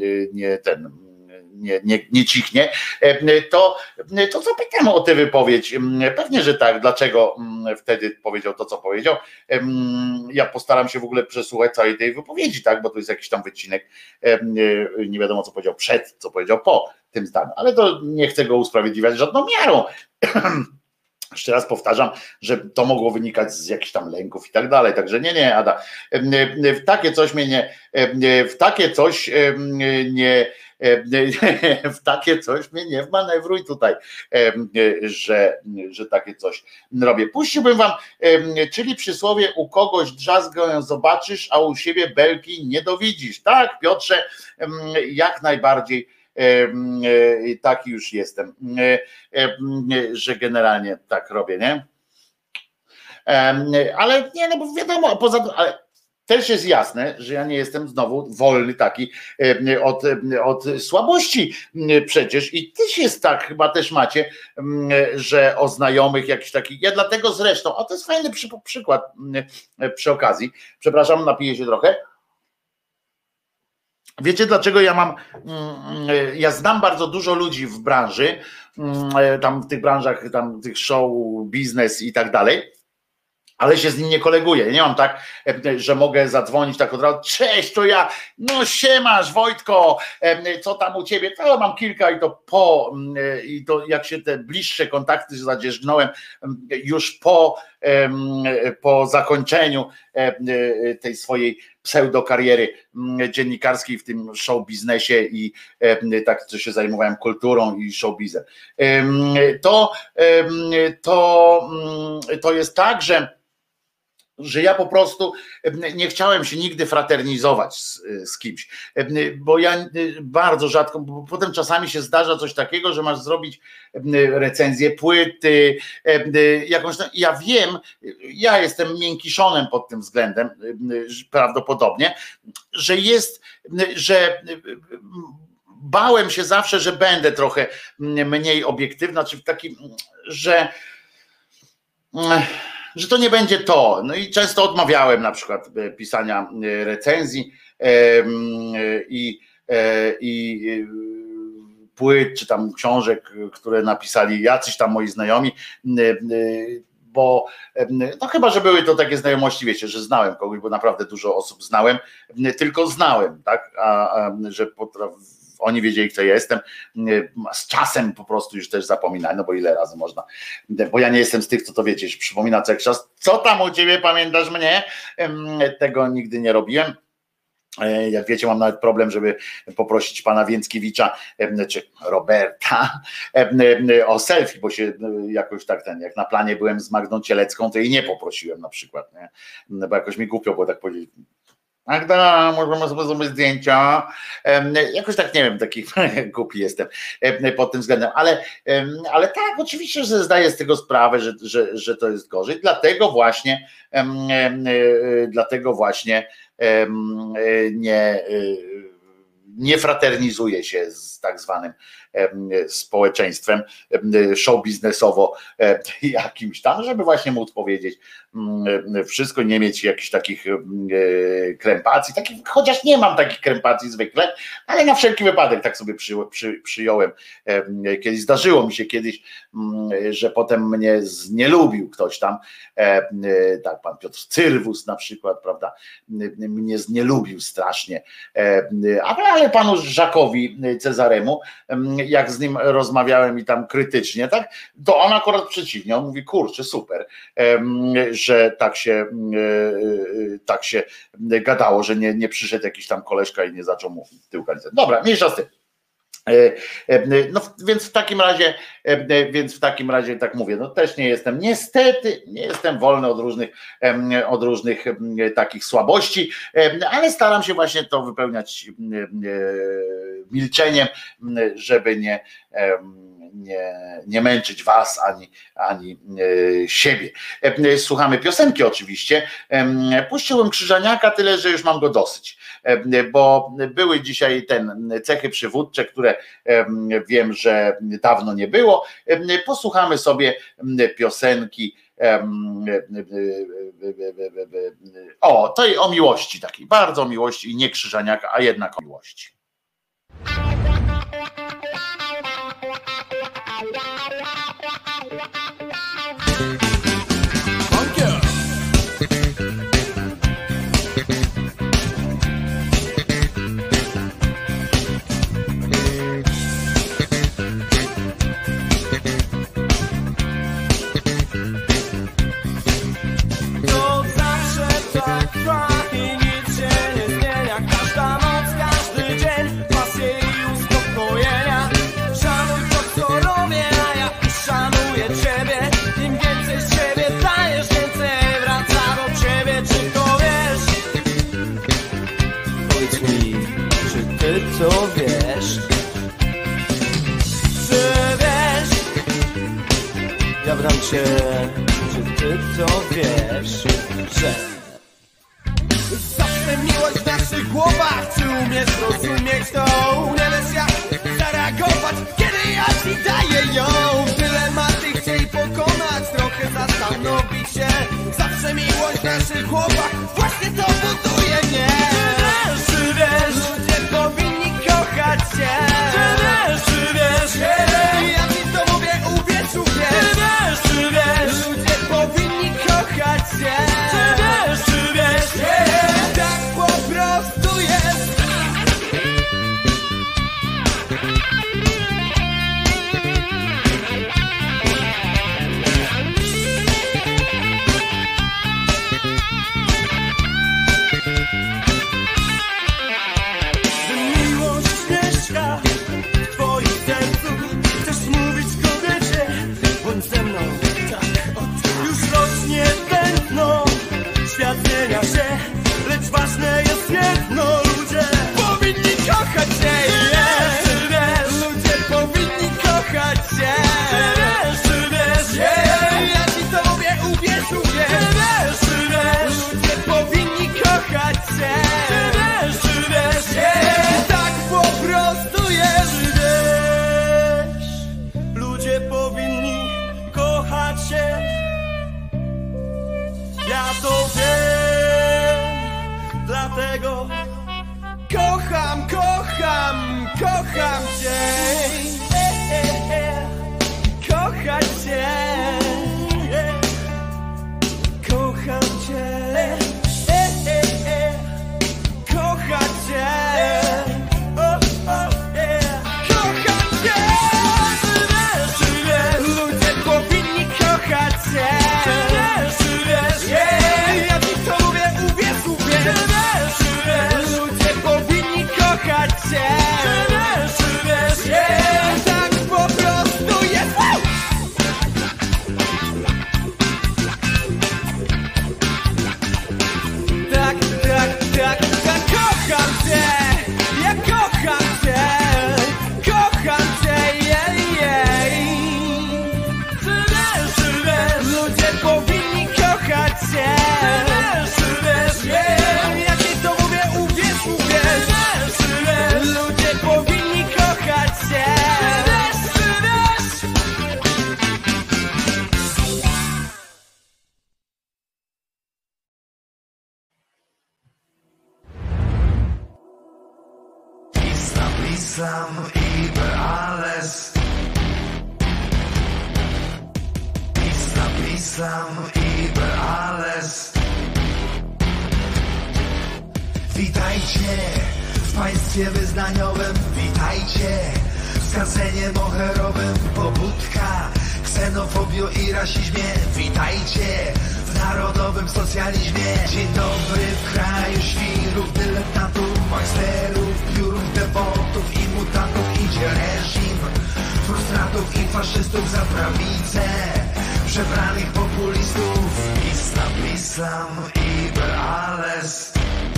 nie cichnie, to zapytam o tę wypowiedź. Pewnie, że tak. Dlaczego wtedy powiedział to, co powiedział? Ja postaram się w ogóle przesłuchać całej tej wypowiedzi, tak, bo to jest jakiś tam wycinek, nie wiadomo, co powiedział przed, co powiedział po tym zdaniu, ale to nie chcę go usprawiedliwiać żadną miarą. Jeszcze raz powtarzam, że to mogło wynikać z jakichś tam lęków i tak dalej, także nie, Ada, w takie coś mnie nie wmanewruj tutaj, że takie coś robię. Puściłbym wam, czyli przysłowie: u kogoś drzazgę zobaczysz, a u siebie belki nie dowidzisz. Tak, Piotrze, jak najbardziej. Taki już jestem, że generalnie tak robię, nie? Ale nie, no bo wiadomo, poza tym, ale też jest jasne, że ja nie jestem znowu wolny taki od słabości przecież i też jest tak, chyba też macie, że o znajomych jakiś taki, ja dlatego zresztą, a to jest fajny przykład przy okazji, przepraszam, napiję się trochę. Wiecie, dlaczego ja znam bardzo dużo ludzi w branży, tam w tych branżach, tam tych show, biznes i tak dalej, ale się z nim nie koleguję. Nie mam tak, że mogę zadzwonić tak od razu: cześć, to ja, no siemasz Wojtko, co tam u ciebie? To mam kilka i to jak się te bliższe kontakty zadzierzgnąłem już po zakończeniu tej swojej pseudokariery dziennikarskiej w tym show biznesie i tak, co się zajmowałem kulturą i show biznes. To jest tak, że ja po prostu nie chciałem się nigdy fraternizować z kimś, bo ja bardzo rzadko, bo potem czasami się zdarza coś takiego, że masz zrobić recenzję płyty, jakąś, ja wiem, ja jestem miękiszonem pod tym względem prawdopodobnie, że bałem się zawsze, że będę trochę mniej obiektywny, znaczy taki, że to nie będzie to. No i często odmawiałem na przykład pisania recenzji i płyt, czy tam książek, które napisali jacyś tam moi znajomi, bo no chyba, że były to takie znajomości, wiecie, że znałem kogoś, bo naprawdę dużo osób znałem, tylko znałem, tak, że oni wiedzieli, kto ja jestem. Z czasem po prostu już też zapominałem, no bo ile razy można, bo ja nie jestem z tych, co to wiecie, się przypomina co jakiś czas, co tam u ciebie, pamiętasz mnie? Tego nigdy nie robiłem. Jak wiecie, mam nawet problem, żeby poprosić pana Więckiewicza czy Roberta o selfie, bo się jakoś tak jak na planie byłem z Magdą Cielecką, to jej nie poprosiłem na przykład, nie? Bo jakoś mi głupio było tak powiedzieć: Magda, możemy sobie zrobić zdjęcia. Jakoś tak, nie wiem, taki głupi jestem pod tym względem, ale tak, oczywiście, że zdaję z tego sprawę, że to jest gorzej, dlatego właśnie nie fraternizuję się z tak zwanym społeczeństwem show biznesowo jakimś tam, żeby właśnie móc powiedzieć wszystko, nie mieć jakichś takich krępacji, chociaż nie mam takich krępacji zwykle, ale na wszelki wypadek tak sobie przyjąłem. Kiedyś zdarzyło mi się że potem mnie znielubił ktoś tam, tak, pan Piotr Cyrwus na przykład, prawda, mnie znielubił strasznie, ale panu Żakowi Cezaremu jak z nim rozmawiałem i tam krytycznie, tak, to on akurat przeciwnie, on mówi, kurczę, super, że tak się gadało, że nie przyszedł jakiś tam koleżka i nie zaczął mu tyłka. Dobra, mniejsza z tym. No więc w takim razie tak mówię, no też niestety nie jestem wolny od różnych takich słabości, ale staram się właśnie to wypełniać milczeniem, żeby nie męczyć was ani siebie. Słuchamy piosenki oczywiście. Puściłem Krzyżaniaka, tyle że już mam go dosyć, bo były dzisiaj cechy przywódcze, które wiem, że dawno nie było. Posłuchamy sobie piosenki o miłości takiej, bardzo o miłości i nie Krzyżaniaka, a jednak o miłości. Co wiesz, czy wiesz, ja pytam cię, czy ty co wiesz, że zawsze miłość w naszych głowach, czy umiesz rozumieć to, nie wiesz jak zareagować, kiedy ja ci daję ją, dylematy chciej pokonać, trochę zastanowić się, zawsze miłość w naszych głowach, właśnie to buduje mnie, czy wiesz, ludzie powinni kochać się, czy wiesz, ja ci to mówię, uwierz, czy wiesz, ludzie powinni kochać się, czy wiesz, tak po prostu jest. Świat zmienia się, lecz ważne jest jedno, ludzie powinni kochać się, czy wiesz, ludzie powinni kochać się, czy wiesz, ja ci to mówię, uwierz, czy wiesz, ludzie powinni kochać się, czy wiesz, tak po prostu jest, wiesz, ludzie powinni kochać się. Ja to wiem, dlatego kocham cię, kochać cię, kocham cię, kochać cię, kocham cię, ludzie powinni kochać cię. Ja ci to mówię, uwierz, ludzie powinni kochać się, czy wiesz, tak po prostu jest. Tak, kocham cię, ja kocham cię, czy wiesz, ludzie powinni kochać się, czy wiesz, ja ci to mówię, uwierz, czy wiesz, ludzie powinni kochać się, czy wiesz. Islam über alles. Islam über alles. Witajcie w państwie wyznaniowym, witajcie w Skazenie moherowym pobudka, ksenofobio i rasizmie. Witajcie w narodowym socjalizmie. Dzień dobry w kraju świrów, dyletantów, maksterów, piórów, dewotów i mutantów. Idzie reżim frustratów i faszystów za prawicę przebranych populistów. Islam, über alles.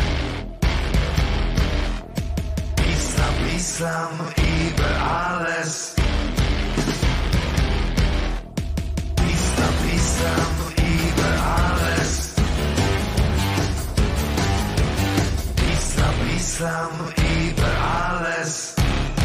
Islam, über alles. Islam, über alles. Islam, über alles.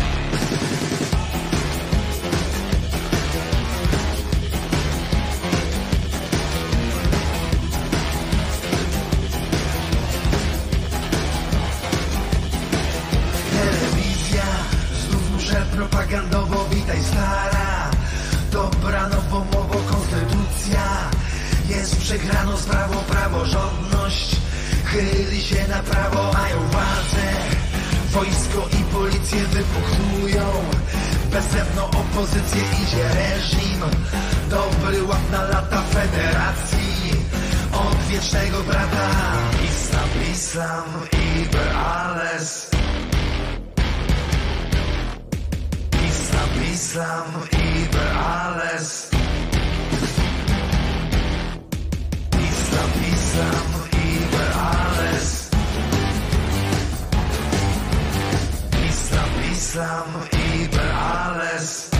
Propagandowo witaj stara, dobra nowomowo konstytucja jest przegraną sprawą, praworządność chyli się na prawo, mają władzę, wojsko i policję wypuchtują, bezwzględną opozycję idzie reżim, dobry ład na lata federacji, od wiecznego brata. Islam, über alles. Islam, über alles. Islam, über alles. Islam, über alles.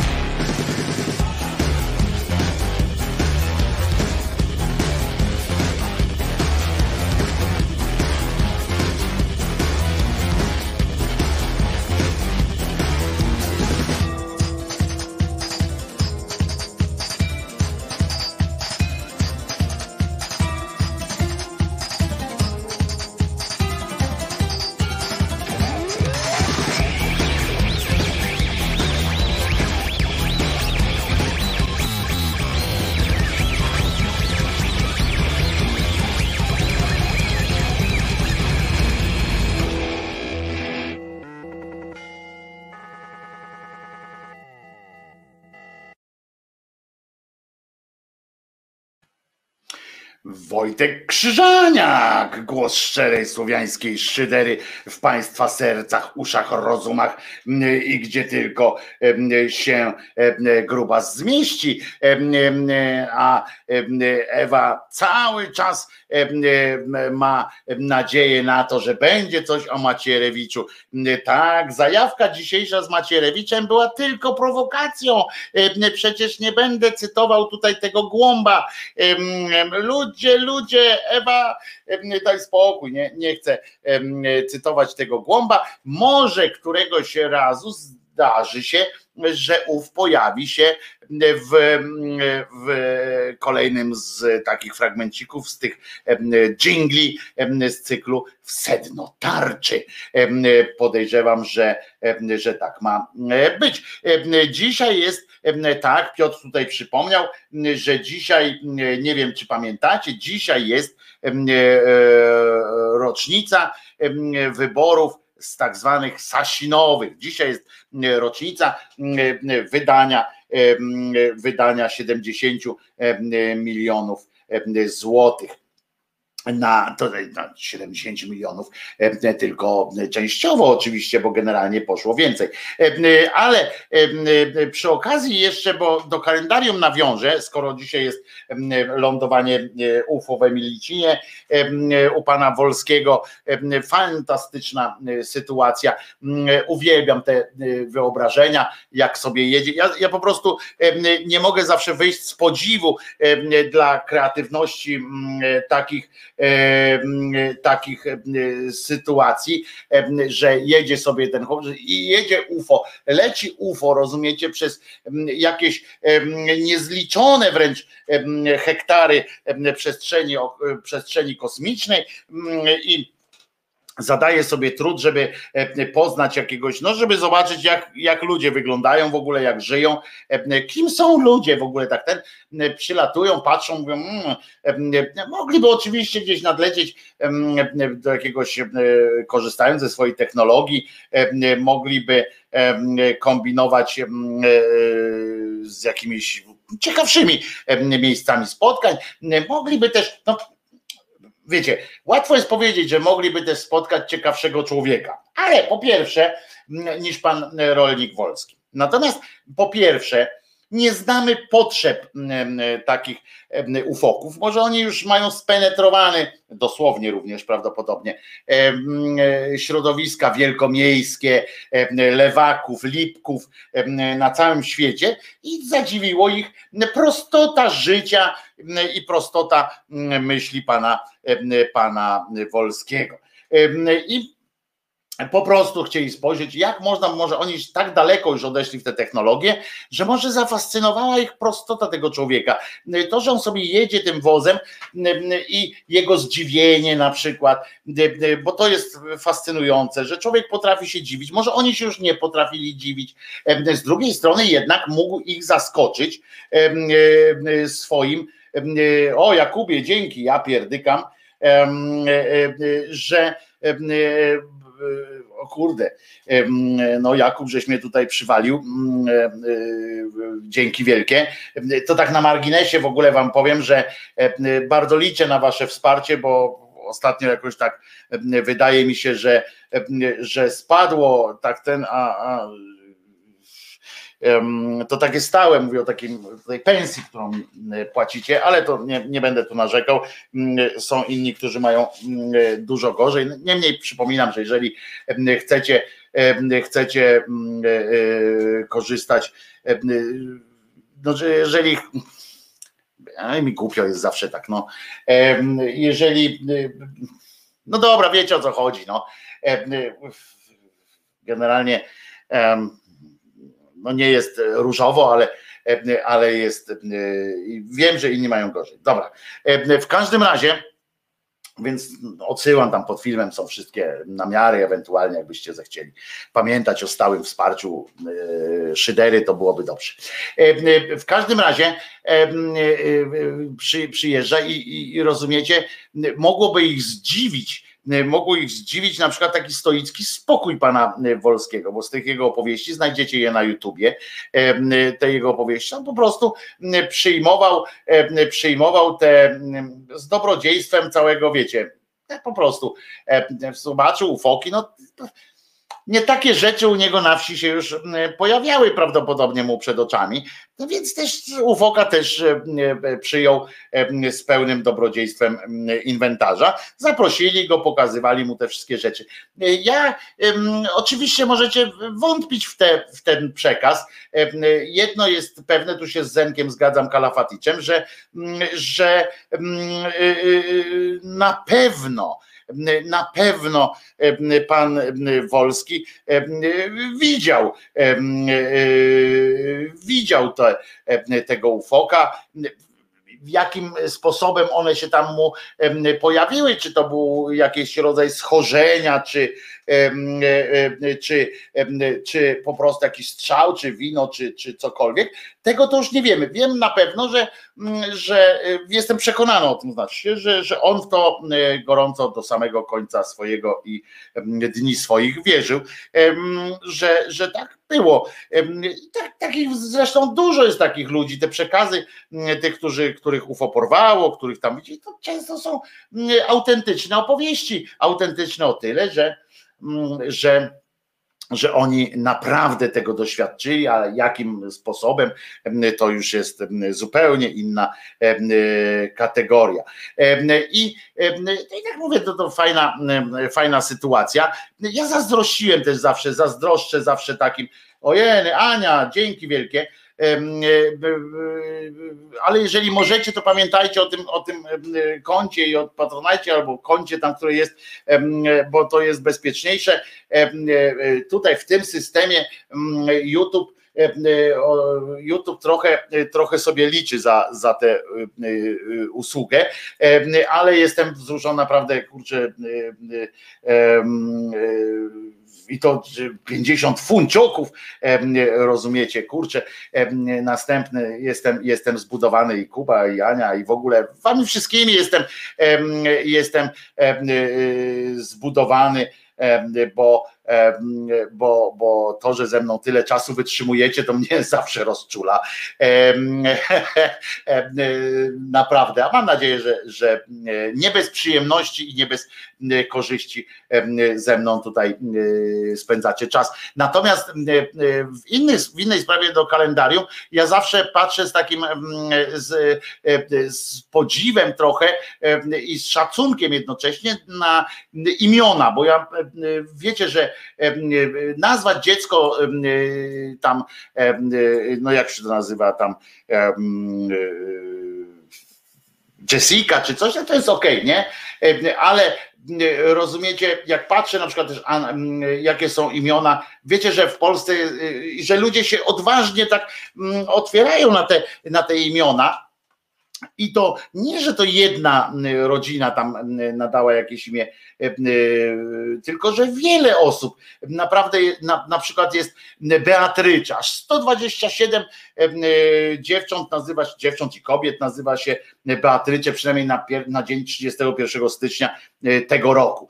Wojtek Krzyżaniak, głos szczerej słowiańskiej szydery w państwa sercach, uszach, rozumach i gdzie tylko się grubas zmieści. A Ewa cały czas ma nadzieję na to, że będzie coś o Macierewiczu. Tak, zajawka dzisiejsza z Macierewiczem była tylko prowokacją. Przecież nie będę cytował tutaj tego głąba. Ludzie, Ewa, daj spokój, nie chcę cytować tego głąba. Może któregoś razu zdarzy się, że ów pojawi się w kolejnym z takich fragmencików, z tych dżingli z cyklu W sedno tarczy. Podejrzewam, że tak ma być. Dzisiaj jest, tak, Piotr tutaj przypomniał, że dzisiaj, nie wiem czy pamiętacie, dzisiaj jest rocznica wyborów z tak zwanych sasinowych. Dzisiaj jest rocznica wydania 70 milionów złotych. Na 70 milionów, tylko częściowo oczywiście, bo generalnie poszło więcej. Ale przy okazji jeszcze, bo do kalendarium nawiążę, skoro dzisiaj jest lądowanie UFO w Emilicinie u pana Wolskiego, fantastyczna sytuacja. Uwielbiam te wyobrażenia, jak sobie jedzie. Ja po prostu nie mogę zawsze wyjść z podziwu dla kreatywności takich sytuacji, że jedzie sobie ten chłopak i jedzie UFO, leci UFO, rozumiecie, przez jakieś niezliczone wręcz hektary przestrzeni kosmicznej zadaje sobie trud, żeby poznać jakiegoś, no żeby zobaczyć jak ludzie wyglądają w ogóle, jak żyją, kim są ludzie w ogóle, tak przylatują, patrzą, mówią, mogliby oczywiście gdzieś nadlecieć do jakiegoś, korzystając ze swojej technologii, mogliby kombinować z jakimiś ciekawszymi miejscami spotkań, mogliby też, no wiecie, łatwo jest powiedzieć, że mogliby też spotkać ciekawszego człowieka, ale po pierwsze niż pan rolnik Wolski. Natomiast po pierwsze nie znamy potrzeb takich ufoków. Może oni już mają spenetrowany, dosłownie również prawdopodobnie, środowiska wielkomiejskie, lewaków, lipków na całym świecie i zadziwiło ich prostota życia i prostota myśli pana Wolskiego. I po prostu chcieli spojrzeć, jak można, może oni tak daleko już odeszli w te technologie, że może zafascynowała ich prostota tego człowieka. To, że on sobie jedzie tym wozem i jego zdziwienie na przykład, bo to jest fascynujące, że człowiek potrafi się dziwić. Może oni się już nie potrafili dziwić. Z drugiej strony jednak mógł ich zaskoczyć swoim, o Jakubie, dzięki, ja pierdykam, że o kurde, no Jakub, żeś mnie tutaj przywalił, dzięki wielkie. To tak na marginesie w ogóle wam powiem, że bardzo liczę na wasze wsparcie, bo ostatnio jakoś tak wydaje mi się, że spadło tak to takie stałe, mówię o tej pensji, którą płacicie, ale to nie będę tu narzekał. Są inni, którzy mają dużo gorzej. Niemniej przypominam, że jeżeli chcecie korzystać, no, że jeżeli mi głupio jest zawsze tak, no jeżeli, no dobra, wiecie o co chodzi, no generalnie no nie jest różowo, ale jest, wiem, że inni mają gorzej. Dobra, w każdym razie, więc odsyłam tam pod filmem, są wszystkie namiary, ewentualnie jakbyście zechcieli pamiętać o stałym wsparciu szydery, to byłoby dobrze. W każdym razie przyjeżdża i rozumiecie, mogło ich zdziwić na przykład taki stoicki spokój pana Wolskiego, bo z tych jego opowieści, znajdziecie je na YouTubie, te jego opowieści, on po prostu przyjmował te z dobrodziejstwem całego, wiecie, po prostu zobaczył ufoki, no nie takie rzeczy u niego na wsi się już pojawiały prawdopodobnie mu przed oczami, no więc też ufoka też przyjął z pełnym dobrodziejstwem inwentarza. Zaprosili go, pokazywali mu te wszystkie rzeczy. Oczywiście możecie wątpić w ten przekaz. Jedno jest pewne, tu się z Zenkiem zgadzam Kalafaticzem, że na pewno pan Wolski widział tego ufoka, jakim sposobem one się tam mu pojawiły, czy to był jakiś rodzaj schorzenia, czy po prostu jakiś strzał, czy wino, czy cokolwiek. Tego to już nie wiemy. Wiem na pewno, że jestem przekonany o tym, znaczy, że on w to gorąco do samego końca swojego i dni swoich wierzył, że tak było. Takich zresztą dużo jest takich ludzi, te przekazy tych, których UFO porwało, których tam widzieli, to często są autentyczne opowieści, autentyczne o tyle, że oni naprawdę tego doświadczyli, a jakim sposobem, to już jest zupełnie inna kategoria. I tak mówię, to fajna sytuacja. Ja zazdrościłem też zazdroszczę zawsze takim, ojej, Ania, dzięki wielkie, ale jeżeli możecie, to pamiętajcie o tym koncie i o Patronite albo koncie tam, które jest, bo to jest bezpieczniejsze. Tutaj w tym systemie YouTube YouTube trochę sobie liczy za tę usługę, ale jestem wzruszony naprawdę, kurczę, i to 50 funcioków, rozumiecie, kurczę, następny jestem zbudowany i Kuba, i Ania, i w ogóle wami wszystkimi jestem zbudowany, bo to, że ze mną tyle czasu wytrzymujecie, to mnie zawsze rozczula. Naprawdę, a mam nadzieję, że nie bez przyjemności i nie bez korzyści ze mną tutaj spędzacie czas. Natomiast w innej sprawie do kalendarium, ja zawsze patrzę z takim z podziwem trochę i z szacunkiem jednocześnie na imiona, bo ja wiecie, że nazwać dziecko tam, no jak się to nazywa tam, Jessica czy coś, to jest okej, nie? Ale rozumiecie, jak patrzę na przykład też, jakie są imiona, wiecie, że w Polsce, że ludzie się odważnie tak otwierają na te imiona. I to nie, że to jedna rodzina tam nadała jakieś imię, tylko że wiele osób, naprawdę na przykład jest Beatrycia, aż 127 dziewcząt i kobiet nazywa się Beatrycie, przynajmniej na dzień 31 stycznia tego roku.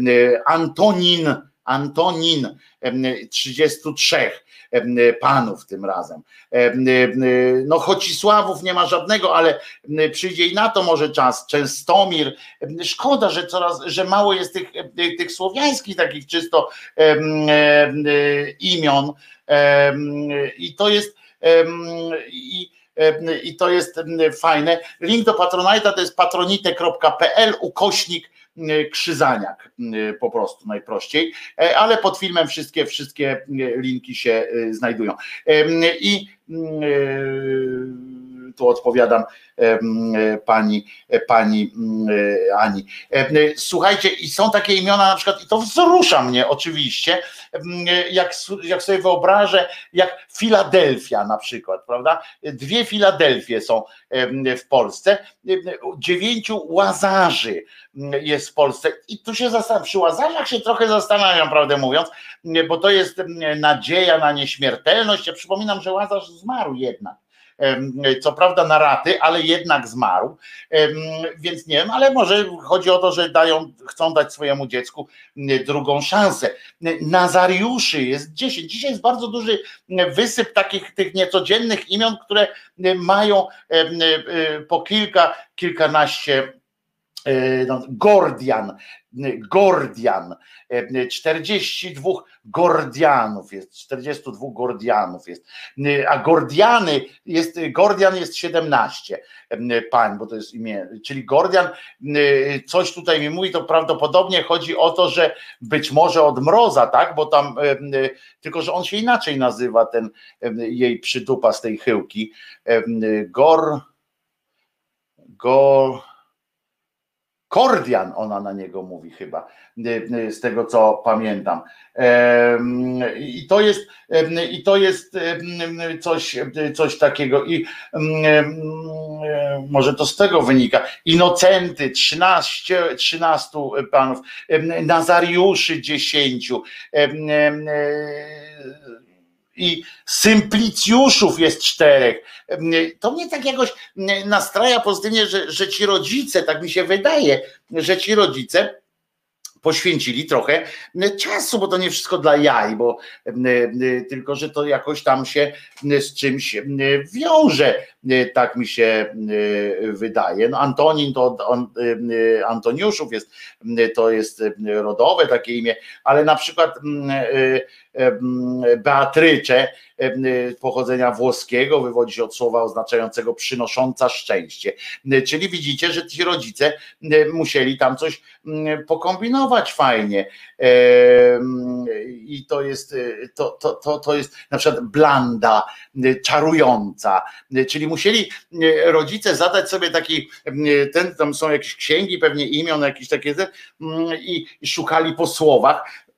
Antonin 33 panów tym razem. No Chocisławów nie ma żadnego, ale przyjdzie i na to może czas. Częstomir. Szkoda, że mało jest tych słowiańskich takich czysto imion. I to jest fajne. Link do Patronite'a to jest patronite.pl/Krzyzaniak, po prostu najprościej, ale pod filmem wszystkie linki się znajdują. I tu odpowiadam pani Ani. Słuchajcie, i są takie imiona na przykład, i to wzrusza mnie oczywiście, jak sobie wyobrażę, jak Filadelfia na przykład, prawda? 2 Filadelfie są w Polsce, 9 Łazarzy jest w Polsce i tu się zastanawiam, przy Łazarzach się trochę zastanawiam, prawdę mówiąc, bo to jest nadzieja na nieśmiertelność. Ja przypominam, że Łazarz zmarł jednak. Co prawda na raty, ale jednak zmarł, więc nie wiem, ale może chodzi o to, że chcą dać swojemu dziecku drugą szansę. Nazariuszy jest 10. Dzisiaj jest bardzo duży wysyp tych niecodziennych imion, które mają po kilkanaście. Gordian, 42 Gordianów jest, 42 Gordianów jest, a Gordian jest 17 pań, bo to jest imię, czyli Gordian, coś tutaj mi mówi, to prawdopodobnie chodzi o to, że być może od mroza, tak, bo tam, tylko że on się inaczej nazywa, ten jej przydupa z tej chyłki, Kordian, ona na niego mówi chyba, z tego co pamiętam. I to jest coś takiego i może to z tego wynika. Inocenty 13 panów, Nazariuszy 10, i Symplicjuszów jest 4. To mnie tak jakoś nastraja pozytywnie, że ci rodzice, tak mi się wydaje, że ci rodzice poświęcili trochę czasu, bo to nie wszystko dla jaj, bo tylko, że to jakoś tam się z czymś wiąże, tak mi się wydaje. No Antonin to Antoniuszów to jest rodowe takie imię, ale na przykład Beatrycze pochodzenia włoskiego wywodzi się od słowa oznaczającego przynosząca szczęście. Czyli widzicie, że ci rodzice musieli tam coś pokombinować fajnie. I to jest na przykład blanda, czarująca, czyli musieli rodzice zadać sobie taki, tam są jakieś księgi, pewnie imion, jakieś takie i szukali po słowach.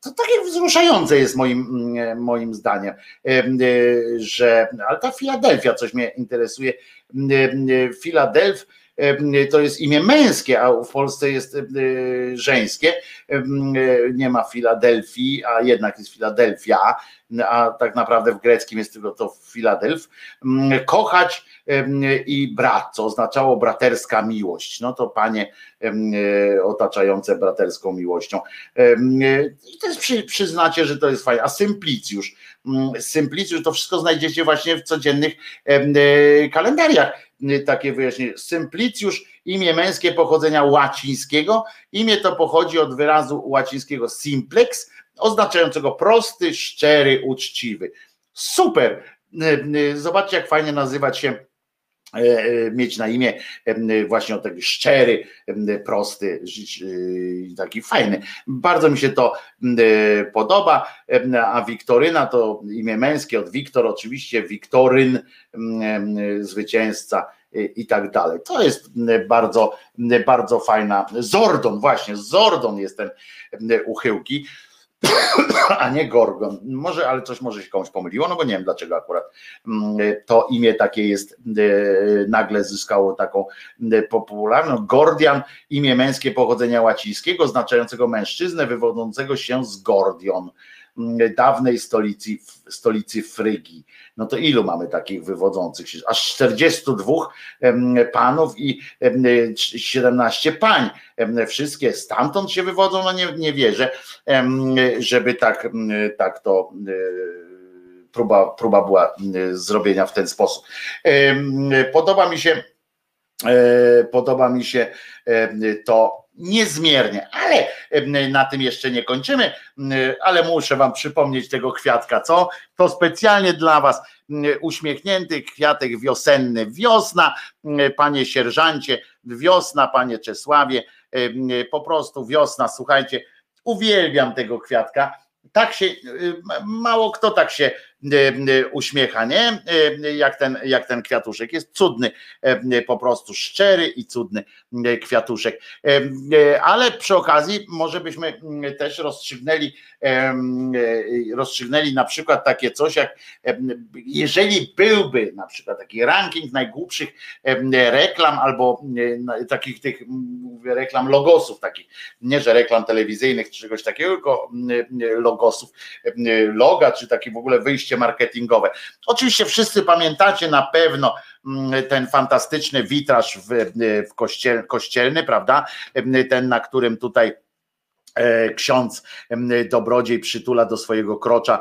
to takie wzruszające jest moim zdaniem, że, ale ta Filadelfia coś mnie interesuje. Filadelf to jest imię męskie, a w Polsce jest żeńskie. Nie ma Filadelfii, a jednak jest Filadelfia, a tak naprawdę w greckim jest tylko to Filadelf. Kochać i brat, co oznaczało braterska miłość. No to panie otaczające braterską miłością. I też przyznacie, że to jest fajne. A Symplicjusz to wszystko znajdziecie właśnie w codziennych kalendariach. Takie wyjaśnienie. Symplicjusz, imię męskie pochodzenia łacińskiego. Imię to pochodzi od wyrazu łacińskiego simplex, oznaczającego prosty, szczery, uczciwy. Super! Zobaczcie, jak fajnie nazywać się, mieć na imię właśnie taki szczery, prosty, taki fajny. Bardzo mi się to podoba, a Wiktoryna to imię męskie od Wiktor, oczywiście Wiktoryn, zwycięzca i tak dalej. To jest bardzo, bardzo fajna. Zordon, właśnie, Zordon jest ten uchyłki, a nie Gorgon. Może, ale coś może się komuś pomyliło, no bo nie wiem dlaczego akurat to imię takie jest, nagle zyskało taką popularność. Gordian, imię męskie pochodzenia łacińskiego, oznaczającego mężczyznę wywodzącego się z Gordion, dawnej stolicy Frygii. No to ilu mamy takich wywodzących się? Aż 42 panów i 17 pań. Wszystkie stamtąd się wywodzą, no nie wierzę, żeby tak to próba była zrobienia w ten sposób. Podoba mi się to niezmiernie, ale na tym jeszcze nie kończymy, ale muszę wam przypomnieć tego kwiatka, co? To specjalnie dla was uśmiechnięty kwiatek wiosenny. Wiosna, panie sierżancie, wiosna, panie Czesławie, po prostu wiosna, słuchajcie, uwielbiam tego kwiatka. Tak się, mało kto tak się uśmiecha, nie? Jak ten kwiatuszek. Jest cudny, po prostu szczery i cudny kwiatuszek. Ale przy okazji może byśmy też rozstrzygnęli na przykład takie coś, jak jeżeli byłby na przykład taki ranking najgłupszych reklam albo takich tych reklam logosów, takich, nie że reklam telewizyjnych czy czegoś takiego, tylko logosów, loga, czy takie w ogóle wyjście marketingowe. Oczywiście wszyscy pamiętacie na pewno ten fantastyczny witraż kościelny, prawda? Ten, na którym tutaj ksiądz dobrodziej przytula do swojego krocza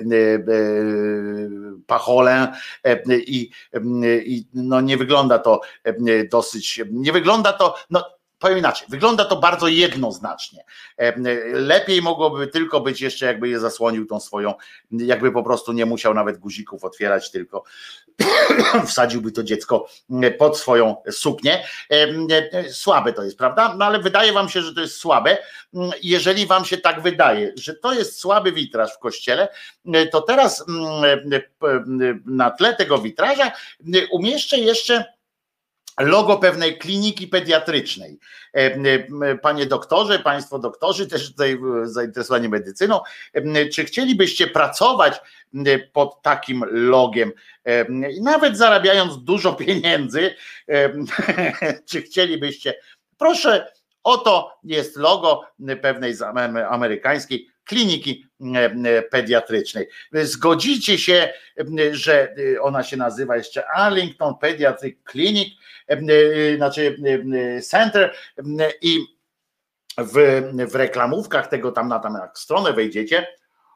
pacholę i no nie wygląda to nie wygląda to, no powiem inaczej, wygląda to bardzo jednoznacznie. Lepiej mogłoby tylko być jeszcze, jakby je zasłonił tą swoją, jakby po prostu nie musiał nawet guzików otwierać, tylko wsadziłby to dziecko pod swoją suknię. Słabe to jest, prawda? No ale wydaje wam się, że to jest słabe. Jeżeli wam się tak wydaje, że to jest słaby witraż w kościele, to teraz na tle tego witraża umieszczę jeszcze logo pewnej kliniki pediatrycznej. Panie doktorze, państwo doktorzy, też tutaj zainteresowani medycyną, czy chcielibyście pracować pod takim logiem, nawet zarabiając dużo pieniędzy, czy chcielibyście, proszę, oto jest logo pewnej amerykańskiej kliniki pediatrycznej. Zgodzicie się, że ona się nazywa jeszcze Arlington Pediatric Clinic, znaczy Center, i w reklamówkach tego tam na stronę wejdziecie,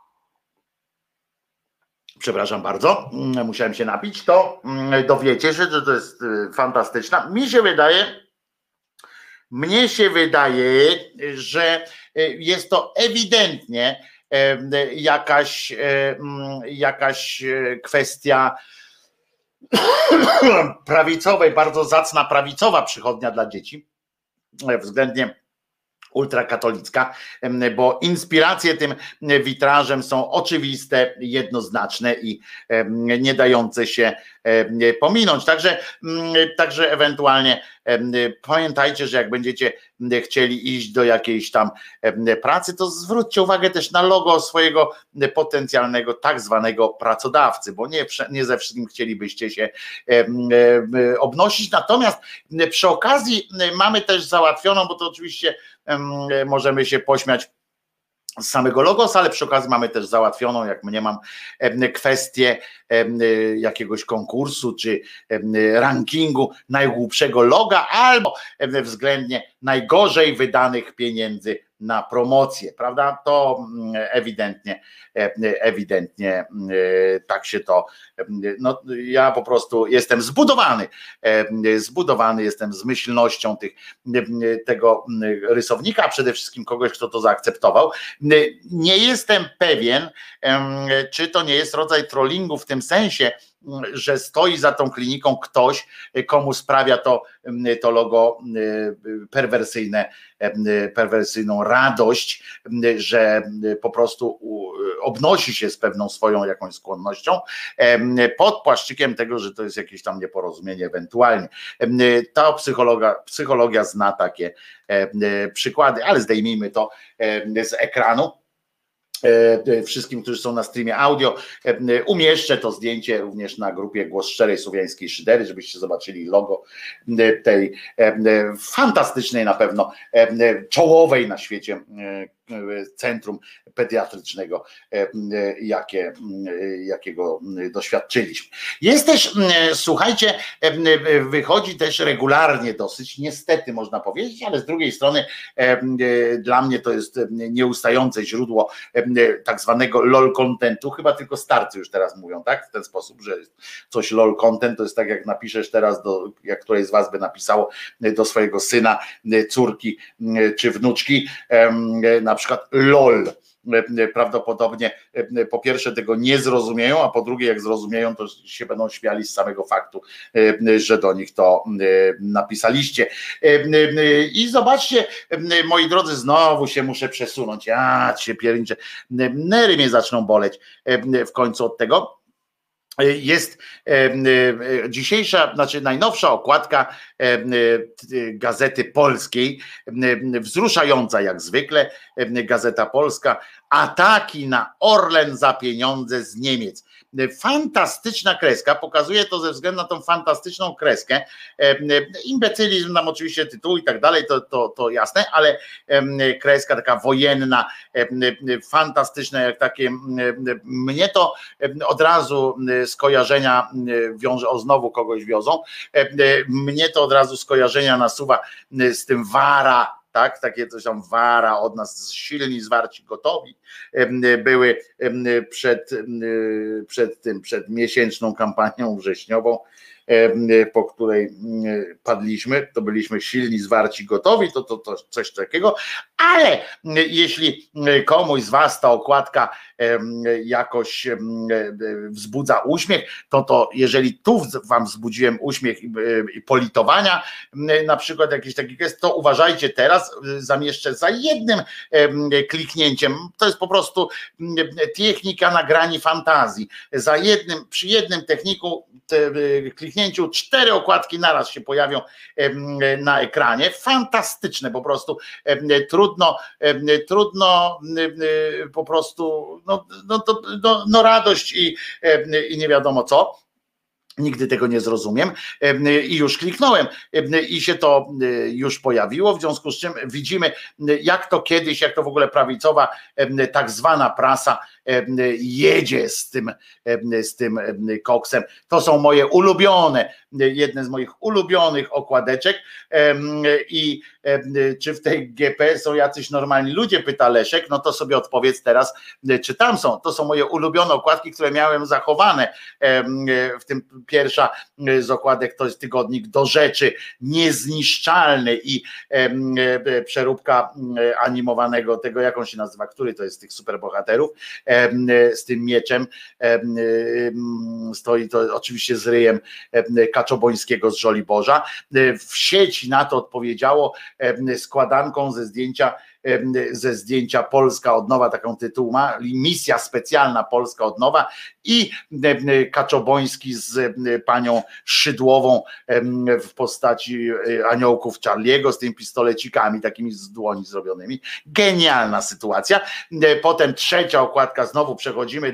przepraszam bardzo, musiałem się napić, to dowiecie się, że to jest fantastyczna. Mnie się wydaje, że jest to ewidentnie jakaś kwestia prawicowej, bardzo zacna prawicowa przychodnia dla dzieci, względnie ultrakatolicka, bo inspiracje tym witrażem są oczywiste, jednoznaczne i nie dające się pominąć. Także ewentualnie pamiętajcie, że jak będziecie chcieli iść do jakiejś tam pracy, to zwróćcie uwagę też na logo swojego potencjalnego tak zwanego pracodawcy, bo nie ze wszystkim chcielibyście się obnosić. Natomiast przy okazji mamy też załatwioną, bo to oczywiście możemy się pośmiać z samego logos, ale przy okazji mamy też załatwioną, jak mniemam, kwestię jakiegoś konkursu czy rankingu najgłupszego loga albo względnie najgorzej wydanych pieniędzy na promocję, prawda? To ewidentnie tak się to, no ja po prostu jestem zbudowany jestem z myślnością tego rysownika, a przede wszystkim kogoś, kto to zaakceptował. Nie jestem pewien, czy to nie jest rodzaj trollingu w tym sensie, że stoi za tą kliniką ktoś, komu sprawia to logo perwersyjną radość, że po prostu obnosi się z pewną swoją jakąś skłonnością pod płaszczykiem tego, że to jest jakieś tam nieporozumienie ewentualnie. Ta psychologia zna takie przykłady, ale zdejmijmy to z ekranu. Wszystkim, którzy są na streamie audio, umieszczę to zdjęcie również na grupie Głos Szczerej Słowiańskiej Szydery, żebyście zobaczyli logo tej fantastycznej, na pewno czołowej na świecie centrum pediatrycznego, jakiego doświadczyliśmy. Jest też, słuchajcie, wychodzi też regularnie dosyć, niestety można powiedzieć, ale z drugiej strony dla mnie to jest nieustające źródło tak zwanego lol contentu, chyba tylko starcy już teraz mówią, tak? W ten sposób, że coś lol content to jest tak, jak napiszesz teraz, jak któreś z was by napisało do swojego syna, córki czy wnuczki, na przykład LOL. Prawdopodobnie po pierwsze tego nie zrozumieją, a po drugie jak zrozumieją, to się będą śmiali z samego faktu, że do nich to napisaliście. I zobaczcie, moi drodzy, znowu się muszę przesunąć, ja cię pierniczę, nery mnie zaczną boleć w końcu od tego. Jest dzisiejsza, znaczy najnowsza okładka Gazety Polskiej, wzruszająca jak zwykle, Gazeta Polska, ataki na Orlen za pieniądze z Niemiec. Fantastyczna kreska, pokazuje to ze względu na tą fantastyczną kreskę, imbecylizm nam oczywiście tytuł i tak dalej, to jasne, ale kreska taka wojenna, fantastyczna, jak takie, mnie to od razu skojarzenia wiąże, o znowu kogoś wiozą, mnie to od razu skojarzenia nasuwa z tym Wara, tak, takie coś tam Wara od nas silni, zwarci, gotowi były przed miesięczną kampanią wrześniową, po której padliśmy, to byliśmy silni, zwarci, gotowi, to coś takiego, ale jeśli komuś z was ta okładka jakoś wzbudza uśmiech, to jeżeli tu wam wzbudziłem uśmiech i politowania, na przykład jakiś taki gest, to uważajcie, teraz zamieszczę za jednym kliknięciem, to jest po prostu technika nagrani fantazji, przy jednym techniku kliknięciu 4 okładki naraz się pojawią na ekranie, fantastyczne po prostu, trudno po prostu radość i nie wiadomo co. Nigdy tego nie zrozumiem i już kliknąłem i się to już pojawiło, w związku z czym widzimy, jak to kiedyś, jak to w ogóle prawicowa tak zwana prasa jedzie z tym koksem. To są moje ulubione, jedne z moich ulubionych okładeczek. I czy w tej GP są jacyś normalni ludzie, pyta Leszek, no to sobie odpowiedz teraz, czy tam są. To są moje ulubione okładki, które miałem zachowane, w tym pierwsza z okładek to jest tygodnik Do Rzeczy, niezniszczalny i przeróbka animowanego tego, jak on się nazywa, który to jest z tych superbohaterów, z tym mieczem stoi, to oczywiście z ryjem Kaczobońskiego z Żoliborza. W sieci na to odpowiedziało składanką ze zdjęcia ze zdjęcia Polska od nowa, taką tytuł ma, misja specjalna Polska od nowa i Kaczoboński z panią Szydłową w postaci aniołków Charliego z tymi pistolecikami takimi z dłoni zrobionymi. Genialna sytuacja. Potem trzecia okładka, znowu przechodzimy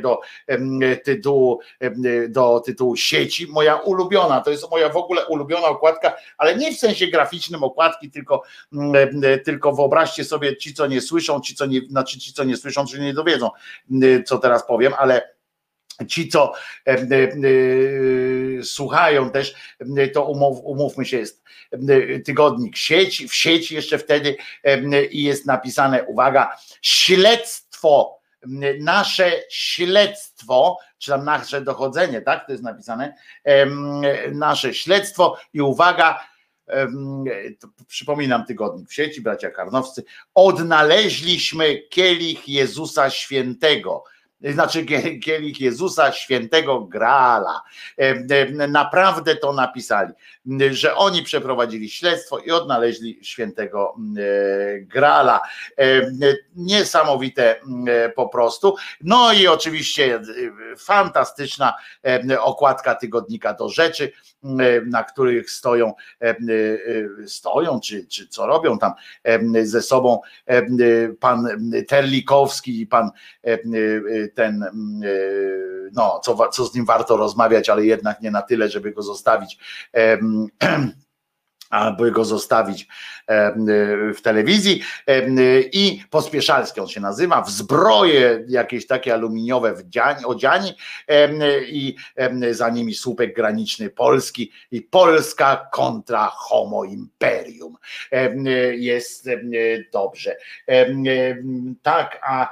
do tytułu Sieci, moja ulubiona, to jest moja w ogóle ulubiona okładka, ale nie w sensie graficznym okładki, tylko wyobraźcie sobie, ci co nie słyszą, ci co nie słyszą, czy nie dowiedzą, co teraz powiem, ale ci, co słuchają też, to umówmy się, jest tygodnik w sieci jeszcze wtedy i jest napisane, uwaga, śledztwo, nasze śledztwo, czy tam nasze dochodzenie, tak, to jest napisane, nasze śledztwo i uwaga, przypominam tygodnik w sieci, bracia Karnowscy, odnaleźliśmy kielich Jezusa Świętego, znaczy kielich Jezusa Świętego Graala. Naprawdę to napisali, że oni przeprowadzili śledztwo i odnaleźli Świętego Graala. Niesamowite po prostu. No i oczywiście fantastyczna okładka tygodnika Do Rzeczy, na których stoją czy co robią tam ze sobą pan Terlikowski i pan ten, no co z nim warto rozmawiać, ale jednak nie na tyle, żeby go zostawić w telewizji, i Pospieszalski on się nazywa, w zbroje jakieś takie aluminiowe odziani i za nimi słupek graniczny Polski i Polska kontra Homo Imperium. Jest dobrze. Tak, a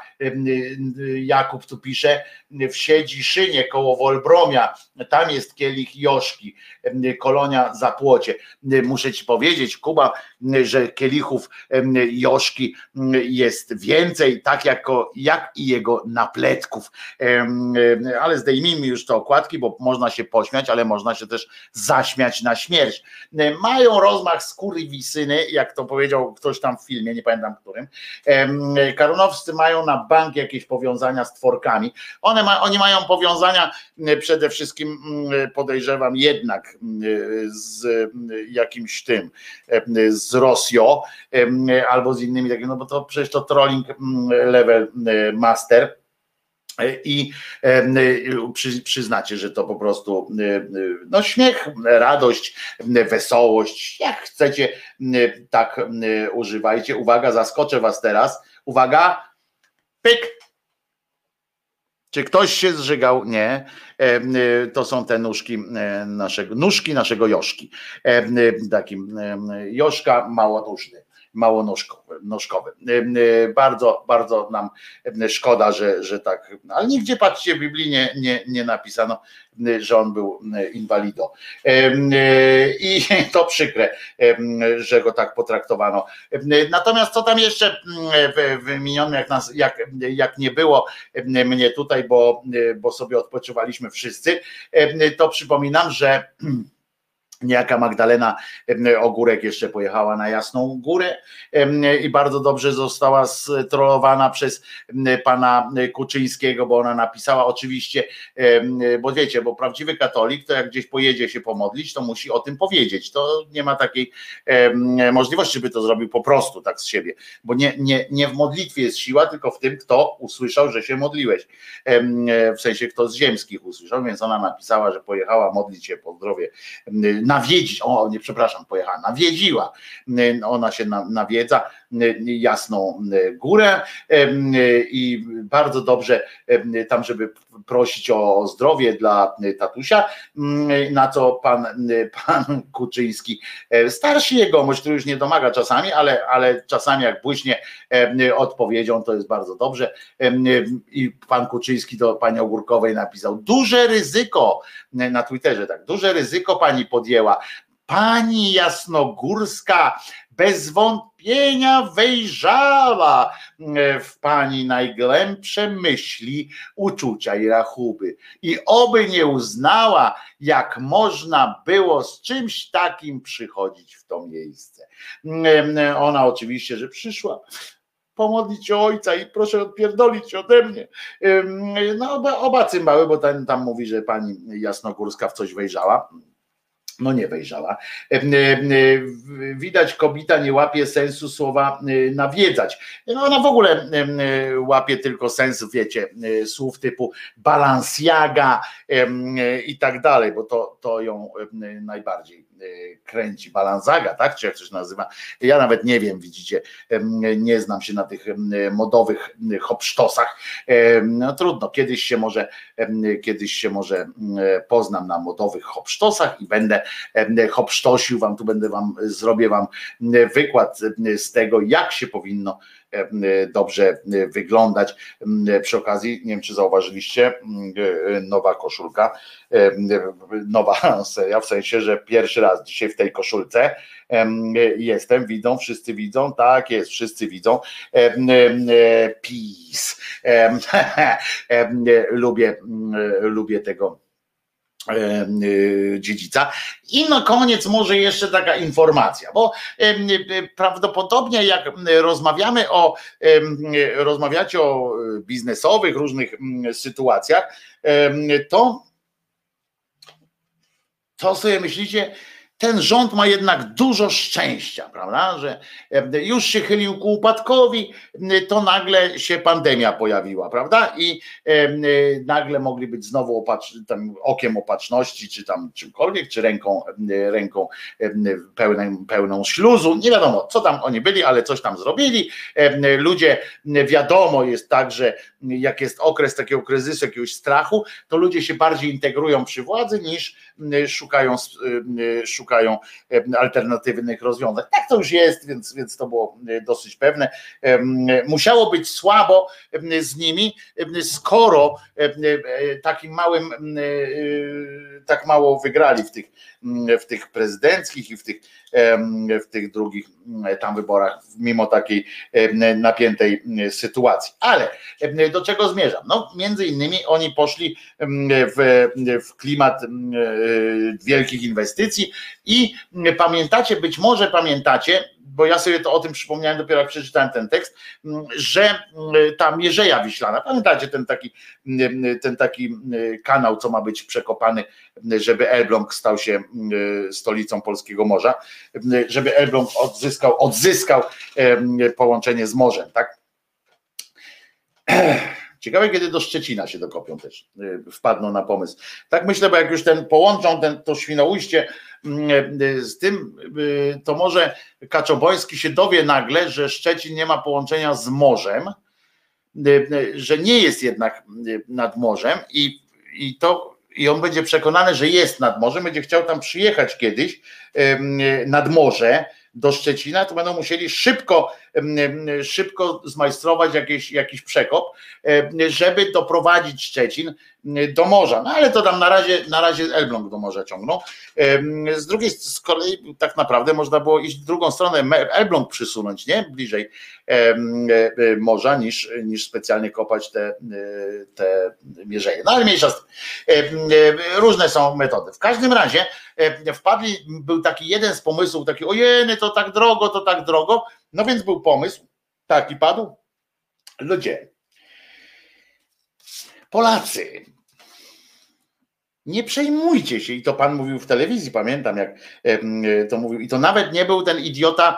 Jakub tu pisze, w Siedziszynie koło Wolbromia, tam jest kielich Joszki, kolonia Zapłocie. Muszę ci powiedzieć, Kuba, że kielichów Joszki jest więcej, tak jak i jego napletków. Ale zdejmijmy już te okładki, bo można się pośmiać, ale można się też zaśmiać na śmierć. Mają rozmach skurwysyny, jak to powiedział ktoś tam w filmie, nie pamiętam którym. Karnowscy mają na bank jakieś powiązania z tworkami. Oni mają powiązania przede wszystkim, podejrzewam, jednak z jakimś tym, z Rosją albo z innymi takimi, no bo to przecież to trolling level master. I przyznacie, że to po prostu no śmiech, radość, wesołość, jak chcecie, tak używajcie. Uwaga, zaskoczę was teraz. Uwaga, pyk. Czy ktoś się zżygał? Nie. To są te nóżki naszego Joszki. Takim Joszka małonóżkowy. Bardzo, bardzo nam szkoda, że tak, ale nigdzie, patrzcie, w Biblii nie napisano, że on był inwalidą. I to przykre, że go tak potraktowano. Natomiast co tam jeszcze wymieniono, jak nie było mnie tutaj, bo sobie odpoczywaliśmy wszyscy, to przypominam, że niejaka Magdalena Ogórek jeszcze pojechała na Jasną Górę i bardzo dobrze została strollowana przez pana Kuczyńskiego, bo ona napisała oczywiście, bo wiecie, bo prawdziwy katolik to jak gdzieś pojedzie się pomodlić, to musi o tym powiedzieć. To nie ma takiej możliwości, żeby to zrobił po prostu tak z siebie, bo nie w modlitwie jest siła, tylko w tym, kto usłyszał, że się modliłeś. W sensie kto z ziemskich usłyszał, więc ona napisała, że pojechała modlić się po zdrowie, nawiedzić, nawiedziła, ona się nawiedza Jasną Górę i bardzo dobrze tam, żeby prosić o zdrowie dla tatusia, na co pan Kuczyński, starszy jegomość, który już nie domaga czasami, ale czasami jak błyśnie odpowiedzią, to jest bardzo dobrze, i pan Kuczyński do pani Ogórkowej napisał: duże ryzyko, na Twitterze, tak, duże ryzyko pani podjęła, pani Jasnogórska bez wątpienia wejrzała w pani najgłębsze myśli, uczucia i rachuby i oby nie uznała, jak można było z czymś takim przychodzić w to miejsce. Ona oczywiście, że przyszła, pomodlić się o ojca i proszę odpierdolić się ode mnie. No oba cymbały, bo tam mówi, że pani Jasnogórska w coś wejrzała. No nie wejrzała. Widać, kobieta nie łapie sensu słowa nawiedzać. No ona w ogóle łapie tylko sens, wiecie, słów typu Balenciaga i tak dalej, bo to ją najbardziej kręci. Balenciaga, tak? Czy jak coś nazywa? Ja nawet nie wiem, widzicie, nie znam się na tych modowych hopsztosach. No trudno, kiedyś się może poznam na modowych hopsztosach i będę hopsztosił wam, zrobię wam wykład z tego, jak się powinno dobrze wyglądać. Przy okazji, nie wiem, czy zauważyliście, nowa koszulka, nowa seria, w sensie, że pierwszy raz dzisiaj w tej koszulce jestem, wszyscy widzą, tak jest, wszyscy widzą. Peace. Lubię tego dziedzica. I na koniec może jeszcze taka informacja, bo prawdopodobnie jak rozmawiacie o biznesowych różnych sytuacjach, to sobie myślicie, ten rząd ma jednak dużo szczęścia, prawda, że już się chylił ku upadkowi, to nagle się pandemia pojawiła, prawda, i nagle mogli być znowu tam okiem opatrzności, czy tam czymkolwiek, czy ręką pełną śluzu, nie wiadomo, co tam oni byli, ale coś tam zrobili. Ludzie, wiadomo jest tak, że jak jest okres takiego kryzysu, jakiegoś strachu, to ludzie się bardziej integrują przy władzy niż szukają alternatywnych rozwiązań. Tak to już jest, więc to było dosyć pewne. Musiało być słabo z nimi, skoro takim małym, tak mało wygrali w tych prezydenckich i w tych drugich tam wyborach, mimo takiej napiętej sytuacji. Ale do czego zmierzam? No między innymi oni poszli w klimat wielkich inwestycji i pamiętacie, być może pamiętacie, bo ja sobie to o tym przypomniałem dopiero jak przeczytałem ten tekst, że ta Mierzeja Wiślana, pamiętacie ten taki kanał, co ma być przekopany, żeby Elbląg stał się stolicą polskiego morza, żeby Elbląg odzyskał połączenie z morzem, tak? Ciekawe, kiedy do Szczecina się dokopią też, wpadną na pomysł. Tak myślę, bo jak już połączą to Świnoujście z tym, to może Kaczoboński się dowie nagle, że Szczecin nie ma połączenia z morzem, że nie jest jednak nad morzem i on będzie przekonany, że jest nad morzem, będzie chciał tam przyjechać kiedyś nad morze do Szczecina, to będą musieli szybko zmajstrować jakiś przekop, żeby doprowadzić Szczecin do morza. No ale to tam na razie Elbląg do morza ciągną. Z drugiej z kolei tak naprawdę można było iść w drugą stronę, Elbląg przysunąć, nie? Bliżej morza niż specjalnie kopać te mierzeje. No ale mniejsza z tym. Różne są metody. W każdym razie był taki jeden z pomysłów, taki ojej, to tak drogo, no więc był pomysł, taki padł, ludzie, Polacy, nie przejmujcie się, i to pan mówił w telewizji, pamiętam jak to mówił, i to nawet nie był ten idiota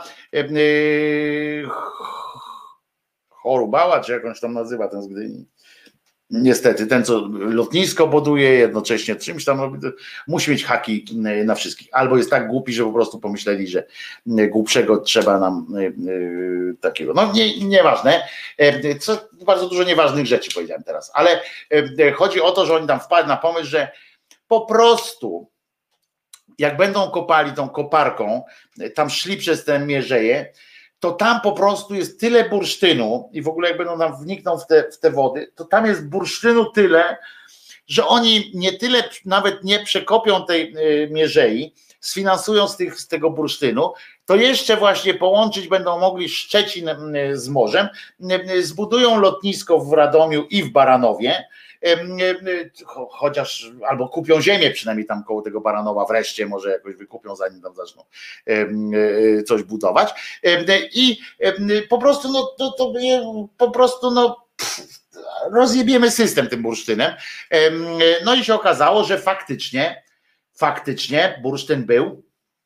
Chorubała, czy jakąś tam nazywa, ten z Gdyni. Niestety, ten co lotnisko buduje, jednocześnie czymś tam robi, musi mieć haki na wszystkich. Albo jest tak głupi, że po prostu pomyśleli, że głupszego trzeba nam takiego. No nieważne. Bardzo dużo nieważnych rzeczy powiedziałem teraz, ale chodzi o to, że oni tam wpadli na pomysł, że po prostu jak będą kopali tą koparką, tam szli przez tę mierzeję, to tam po prostu jest tyle bursztynu i w ogóle jak będą tam wnikną w te wody, to tam jest bursztynu tyle, że oni nie tyle nawet nie przekopią tej mierzei, sfinansują z tego bursztynu, to jeszcze właśnie połączyć będą mogli Szczecin z morzem, zbudują lotnisko w Radomiu i w Baranowie chociaż albo kupią ziemię przynajmniej tam koło tego Baranowa wreszcie, może jakoś wykupią, zanim tam zaczną coś budować i po prostu po prostu rozjebiemy system tym bursztynem. No i się okazało, że faktycznie bursztyn był.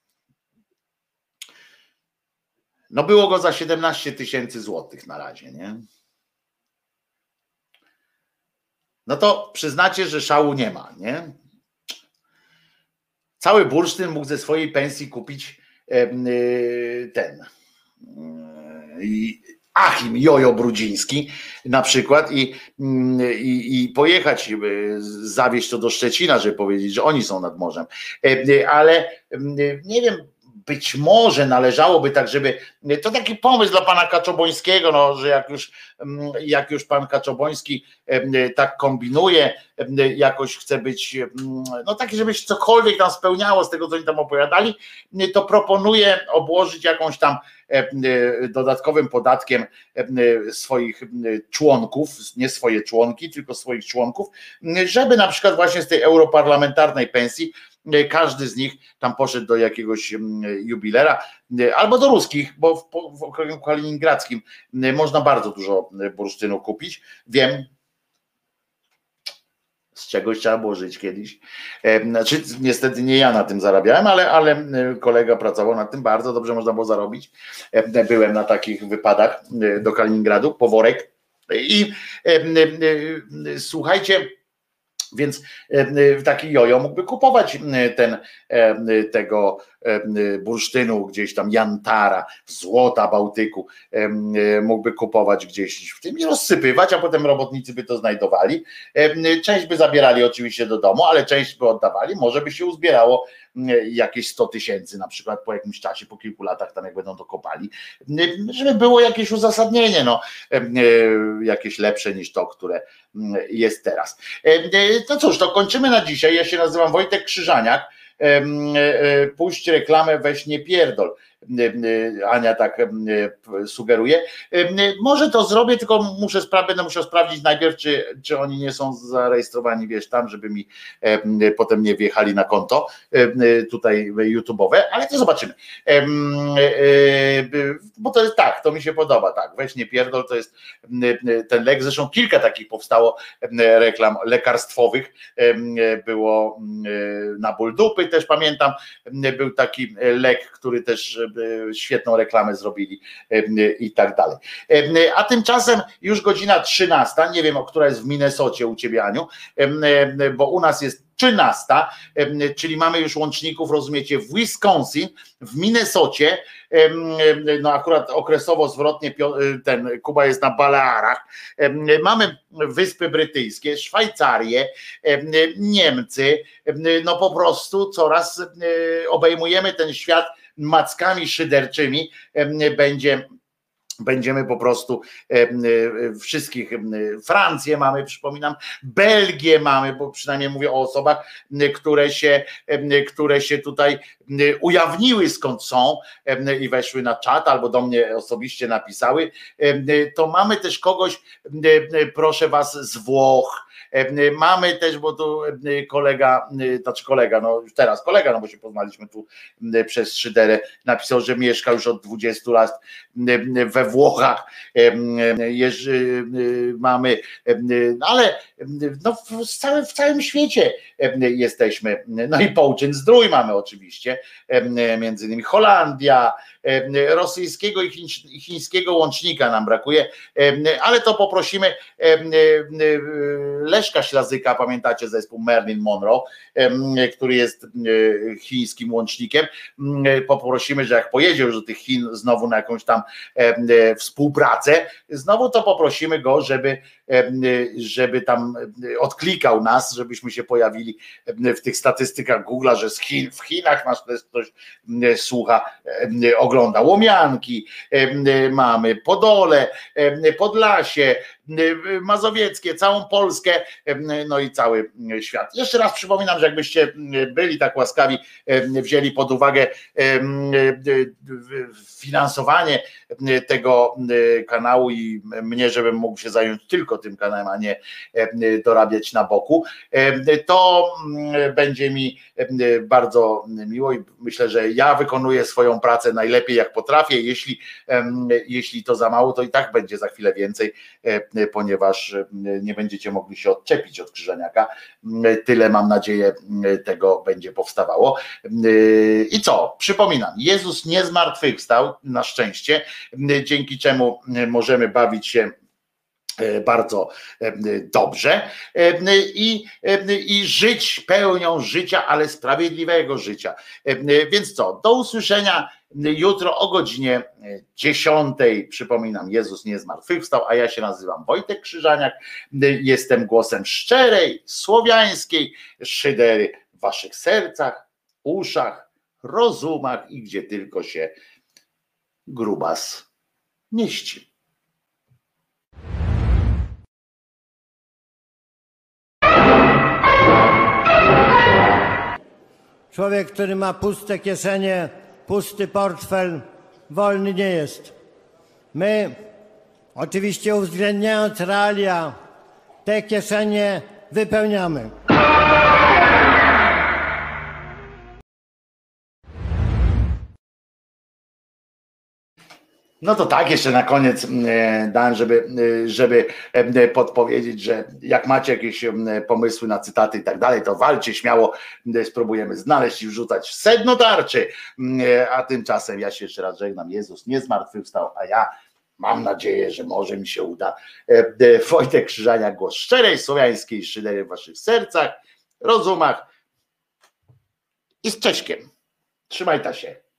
No było go za 17 000 złotych na razie, nie? No to przyznacie, że szału nie ma, nie? Cały bursztyn mógł ze swojej pensji kupić Achim Jojo Brudziński na przykład i pojechać, zawieźć to do Szczecina, żeby powiedzieć, że oni są nad morzem. Ale nie wiem, być może należałoby tak, żeby, to taki pomysł dla pana Kaczobońskiego, no, że jak już pan Kaczoboński tak kombinuje, jakoś chce być, no taki, żeby się cokolwiek tam spełniało z tego, co oni tam opowiadali, to proponuje obłożyć jakąś tam dodatkowym podatkiem swoich członków, nie swoje członki, tylko swoich członków, żeby na przykład właśnie z tej europarlamentarnej pensji każdy z nich tam poszedł do jakiegoś jubilera albo do ruskich, bo w okręgu kaliningradzkim można bardzo dużo bursztynu kupić. Wiem, z czegoś trzeba było żyć kiedyś. Znaczy, niestety nie ja na tym zarabiałem, ale kolega pracował nad tym, bardzo dobrze można było zarobić. Byłem na takich wypadach do Kaliningradu, po worek i słuchajcie, więc taki jojo mógłby kupować tego bursztynu gdzieś tam, jantara, złota Bałtyku, mógłby kupować gdzieś w tym i rozsypywać, a potem robotnicy by to znajdowali. Część by zabierali oczywiście do domu, ale część by oddawali, może by się uzbierało jakieś 100 000 na przykład po jakimś czasie, po kilku latach tam jak będą to kopali, żeby było jakieś uzasadnienie, no, jakieś lepsze niż to, które jest teraz. No cóż, to kończymy na dzisiaj. Ja się nazywam Wojtek Krzyżaniak. Puść reklamę, weź nie pierdol. Ania tak sugeruje. Może to zrobię, tylko będę musiał sprawdzić najpierw, czy oni nie są zarejestrowani, wiesz, tam, żeby mi potem nie wjechali na konto tutaj YouTube'owe, ale to zobaczymy. Bo to jest tak, to mi się podoba, tak, weź nie pierdol, to jest ten lek, zresztą kilka takich powstało reklam lekarstwowych, było na ból dupy, też pamiętam, był taki lek, który też świetną reklamę zrobili i tak dalej. A tymczasem już godzina 13, nie wiem, która jest w Minnesocie u ciebie, Aniu, bo u nas jest 13, czyli mamy już łączników, rozumiecie, w Wisconsin, w Minnesocie, no akurat okresowo zwrotnie ten Kuba jest na Balearach, mamy Wyspy Brytyjskie, Szwajcarię, Niemcy, no po prostu coraz obejmujemy ten świat mackami szyderczymi, będziemy po prostu wszystkich, Francję mamy, przypominam, Belgię mamy, bo przynajmniej mówię o osobach, które się tutaj ujawniły skąd są i weszły na czat albo do mnie osobiście napisały, to mamy też kogoś, proszę was, z Włoch. Mamy też, bo tu kolega, no teraz kolega, no bo się poznaliśmy tu przez szyderę, napisał, że mieszka już od 20 lat we Włochach. Mamy, ale no w całym świecie jesteśmy. No i Połczyn Zdrój mamy oczywiście, między innymi Holandia, rosyjskiego i chińskiego łącznika nam brakuje, ale to poprosimy Leszka Ślazyka, pamiętacie zespół Marilyn Monroe, który jest chińskim łącznikiem, poprosimy, że jak pojedzie już do tych Chin znowu na jakąś tam współpracę, znowu to poprosimy go, żeby tam odklikał nas, żebyśmy się pojawili w tych statystykach Google'a, że w Chinach nas ktoś słucha, ogląda. Łomianki, mamy Podole, Podlasie, mazowieckie, całą Polskę, no i cały świat. Jeszcze raz przypominam, że jakbyście byli tak łaskawi, wzięli pod uwagę finansowanie tego kanału i mnie, żebym mógł się zająć tylko tym kanałem, a nie dorabiać na boku, to będzie mi bardzo miło i myślę, że ja wykonuję swoją pracę najlepiej jak potrafię. Jeśli to za mało, to i tak będzie za chwilę więcej, ponieważ nie będziecie mogli się odczepić od Krzyżaniaka. Tyle, mam nadzieję, tego będzie powstawało. I co? Przypominam, Jezus nie zmartwychwstał, na szczęście, dzięki czemu możemy bawić się bardzo dobrze i żyć pełnią życia, ale sprawiedliwego życia. Więc co? Do usłyszenia jutro o godzinie 10. Przypominam, Jezus nie zmartwychwstał, a ja się nazywam Wojtek Krzyżaniak. Jestem głosem szczerej, słowiańskiej szydery w waszych sercach, uszach, rozumach i gdzie tylko się grubas mieści. Człowiek, który ma puste kieszenie, pusty portfel, wolny nie jest. My, oczywiście uwzględniając realia, te kieszenie wypełniamy. No to tak, jeszcze na koniec dałem, żeby podpowiedzieć, że jak macie jakieś pomysły na cytaty i tak dalej, to walcie śmiało, spróbujemy znaleźć i wrzucać sedno tarczy. A tymczasem ja się jeszcze raz żegnam. Jezus nie zmartwychwstał, a ja mam nadzieję, że może mi się uda. Wojtek Krzyżaniak, głos szczerej słowiańskiej szydery w waszych sercach, rozumach i z Cześkiem. Trzymaj ta się.